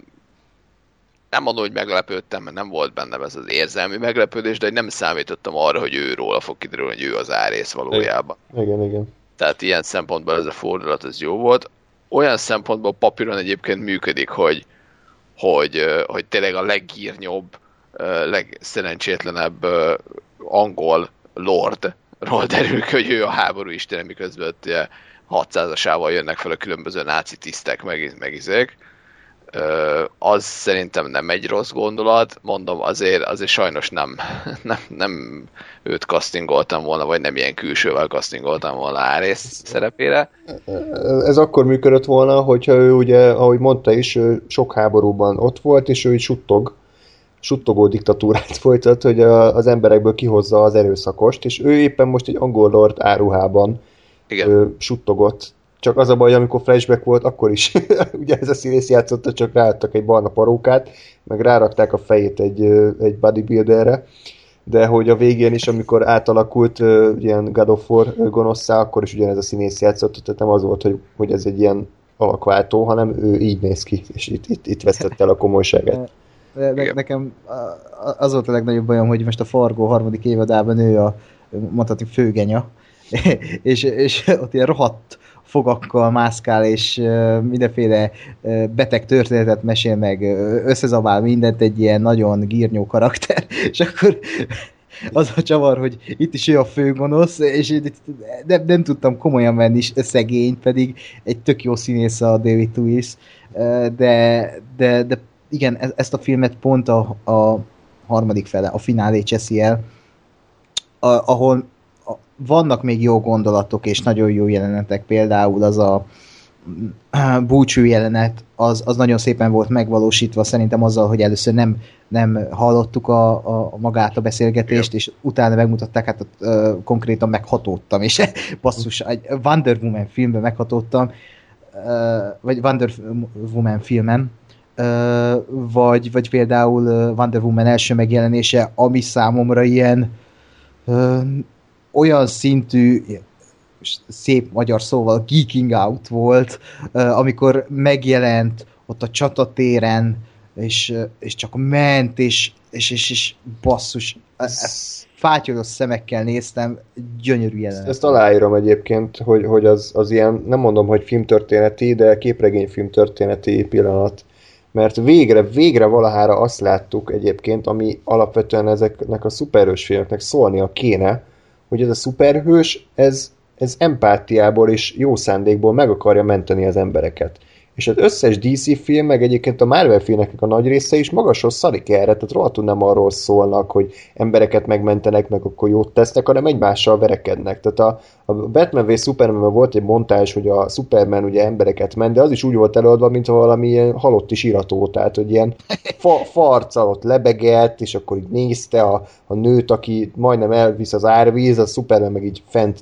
D: nem mondom, hogy meglepődtem, mert nem volt bennem ez az érzelmi meglepődés, de hogy nem számítottam arra, hogy ő róla fog kiderülni, hogy ő az Árész valójában.
B: Igen, igen.
D: Tehát ilyen szempontból ez a fordulat az jó volt. Olyan szempontból papíron egyébként működik, hogy, hogy, hogy tényleg a leggírnyóbb, legszerencsétlenebb angol lordról derül ki, hogy ő a háború istene, miközben ott hatszázasával jönnek fel a különböző náci tisztek, meg, meg izék. Az szerintem nem egy rossz gondolat, mondom, azért, azért sajnos nem, nem, nem őt castingoltam volna, vagy nem ilyen külsővel castingoltam volna Árész szerepére.
B: Ez akkor működött volna, hogyha ő ugye, ahogy mondta is, ő sok háborúban ott volt, és ő így suttog, suttogó diktatúrát folytat, hogy a, az emberekből kihozza az erőszakost, és ő éppen most egy angol lord áruhában ő, suttogott. Csak az a baj, amikor flashback volt, akkor is ugye ez a színész játszotta, csak ráadtak egy barna parókát, meg rárakták a fejét egy, egy bodybuilderre, de hogy a végén is, amikor átalakult uh, ilyen God of War gonoszszá, akkor is ugyanez a színész játszott, tehát nem az volt, hogy, hogy ez egy ilyen alakváltó, hanem ő így néz ki, és itt, itt, itt vesztette el a komolyságát.
C: De, de, nekem az volt a legnagyobb bajom, hogy most a Fargo harmadik évadában ő a, mondhatni, főgenya, és, és ott ilyen rohadt fogakkal mászkál, és uh, mindenféle uh, beteg történetet mesél meg, uh, összezabál mindent, egy ilyen nagyon gírnyó karakter, és akkor az a csavar, hogy itt is ő a főgonosz, és nem, nem tudtam komolyan venni szegény, pedig egy tök jó színész a David Lewis, uh, de, de, de igen, ezt a filmet pont a, a harmadik fele, a finálé cseszi el, a, ahol vannak még jó gondolatok, és nagyon jó jelenetek, például az a búcsú jelenet, az, az nagyon szépen volt megvalósítva, szerintem azzal, hogy először nem, nem hallottuk a, a magát a beszélgetést, és utána megmutatták, hát uh, konkrétan meghatódtam, és basszus, egy Wonder Woman filmben meghatódtam, uh, vagy Wonder Woman filmen, uh, vagy, vagy például Wonder Woman első megjelenése, ami számomra ilyen uh, olyan szintű, szép magyar szóval geeking out volt, amikor megjelent ott a csatatéren, és, és csak ment, és, és, és, és basszus, fátyolos szemekkel néztem, gyönyörű jelenet.
B: Ezt aláírom egyébként, hogy, hogy az, az ilyen, nem mondom, hogy filmtörténeti, de képregényfilm történeti pillanat. Mert végre, végre valahára azt láttuk egyébként, ami alapvetően ezeknek a szuperhős filmeknek szólnia kéne, hogy ez a szuperhős, ez, ez empátiából és jó szándékból meg akarja menteni az embereket. És az összes dé cé film, meg egyébként a Marvel filmeknek a nagy része is magashoz szarik erre, tehát rohadtul nem arról szólnak, hogy embereket megmentenek, meg akkor jót tesznek, hanem egymással verekednek. Tehát a, a Batman v Supermanben volt egy montázs, hogy a Superman ugye embereket ment, de az is úgy volt előadva, mint valami ilyen halott is irató, tehát hogy ilyen fa, farccal ott lebegett, és akkor így nézte a, a nőt, aki majdnem elvisz az árvíz, a Superman meg így fent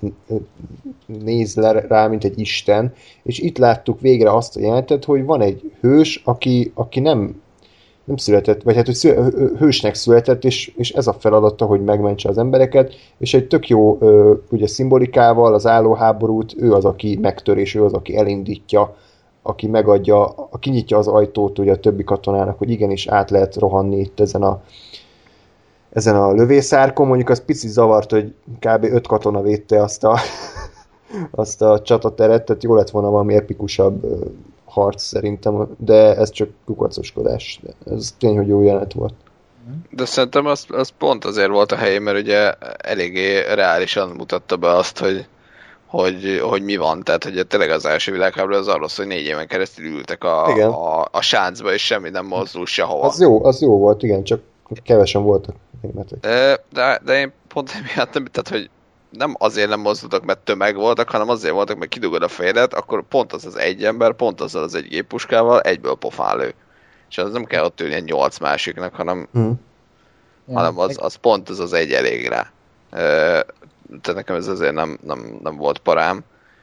B: néz le rá, mint egy isten, és itt láttuk végre azt a jelentet, hogy van egy hős, aki, aki nem, nem született, vagy hát, hogy szüle, hősnek született, és, és ez a feladata, hogy megmentse az embereket, és egy tök jó ugye szimbolikával az állóháborút, ő az, aki megtör, és ő az, aki elindítja, aki megadja, aki nyitja az ajtót ugye a többi katonának, hogy igenis át lehet rohanni itt ezen a ezen a lövészárkon, mondjuk az picit zavart, hogy kb. öt katona védte azt a azt a csatateret, tehát jó lett volna valami epikusabb uh, harc szerintem, de ez csak kukacoskodás. Ez tény, hogy jó jelenet volt.
D: De szerintem az, az pont azért volt a helyén, mert ugye eléggé reálisan mutatta be azt, hogy, hogy, hogy mi van. Tehát, hogy tényleg az első világháború az arról szól, hogy négy éven keresztül ültek a, a, a sáncba, és semmi nem mozdul sehova.
B: Az jó, az jó volt, igen, csak kevesen voltak németek.
D: De, de, de én pont emiatt nem, tehát, hogy nem azért nem mozdultak, mert tömeg voltak, hanem azért voltak, mert kidugod a fejedet, akkor pont az az egy ember, pont azzal az egy géppuskával egyből pofán lő. És az nem kell ott ülni egy nyolc másiknak, hanem, hmm.
C: Ja,
D: hanem az, az pont az az egy elég rá. Tehát nekem ez azért nem, nem, nem volt parám.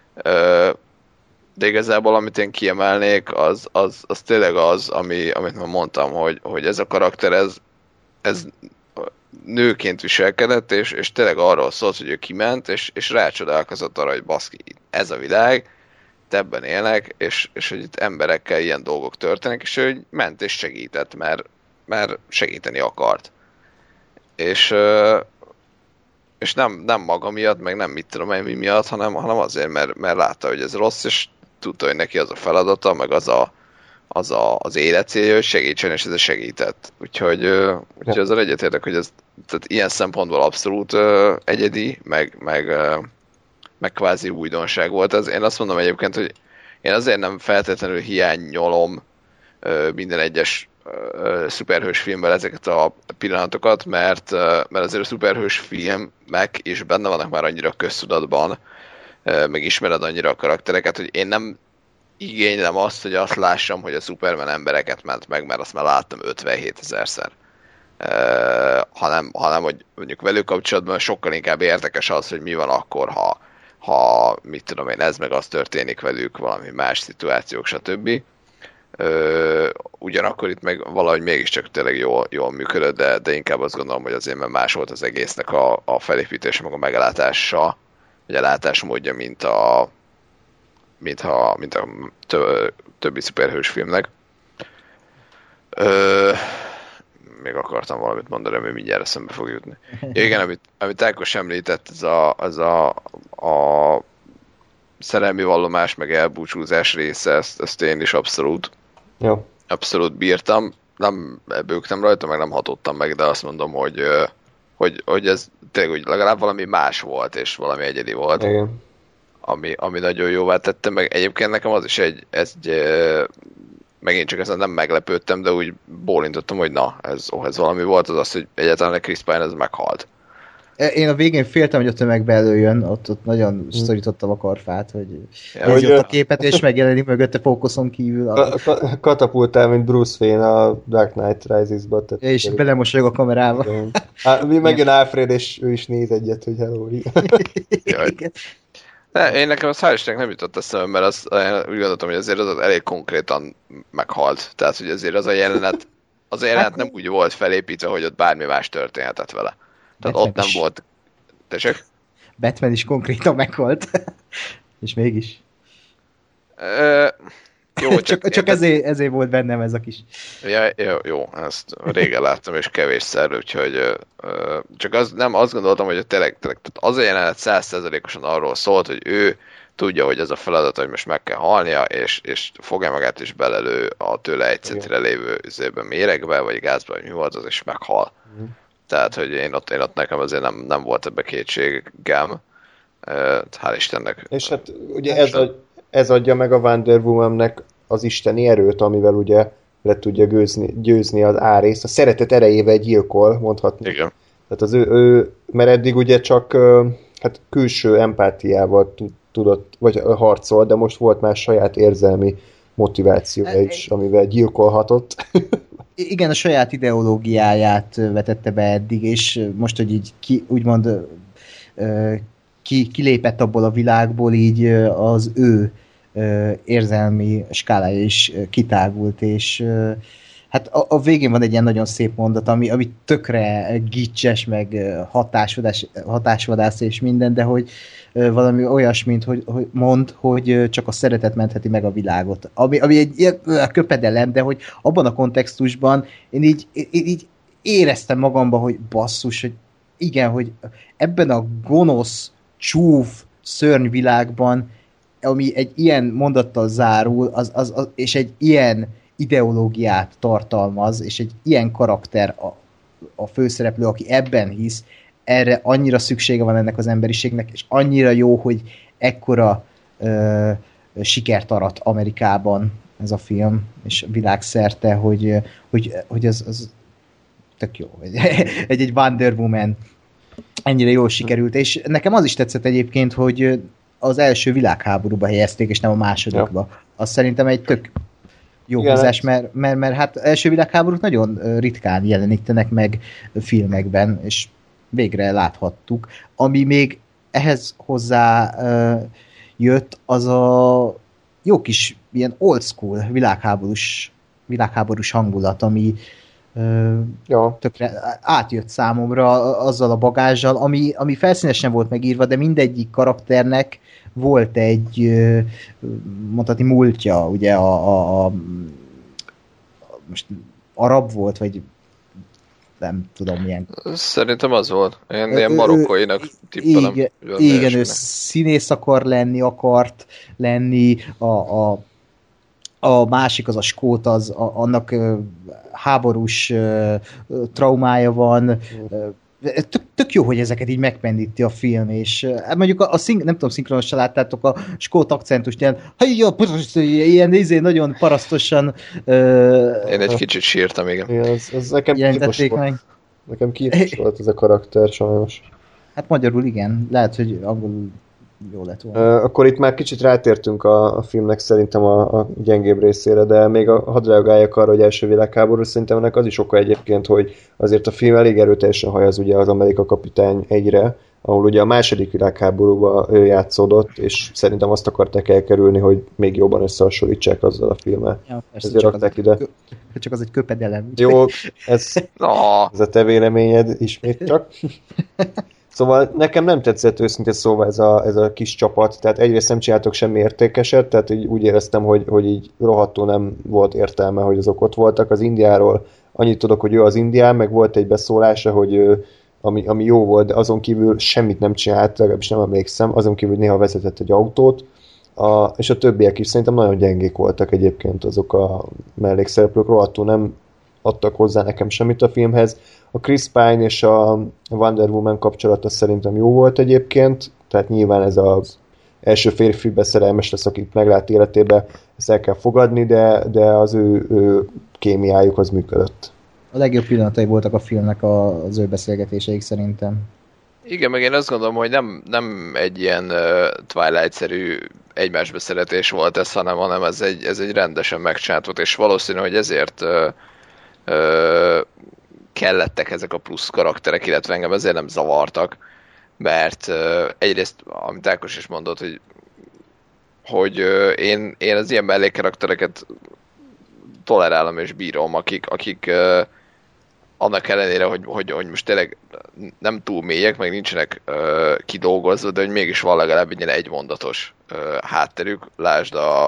D: De igazából amit én kiemelnék, az, az, az tényleg az, ami, amit már mondtam, hogy, hogy ez a karakter, ez, ez nőként viselkedett, és, és tényleg arról szólt, hogy ő kiment, és, és rácsodálkozott arra, hogy baszki, ez a világ, ebben élnek, és, és hogy itt emberekkel ilyen dolgok történnek, és ő ment és segített, mert, mert segíteni akart. És, és nem, nem maga miatt, meg nem mit tudom én mi miatt, hanem, hanem azért, mert, mert látta, hogy ez rossz, és tudta, hogy neki az a feladata, meg az a, az, a, az életcélja, hogy segítsen, és ez segített. Úgyhogy, úgyhogy azzal egyetértek, hogy ez tehát ilyen szempontból abszolút uh, egyedi, meg, meg, uh, meg kvázi újdonság volt. Ez, én azt mondom egyébként, hogy én azért nem feltétlenül hiányolom uh, minden egyes uh, szuperhős filmben ezeket a pillanatokat, mert, uh, mert azért a szuperhős filmek is benne vannak már annyira köztudatban, uh, meg ismered annyira a karaktereket, hogy én nem igénylem azt, hogy azt lássam, hogy a Superman embereket ment meg, mert azt már láttam ötvenhétezerszer. Uh, hanem, hanem, hogy mondjuk velük kapcsolatban sokkal inkább érdekes az, hogy mi van akkor, ha, ha mit tudom én, ez meg az történik velük, valami más szituációk, stb. Uh, ugyanakkor itt meg valahogy mégiscsak tényleg jól, jól működött, de, de inkább azt gondolom, hogy azért, mert más volt az egésznek a, a felépítése, meg a meglátása, vagy a látásmódja, mint a mint a, mint a tö, többi szuperhős filmnek. Ö, még akartam valamit mondani, ami mindjárt eszembe fog jutni. Ja, igen, amit, amit Ákos említett, ez a, az a, a szerelmi vallomás, meg elbúcsúzás része, ezt, ezt én is abszolút,
B: Jó.
D: abszolút bírtam. Nem bőgtem rajta, meg nem hatottam meg, de azt mondom, hogy, hogy, hogy ez tényleg hogy legalább valami más volt, és valami egyedi volt.
B: Igen.
D: Ami, ami nagyon jóvá tette, meg egyébként nekem az is egy, ez egy megint csak ezen nem meglepődtem, de úgy bólintottam, hogy na, ez, oh, ez valami volt, az az, hogy egyáltalán a Chris Pine ez meghalt.
C: Én a végén féltem, hogy a tömegbe előjön, ott, ott nagyon szorítottam a karfát, hogy
D: Ja,
C: nézi
B: hogy
C: ott a képet, és megjelenik mögötte fókuszon kívül. A...
B: Ka- ka- katapultál, mint Bruce Wayne a Dark Knight Rises-ba.
C: És belemosolyog a kamerába.
B: Hát, mi megjön Alfred, és ő is néz egyet, hogy hello.
D: Ne, én nekem az hál' Istennek nem jutott eszembe, mert az, én úgy gondoltam, hogy azért az elég konkrétan meghalt. Tehát, hogy azért az a jelenet, az a jelenet nem úgy volt felépítve, hogy ott bármi más történhetett vele. Tehát
C: Batman
D: ott nem
C: is.
D: volt... Tessék?
C: Batman is konkrétan meghalt. És mégis.
D: Ö, jó, csak,
C: csak csak ezért, ezért volt bennem ez a kis...
D: Ja, jó, jó, ezt régen láttam, és kevésszer, úgyhogy ö, csak az, nem, azt gondoltam, hogy tényleg, tényleg tehát az a jelenet száz százalékosan arról szólt, hogy ő tudja, hogy ez a feladat, hogy most meg kell halnia, és, és fogja magát is belelő a tőle egy centire lévő üzében méregbe, vagy gázba, vagy mi volt az, és meghal. Mm. Tehát, hogy én ott, én ott nekem azért nem, nem volt ebbe kétségem. Hál' Istennek.
B: És hát ugye ez, ad, ez adja meg a Wonder Woman-nek az isteni erőt, amivel ugye le tudja győzni, győzni az árészt. A szeretet erejével gyilkol, mondhatni.
D: Igen.
B: Tehát az ő, ő, mert eddig ugye csak hát külső empátiával tudott, vagy harcol, de most volt már saját érzelmi motivációja is, amivel gyilkolhatott.
C: Igen, a saját ideológiáját vetette be eddig, és most, hogy így ki, úgymond ki, kilépett abból a világból, így az ő érzelmi skálája is kitágult, és hát a, a végén van egy ilyen nagyon szép mondat, ami, ami tökre gicses, meg hatásvadász, hatásvadász és minden, de hogy valami olyasmint, hogy, hogy mond, hogy csak a szeretet mentheti meg a világot. Ami, ami egy ilyen köpedelem, de hogy abban a kontextusban én így, én így éreztem magamba, hogy basszus, hogy igen, hogy ebben a gonosz, csúf, szörnyvilágban, ami egy ilyen mondattal zárul, az, az, az, és egy ilyen ideológiát tartalmaz, és egy ilyen karakter a, a főszereplő, aki ebben hisz, erre annyira szüksége van ennek az emberiségnek, és annyira jó, hogy ekkora ö, sikert arat Amerikában ez a film, és világszerte, hogy, hogy, hogy ez, az tök jó. Egy, egy Wonder Woman ennyire jól sikerült, és nekem az is tetszett egyébként, hogy az első világháborúba helyezték, és nem a másodikba. Ja. Az szerintem egy tök jó
B: Igen,
C: húzás,
B: hát-
C: mert, mert, mert hát első világháborút nagyon ö, ritkán jelenítenek meg filmekben, és végre láthattuk. Ami még ehhez hozzá ö, jött, az a jó kis ilyen old school világháborús, világháborús hangulat, ami ö,
B: Ja.
C: tökre átjött számomra azzal a bagázsal, ami, ami felszínesen volt megírva, de mindegyik karakternek volt egy ö, mondhatni múltja, ugye a, a, a most arab volt, vagy nem tudom milyen.
D: Szerintem az volt. Ilyen,
C: Ö,
D: ilyen
C: ö,
D: marokkóinak tippelem.
C: Igen,
D: valami
C: igen ő
D: ilyesminek.
C: színész akar lenni, akart lenni, a, a, a másik, az a skót, az, a, annak ö, háborús ö, ö, traumája van. Ö, Tök, tök jó, hogy ezeket így megpendíti a film, és hát mondjuk a, a szink, nem tudom, szinkronosan láttátok a skót akcentust, ilyen, ilyen izé, nagyon parasztosan ö,
D: Én egy kicsit sírtam, igen.
B: Igen, ez, ez nekem kínos
C: jelentették
B: volt.
C: meg.
B: Nekem kínos volt ez a karakter, sajnos.
C: Hát magyarul igen, lehet, hogy angolul jó lett volna.
B: Ö, Akkor itt már kicsit rátértünk a, a filmnek szerintem a, a gyengébb részére, de még a, hadd reagáljak arra, hogy első világháború, szerintem ennek az is oka egyébként, hogy azért a film elég erőteljesen hajaz ugye az Amerika kapitány egyre, ahol ugye a második világháborúban ő játszódott, és szerintem azt akarták elkerülni, hogy még jobban összehasonlítsák azzal a filmmel.
C: Ja, persze,
B: Ezért
C: csak az,
B: rakták
C: egy,
B: ide.
C: kö- csak az egy köpedelem.
B: Jó, ez,
D: Na,
B: ez a te véleményed ismét csak. Szóval nekem nem tetszett őszintén szóval ez a, ez a kis csapat, tehát egyrészt nem csináltok semmi értékeset, tehát így úgy éreztem, hogy, hogy így rohadtul nem volt értelme, hogy azok ott voltak. Az Indiáról annyit tudok, hogy ő az Indián, meg volt egy beszólása, hogy ő, ami, ami jó volt, de azon kívül semmit nem csinált, legalábbis nem emlékszem, azon kívül néha vezetett egy autót, a, és a többiek is szerintem nagyon gyengék voltak egyébként azok a mellékszereplők, rohadtul nem adtak hozzá nekem semmit a filmhez. A Chris Pine és a Wonder Woman kapcsolata szerintem jó volt egyébként, tehát nyilván ez az első férfi beszerelmes lesz, akit meglát életébe, ezt el kell fogadni, de, de az ő, ő kémiájuk az működött.
C: A legjobb pillanatai voltak a filmnek a- az ő beszélgetéseik szerintem.
D: igen, meg én azt gondolom, hogy nem, nem egy ilyen uh, Twilight-szerű egymásba szeretés volt ez, hanem, hanem ez, egy, ez egy rendesen megcsinált volt, és valószínű, hogy ezért uh, uh, kellettek ezek a plusz karakterek, illetve engem ezért nem zavartak, mert uh, egyrészt, amit Ákos is mondott, hogy, hogy uh, én, én az ilyen mellékkaraktereket tolerálom és bírom, akik, akik uh, annak ellenére, hogy, hogy, hogy most tényleg nem túl mélyek, meg nincsenek uh, kidolgozva, de hogy mégis van legalább egy ilyen egymondatos uh, hátterük. Lásd a,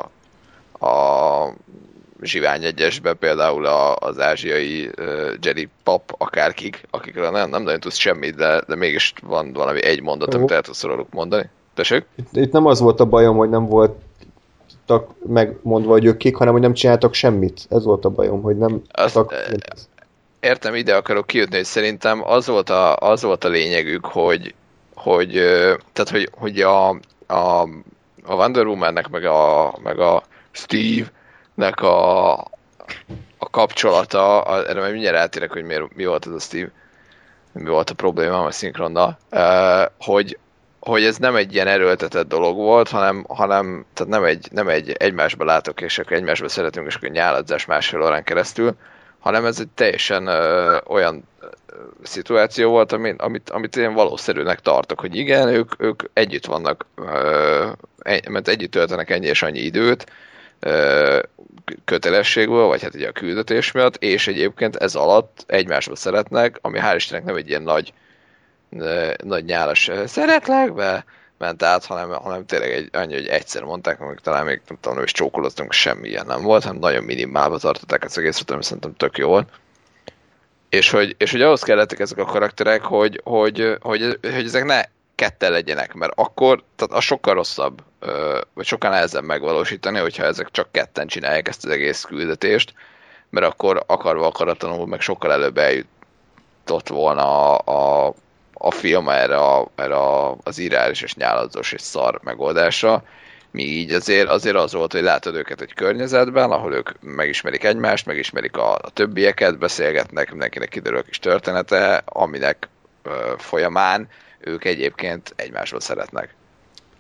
D: a Zsivány egyesben például a, az ázsiai uh, Jedi pap, akárkik, akikről nem, nem nagyon tudsz semmit, de, de mégis van valami egy mondat, amit el tudsz róluk mondani. Tessék?
B: Itt, itt nem az volt a bajom, hogy nem voltak megmondva, hogy ők kik, hanem hogy nem csináltak semmit. Ez volt a bajom, hogy nem
D: Azt,
B: tudtak...
D: Értem, ide akarok kijutni, hogy szerintem az volt a, az volt a lényegük, hogy, hogy, ö, tehát, hogy, hogy a, a, a Wonder Woman-nek, meg a, meg a Steve-nek a, a kapcsolata, a, erre majd mindjárt átérek, hogy miért, mi volt ez a Steve, mi volt a problémám a szinkronnal, ö, hogy, hogy ez nem egy ilyen erőltetett dolog volt, hanem, hanem tehát nem egy, nem egy egymásba látok, és akkor egymásba szeretünk, és akkor nyáladzás másfél órán keresztül, hanem ez egy teljesen ö, olyan ö, szituáció volt, amit, amit, amit én valószínűnek tartok, hogy igen, ők, ők együtt vannak, ö, egy, mert együtt töltenek ennyi és annyi időt ö, kötelességből, vagy hát ugye a küldetés miatt, és egyébként ez alatt egymásba szeretnek, ami hál' Istennek nem egy ilyen nagy, ö, nagy nyálas ö, szeretlek be, ment át, hanem, hanem tényleg egy, annyi, hogy egyszer mondták, amik talán még nem tudom, hogy csókoloztunk, semmi ilyen nem volt, hanem nagyon minimálba tartották az egészet, ami szerintem tök jó volt. És hogy, és hogy ahhoz kellettek ezek a karakterek, hogy, hogy, hogy, hogy ezek ne ketten legyenek, mert akkor, tehát az sokkal rosszabb, vagy sokkal nehezebb megvalósítani, hogyha ezek csak ketten csinálják ezt az egész küldetést, mert akkor akarva akaratlanul meg sokkal előbb eljutott volna a, a a film erre, a, erre a, az írás és nyáladzós és szar megoldásra, míg így azért, azért az volt, hogy látod őket egy környezetben, ahol ők megismerik egymást, megismerik a, a többieket, beszélgetnek, mindenkinek kiderül a kis története, aminek ö, folyamán ők egyébként egymásból szeretnek.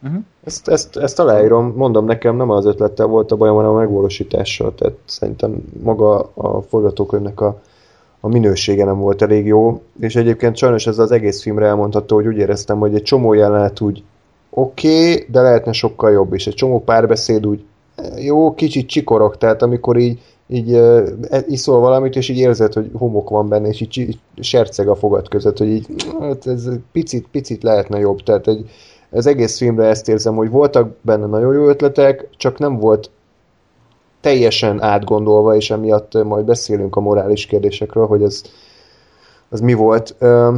C: Uh-huh.
B: Ezt, ezt, ezt aláírom, mondom, nekem nem az ötlettel volt a bajom, hanem a megvalósítással, tehát szerintem maga a forgatókönyvnek a, a minősége nem volt elég jó, és egyébként sajnos ez az egész filmre elmondható, hogy úgy éreztem, hogy egy csomó jelenet úgy oké, okay, de lehetne sokkal jobb is. Egy csomó párbeszéd úgy jó, kicsit csikorog, tehát amikor így, így uh, iszol valamit, és így érzed, hogy homok van benne, és így, így serceg a fogad között, hogy így hát ez picit, picit lehetne jobb, tehát egy az egész filmre ezt érzem, hogy voltak benne nagyon jó ötletek, csak nem volt teljesen átgondolva, és emiatt majd beszélünk a morális kérdésekről, hogy ez, az mi volt.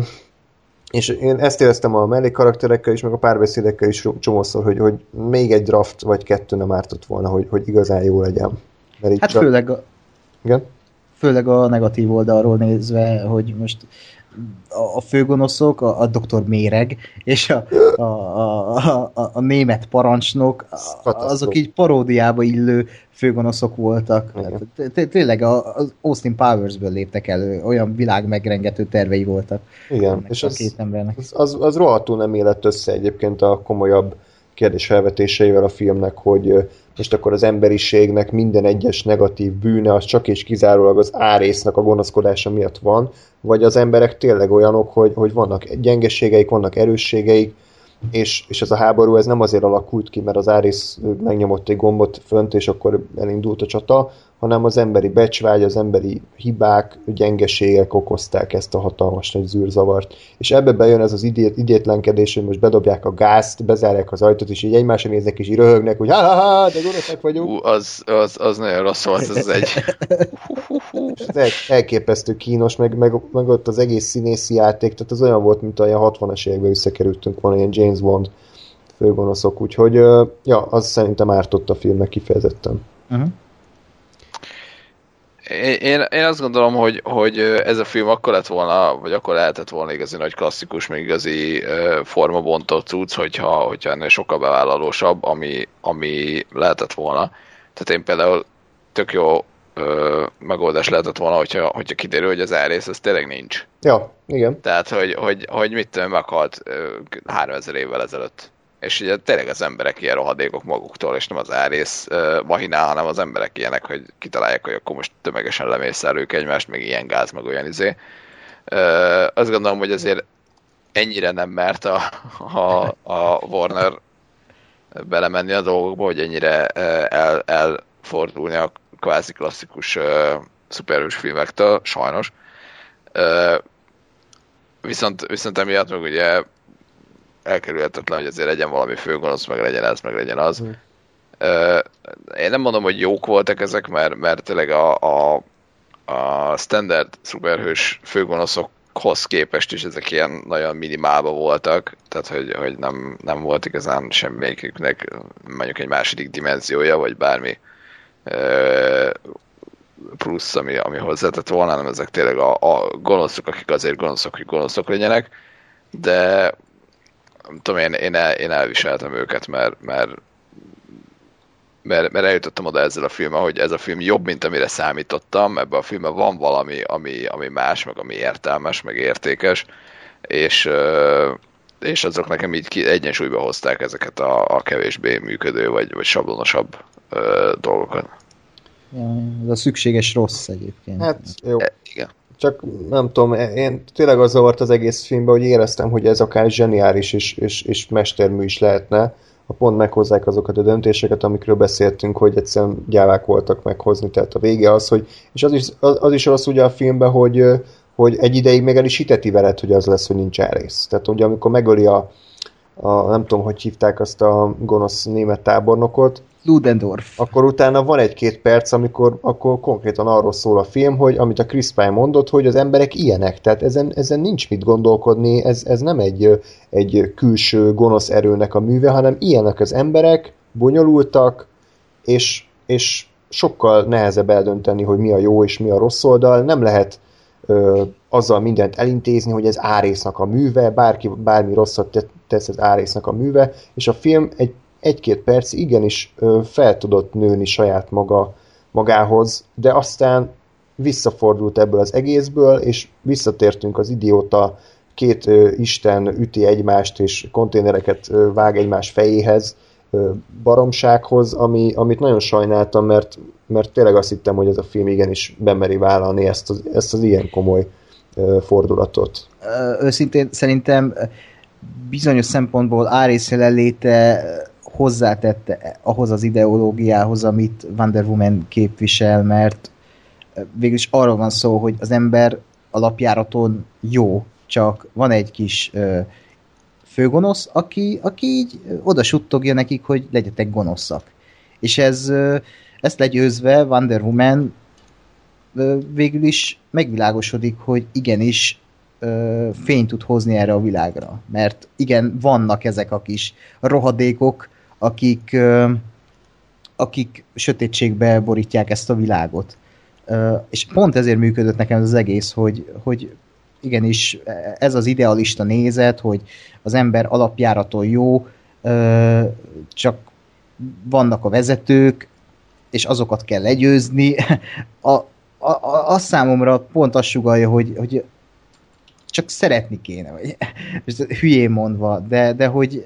B: És én ezt éreztem a mellékkarakterekkel is, meg a párbeszédekkel is csomószor, hogy, hogy még egy draft vagy kettő nem ártott volna, hogy, hogy igazán jó legyen. Mert
C: hát csak... főleg, a...
B: Igen?
C: főleg a negatív oldalról nézve, hogy most a főgonoszok, a, a doktor Méreg, és a, a, a, a, a német parancsnok, azok így paródiába illő főgonoszok voltak. Tényleg az Austin Powersből léptek elő, olyan világ megrengető tervei voltak.
B: Igen, és az, az, az, az rohadtul nem élet össze egyébként a komolyabb kérdésfelvetéseivel a filmnek, hogy most akkor az emberiségnek minden egyes negatív bűne az csak és kizárólag az árésznak a gonoszkodása miatt van, vagy az emberek tényleg olyanok, hogy, hogy vannak gyengeségeik, vannak erősségeik, és, és ez a háború ez nem azért alakult ki, mert az árész megnyomott egy gombot fönt, és akkor elindult a csata, hanem az emberi becsvágy, az emberi hibák, gyengeségek okozták ezt a hatalmas nagy zűrzavart. És ebbe bejön ez az idét, idétlenkedés, hogy most bedobják a gázt, bezárják az ajtót, és így egymásra néznek, és így röhögnek, hogy ha-ha-ha, de gonoszak vagyunk.
D: Uh, az, az, az nagyon rossz volt, ez az egy.
B: Ez elképesztő kínos, meg, meg, meg ott az egész színészi játék, tehát az olyan volt, mint olyan hatvanas években összekerültünk volna, ilyen James Bond főgonoszok, úgyhogy ja, az szerintem ártott a filmnek kifejezetten. Uh-huh.
D: Én, én azt gondolom, hogy, hogy ez a film akkor lett volna, vagy akkor lehetett volna igazi nagy klasszikus, még igazi uh, formabontó cucc, hogyha, hogyha ennél sokkal bevállalósabb, ami, ami lehetett volna. Tehát én például tök jó uh, megoldás lehetett volna, hogyha, hogyha kiderül, hogy az elrész, az tényleg nincs.
B: Ja, igen.
D: Tehát, hogy, hogy, hogy mit tudom, meghalt uh, háromezer évvel ezelőtt. És ugye tényleg az emberek ilyen rohadékok maguktól, és nem az árész uh, mahinál, hanem az emberek ilyenek, hogy kitalálják, hogy akkor most tömegesen lemészároljuk egymást, meg ilyen gáz, meg olyan izé. Uh, azt gondolom, hogy azért ennyire nem mert a, a, a Warner belemenni a dolgokba, hogy ennyire uh, el, elfordulni a kvázi klasszikus uh, szuperhős filmektől, sajnos. Uh, viszont, viszont emiatt meg ugye elkerülhetetlen, hogy azért legyen valami főgonosz, meg legyen ez, meg legyen az. Mm. Uh, én nem mondom, hogy jók voltak ezek, mert, mert tényleg a, a, a standard szuperhős főgonoszokhoz képest is ezek ilyen nagyon minimálba voltak, tehát hogy, hogy nem, nem volt igazán semmelyiküknek mondjuk egy második dimenziója, vagy bármi uh, plusz, ami, ami hozzátett volna, hanem ezek tényleg a, a gonoszok, akik azért gonoszok, hogy gonoszok legyenek, de nem tudom, én, én, el, én elviseltem őket, mert, mert, mert, mert eljutottam oda ezzel a filmmel, hogy ez a film jobb, mint amire számítottam, ebben a filmben van valami, ami, ami más, meg ami értelmes, meg értékes, és, és azok nekem így ki, egyensúlyba hozták ezeket a, a kevésbé működő, vagy, vagy sablonosabb ö, dolgokat.
C: Ja, ez a szükséges rossz egyébként.
B: Hát jó.
D: E, igen.
B: Csak nem tudom, én tényleg az zavart az egész filmben, hogy éreztem, hogy ez akár zseniális és, és, és mestermű is lehetne, ha pont meghozzák azokat a döntéseket, amikről beszéltünk, hogy egyszerűen gyávák voltak meghozni. Tehát a vége az, hogy, és az is, az, az is rossz ugye a filmben, hogy, hogy egy ideig még el is hiteti veled, hogy az lesz, hogy nincs elrész. Tehát ugye amikor megöli a, a nem tudom, hogy hívták azt a gonosz német tábornokot,
C: Ludendorff.
B: Akkor utána van egy-két perc, amikor akkor konkrétan arról szól a film, hogy amit a Chris Pine mondott, hogy az emberek ilyenek, tehát ezen, ezen nincs mit gondolkodni, ez, ez nem egy, egy külső gonosz erőnek a műve, hanem ilyenek az emberek, bonyolultak, és, és sokkal nehezebb eldönteni, hogy mi a jó és mi a rossz oldal, nem lehet ö, azzal mindent elintézni, hogy ez árésznak a műve, bárki bármi rosszat tesz az árésznak a műve, és a film egy egy-két perc igenis ö, fel tudott nőni saját maga, magához, de aztán visszafordult ebből az egészből, és visszatértünk az idióta két ö, isten üti egymást, és konténereket ö, vág egymás fejéhez, ö, baromsághoz, ami, amit nagyon sajnáltam, mert, mert tényleg azt hittem, hogy ez a film igenis bemeri vállalni ezt az, ezt az ilyen komoly ö, fordulatot.
C: Őszintén szerintem bizonyos szempontból Ares jelenléte hozzátette ahhoz az ideológiához, amit Wonder Woman képvisel, mert végülis arról van szó, hogy az ember alapjáraton jó, csak van egy kis ö, főgonosz, aki, aki így oda suttogja nekik, hogy legyetek gonoszak. És ez, ö, ezt legyőzve Wonder Woman ö, végül is megvilágosodik, hogy igenis ö, fényt tud hozni erre a világra. Mert igen, vannak ezek a kis rohadékok, akik, ö, akik sötétségbe borítják ezt a világot. Uh, és pont ezért működött nekem az egész, hogy, hogy igenis ez az idealista nézet, hogy az ember alapjáraton jó, uh, csak vannak a vezetők, és azokat kell legyőzni. A, a, a, a számomra pont azt sugallja, hogy, hogy csak szeretni kéne, vagy hülyén mondva, de, de hogy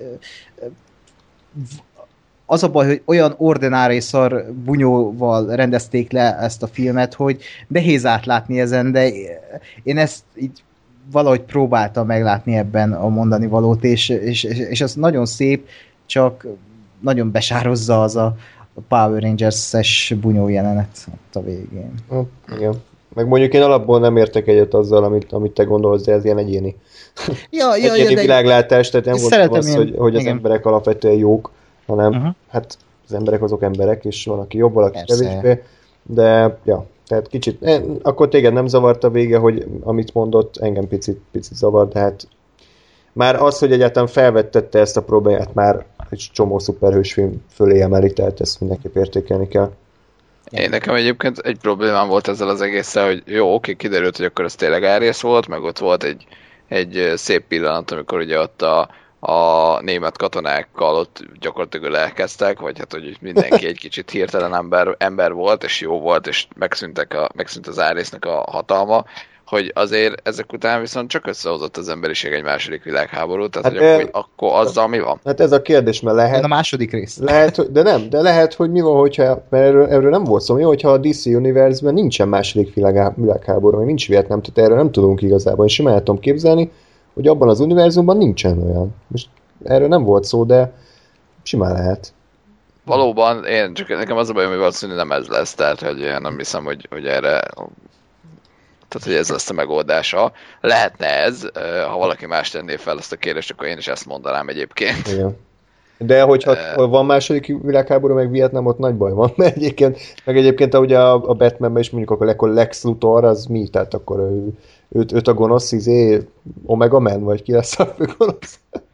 C: az a baj, hogy olyan ordinári szar bunyóval rendezték le ezt a filmet, hogy nehéz átlátni ezen, de én ezt így valahogy próbáltam meglátni ebben a mondani valót, és, és, és az nagyon szép, csak nagyon besározza az a Power Rangers-es bunyó jelenet ott a végén.
B: Ha, igen. Meg mondjuk én alapból nem értek egyet azzal, amit, amit te gondolsz, de ez ilyen egyéni,
C: ja, ja,
B: egyéni
C: ja,
B: világlátás, tehát nem gondolom azt,
C: én,
B: hogy, hogy az
C: igen.
B: emberek alapvetően jók, hanem
C: Uh-huh.
B: hát az emberek azok emberek, és van, aki jobb, valaki
C: Persze.
B: kevésbé, de ja, tehát kicsit, eh, akkor téged nem zavart a vége, hogy amit mondott, engem picit, picit zavart, de hát már az, hogy egyáltalán felvettette ezt a problémát, már egy csomó szuperhős film fölé emeli, tehát ezt mindenképp értékelni kell.
D: Én nekem egyébként egy problémám volt ezzel az egésszel, hogy jó, oké, kiderült, hogy akkor ez tényleg Ares volt, meg ott volt egy, egy szép pillanat, amikor ugye ott a, a német katonákkal ott gyakorlatilag elkezdtek, vagy hát, hogy mindenki egy kicsit hirtelen ember, ember volt, és jó volt, és megszűntek a, megszűnt az Aresnek a hatalma, hogy azért ezek után viszont csak összehozott az emberiség egy második világháborút, tehát
B: Hát,
D: hogy,
B: e...
D: akkor, hogy akkor azzal mi van?
B: Hát ez a kérdés, mert lehet...
C: A második rész.
B: Lehet, hogy- de nem, de lehet, hogy mi van, hogyha, mert erről, erről nem volt szó, mi, hogyha a dé cé Universe-ben nincsen második világá- világháború, meg nincs Vietnám, tehát erről nem tudunk igazából, és simán el tudom képzelni, hogy abban az univerzumban nincsen olyan. Most erről nem volt szó, de simán lehet.
D: Valóban, én csak nekem az a bajom, hogy valószínűleg nem ez lesz, tehát hogy én nem hiszem, hogy, hogy erre, tehát hogy ez lesz a megoldása. Lehetne ez, ha valaki más tenné fel ezt a kérdést, akkor én is ezt mondanám egyébként.
B: Igen. De hogyha uh, van második világháború, meg Vietnám, ott nagy baj van, mert egyébként, meg egyébként ahogy a, a Batmanben is mondjuk, akkor Lex Luthor, az mi? Tehát akkor ő, őt, őt a gonosz, izé, Omega Man, vagy ki lesz a fő gonosz?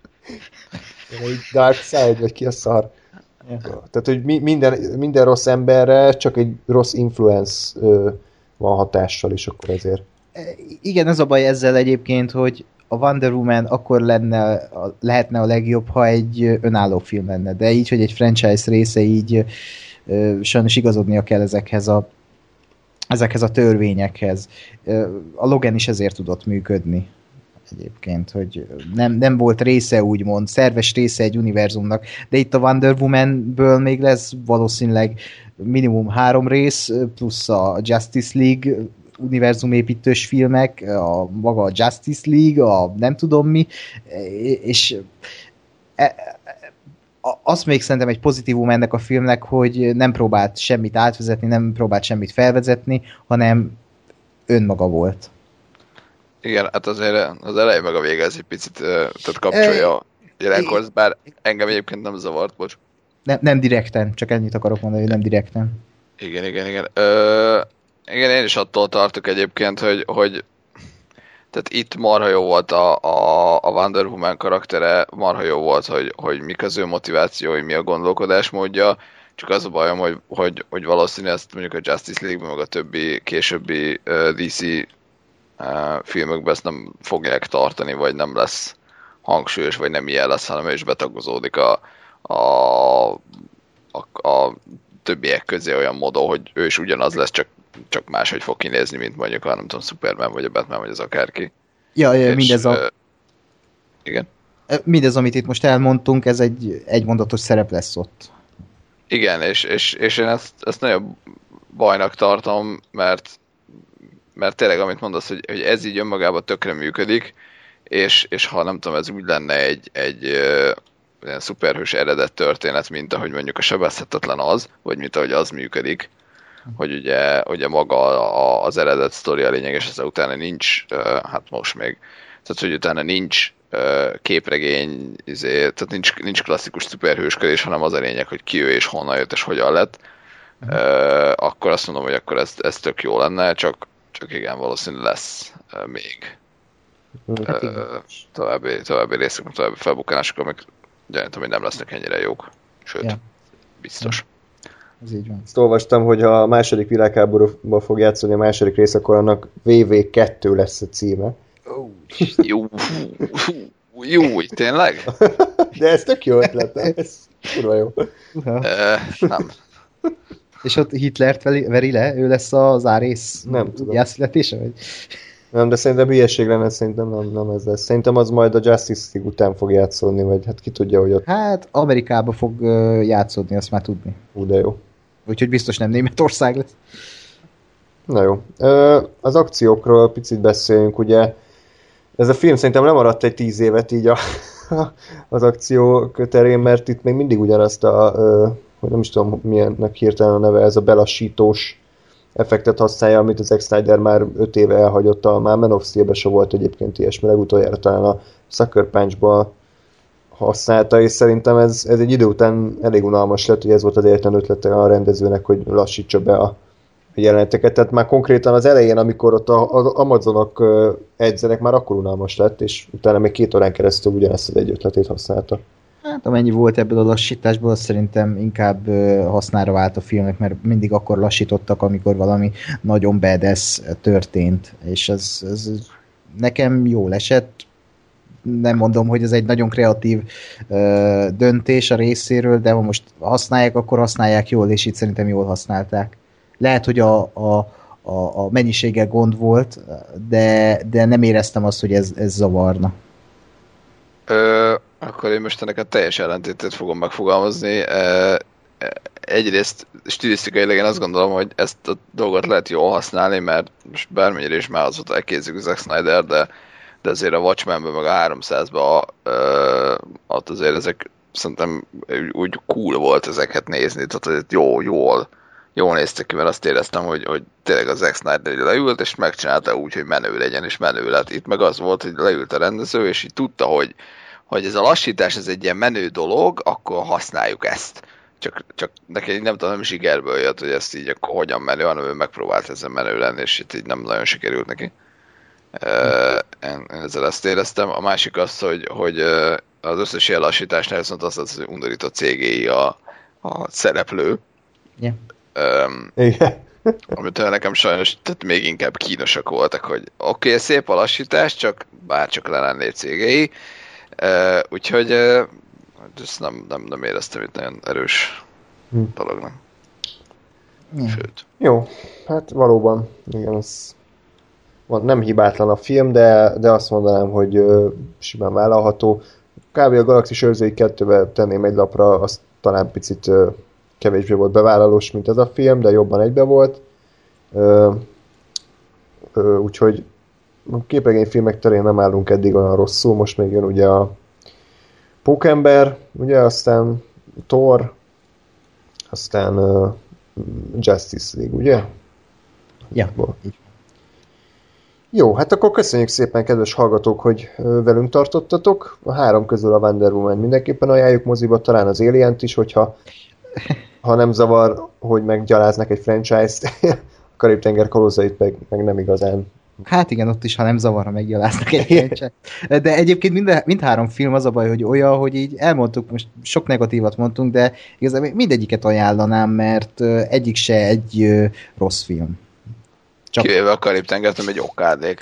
B: Dark Side, vagy ki a szar? Ja. Tehát, hogy mi, minden, minden rossz emberre csak egy rossz influence ö, van hatással is, akkor ezért.
C: Igen, ez a baj ezzel egyébként, hogy a Wonder Woman akkor lenne, lehetne a legjobb, ha egy önálló film lenne, de így, hogy egy franchise része, így ö, sajnos igazodnia kell ezekhez a, ezekhez a törvényekhez. A Logan is ezért tudott működni egyébként, hogy nem, nem volt része, úgymond, szerves része egy univerzumnak, de itt a Wonder Woman-ből még lesz valószínűleg minimum három rész, plusz a Justice League univerzumépítős filmek, a maga a Justice League, a nem tudom mi, és azt még szerintem egy pozitívum ennek a filmnek, hogy nem próbált semmit átvezetni, nem próbált semmit felvezetni, hanem önmaga volt.
D: Igen, hát azért az eleje meg a vége ez egy picit tehát kapcsolja a jelenkorsz, bár engem egyébként nem zavart, bocs.
C: Nem, nem direkten, csak ennyit akarok mondani, hogy nem direkten.
D: Igen, igen, igen. Ö, igen, én is attól tartok egyébként, hogy, hogy tehát itt marha jó volt a, a, a Wonder Woman karaktere, marha jó volt, hogy, hogy mik az ő motivációi, mi a gondolkodásmódja, csak az a bajom, hogy, hogy, hogy valószínűleg ezt mondjuk a Justice League-ben, meg a többi későbbi uh, dé cé uh, filmekben ezt nem fogják tartani, vagy nem lesz hangsúlyos, vagy nem ilyen lesz, hanem ő is betagozódik a, a, a, a többiek közé olyan módon, hogy ő is ugyanaz lesz, csak, csak máshogy fog kinézni, mint mondjuk a nem tudom, Superman, vagy a Batman, vagy az akárki.
C: Ja, ja
D: és,
C: mindez a
D: Igen.
C: Mindez, amit itt most elmondtunk, ez egy egymondatos szerep lesz ott.
D: Igen, és, és, és én ezt, ezt nagyon bajnak tartom, mert, mert tényleg, amit mondasz, hogy, hogy ez így önmagában tökre működik, és, és ha nem tudom, ez úgy lenne egy, egy ilyen szuperhős eredet történet, mint ahogy mondjuk a Sebezhetetlen az, vagy mint ahogy az működik, hogy ugye, ugye maga az eredet sztori a lényeges, ez utána nincs, hát most még, tehát hogy utána nincs képregény, izé, tehát nincs, nincs klasszikus szuperhősködés, hanem az a lényeg, hogy ki ő és honnan jött és hogyan lett, uh, akkor azt mondom, hogy akkor ez, ez tök jó lenne, csak, csak igen, valószínűleg lesz uh, még uh, további, további részek, további felbukkanások, amik gyanítom, hogy nem lesznek ennyire jók. Sőt, yeah. biztos.
C: Ez így van.
B: Azt olvastam, hogy ha a második világháborúban fog játszani a második rész, akkor annak vé vé kettő lesz a címe.
D: Oh, jó, jó, tényleg?
B: De ez tök jó ötlet, nem? Ez kurva jó.
D: Uh, nem.
C: És ott Hitlert veri le? Ő lesz az Árész
B: nem tudom.
C: Jászületése? Vagy?
B: Nem, de szerintem hülyeség lenne, szerintem nem, nem ez lesz. Szerintem az majd a Justice League után fog játszódni, vagy hát ki tudja, hogy ott...
C: Hát Amerikába fog játszódni, azt már tudni.
B: Ú, de jó.
C: Úgyhogy biztos nem Németország lesz.
B: Na jó. Az akciókról picit beszéljünk, ugye ez a film szerintem lemaradt egy tíz évet így a, az akció terén, mert itt még mindig ugyanazt a, hogy nem is tudom milyennek hirtelen a neve, ez a belassítós effektet használja, amit az Zack Snyder már öt éve elhagyott, a már Man of Steel-ben se volt egyébként ilyesmi, legutoljára talán a Sucker Punch-ba használta, és szerintem ez, ez egy idő után elég unalmas lett, hogy ez volt az egyetlen ötlete a rendezőnek, hogy lassítsa be a jeleneteket. Tehát már konkrétan az elején, amikor ott az Amazonok edzenek, már akkor unalmas lett, és utána még két órán keresztül ugyanezt az egy ötletét használta.
C: Hát amennyi volt ebből a lassításból, azt szerintem inkább hasznára vált a filmnek, mert mindig akkor lassítottak, amikor valami nagyon badass történt, és ez, ez nekem jól esett. Nem mondom, hogy ez egy nagyon kreatív ö, döntés a részéről, de ha most használják, akkor használják jól, és itt szerintem jól használták. Lehet, hogy a, a, a, a mennyiséggel gond volt, de, de nem éreztem azt, hogy ez, ez zavarna.
D: Ö, akkor én most ennek a teljes ellentétét fogom megfogalmazni. Egyrészt stilisztikailag én azt gondolom, hogy ezt a dolgot lehet jól használni, mert most bármennyire is már azóta elkézzük Zack Snyder, de, de azért a Watchmenben meg a háromszázban ott azért ezek szerintem úgy cool volt ezeket nézni, tehát jó, jól jól néztek ki, mert azt éreztem, hogy, hogy tényleg az Zack Snyder leült, és megcsinálta úgy, hogy menő legyen, és menő lett. Itt meg az volt, hogy leült a rendező, és így tudta, hogy, hogy ez a lassítás, ez egy ilyen menő dolog, akkor használjuk ezt. Csak, csak neki nem tudom, nem zsigerből jött, hogy ezt így akkor hogyan menő, hanem ő megpróbált ezzel menő lenni, és itt így nem nagyon sikerült neki. Én ezzel ezt éreztem. A másik az, hogy, hogy az összes ilyen lassításnál viszont az az, hogy undorító cé gé í a, a szereplő.
C: Yeah.
D: Um,
B: Igen.
D: amitől nekem sajnos tehát még inkább kínosak voltak, hogy oké, okay, szép a lassítás, csak bárcsak le lennél cé gé í. Uh, úgyhogy uh, ezt nem, nem, nem éreztem itt nagyon erős hm. dolognak.
C: Yeah.
D: Sőt.
B: Jó, hát valóban, igen, ez van, nem hibátlan a film, de, de azt mondanám, hogy uh, simán vállalható. Kb. A Galaxis őrzői kettővel tenném egy lapra, azt talán picit uh, kevésbé volt bevállalós, mint ez a film, de jobban egybe volt. Ö, ö, úgyhogy a képregényfilmek terén nem állunk eddig olyan rosszul, most még jön ugye a Pókember, ugye, aztán Thor, aztán uh, Justice League, ugye?
C: Ja,
B: Jó, hát akkor köszönjük szépen, kedves hallgatók, hogy velünk tartottatok. A három közül a Wonder Woman mindenképpen ajánljuk moziba, talán az Alien-t is, hogyha ha nem zavar, hogy meggyaláznak egy franchise-t, a Karib-tenger kalózait meg, meg nem igazán.
C: Hát igen, ott is, ha nem zavar, ha meggyaláznak egy franchise. De egyébként mind, mindhárom film az a baj, hogy olyan, hogy így elmondtuk, most sok negatívat mondtunk, de igazából mindegyiket ajánlanám, mert egyik se egy rossz film.
D: Csak... Kivéve a Karib-tengert, ami egy okádék.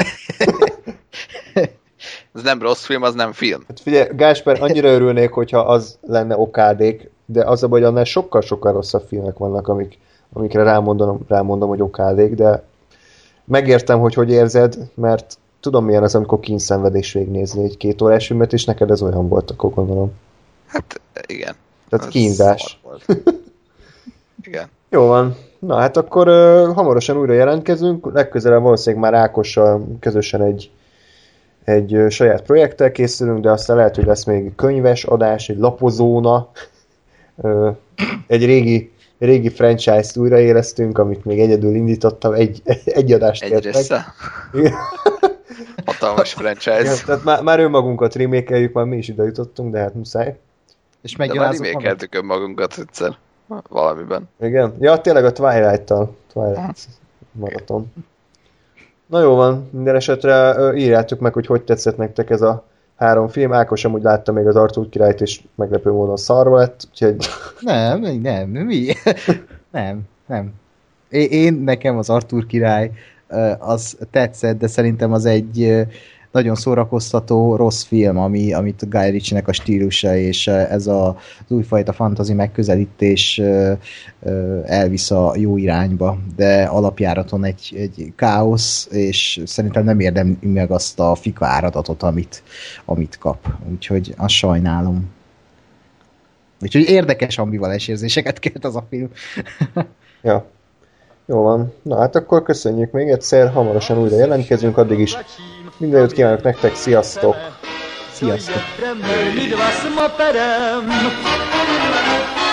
D: Ez nem rossz film, az nem film.
B: Hát figyelj, Gásper, annyira örülnék, hogyha az lenne okádék, de az a baj, hogy annál sokkal-sokkal rosszabb filmek vannak, amik, amikre rámondom, rámondom, hogy okádék, de megértem, hogy hogy érzed, mert tudom milyen az, amikor kínszenvedés végignézni egy két órás filmet, és neked ez olyan volt, akkor gondolom.
D: Hát igen.
B: Tehát
D: Ez
B: kínzás.
D: szar volt. Igen.
B: Jó van. Na hát akkor uh, hamarosan újra jelentkezünk, legközelebb valószínűleg már Ákossal közösen egy, egy uh, saját projekttel készülünk, de aztán lehet, hogy lesz még könyves adás, egy lapozóna, uh, egy régi, régi franchise-t újraélesztünk, amit még egyedül indítottam, egy, egy adást
D: Egy
B: kértek.
D: része? Hatalmas franchise.
B: Igen, tehát már, már önmagunkat remékeljük, már mi is ide jutottunk, de hát muszáj.
C: És
D: De már
C: meggyalázunk
D: remékeltük önmagunkat egyszer valamiben.
B: Igen. Ja, tényleg a Twilight-tal. Twilight maraton. Na jó van, minden esetre ö, írjátok meg, hogy hogy tetszett nektek ez a három film. Ákos amúgy látta még az Artúr királyt, és meglepő módon szarva lett, úgyhogy...
C: Nem, nem, mi? nem, nem. Én, én nekem az Artúr király az tetszett, de szerintem az egy nagyon szórakoztató, rossz film, ami, amit a Guy Ritchie-nek a stílusa, és ez a, az újfajta fantasy megközelítés elvisz a jó irányba, de alapjáraton egy, egy káosz, és szerintem nem érdemli meg azt a fika áradatot, amit, amit kap. Úgyhogy azt sajnálom. Úgyhogy érdekes ambivalens érzéseket kelt az a film.
B: Ja. Jó van. Na hát akkor köszönjük még egyszer, hamarosan újra jelentkezünk, addig is minden jót kívánok nektek, sziasztok!
C: Sziasztok!
A: Dojde Kreml, my dva s motorem.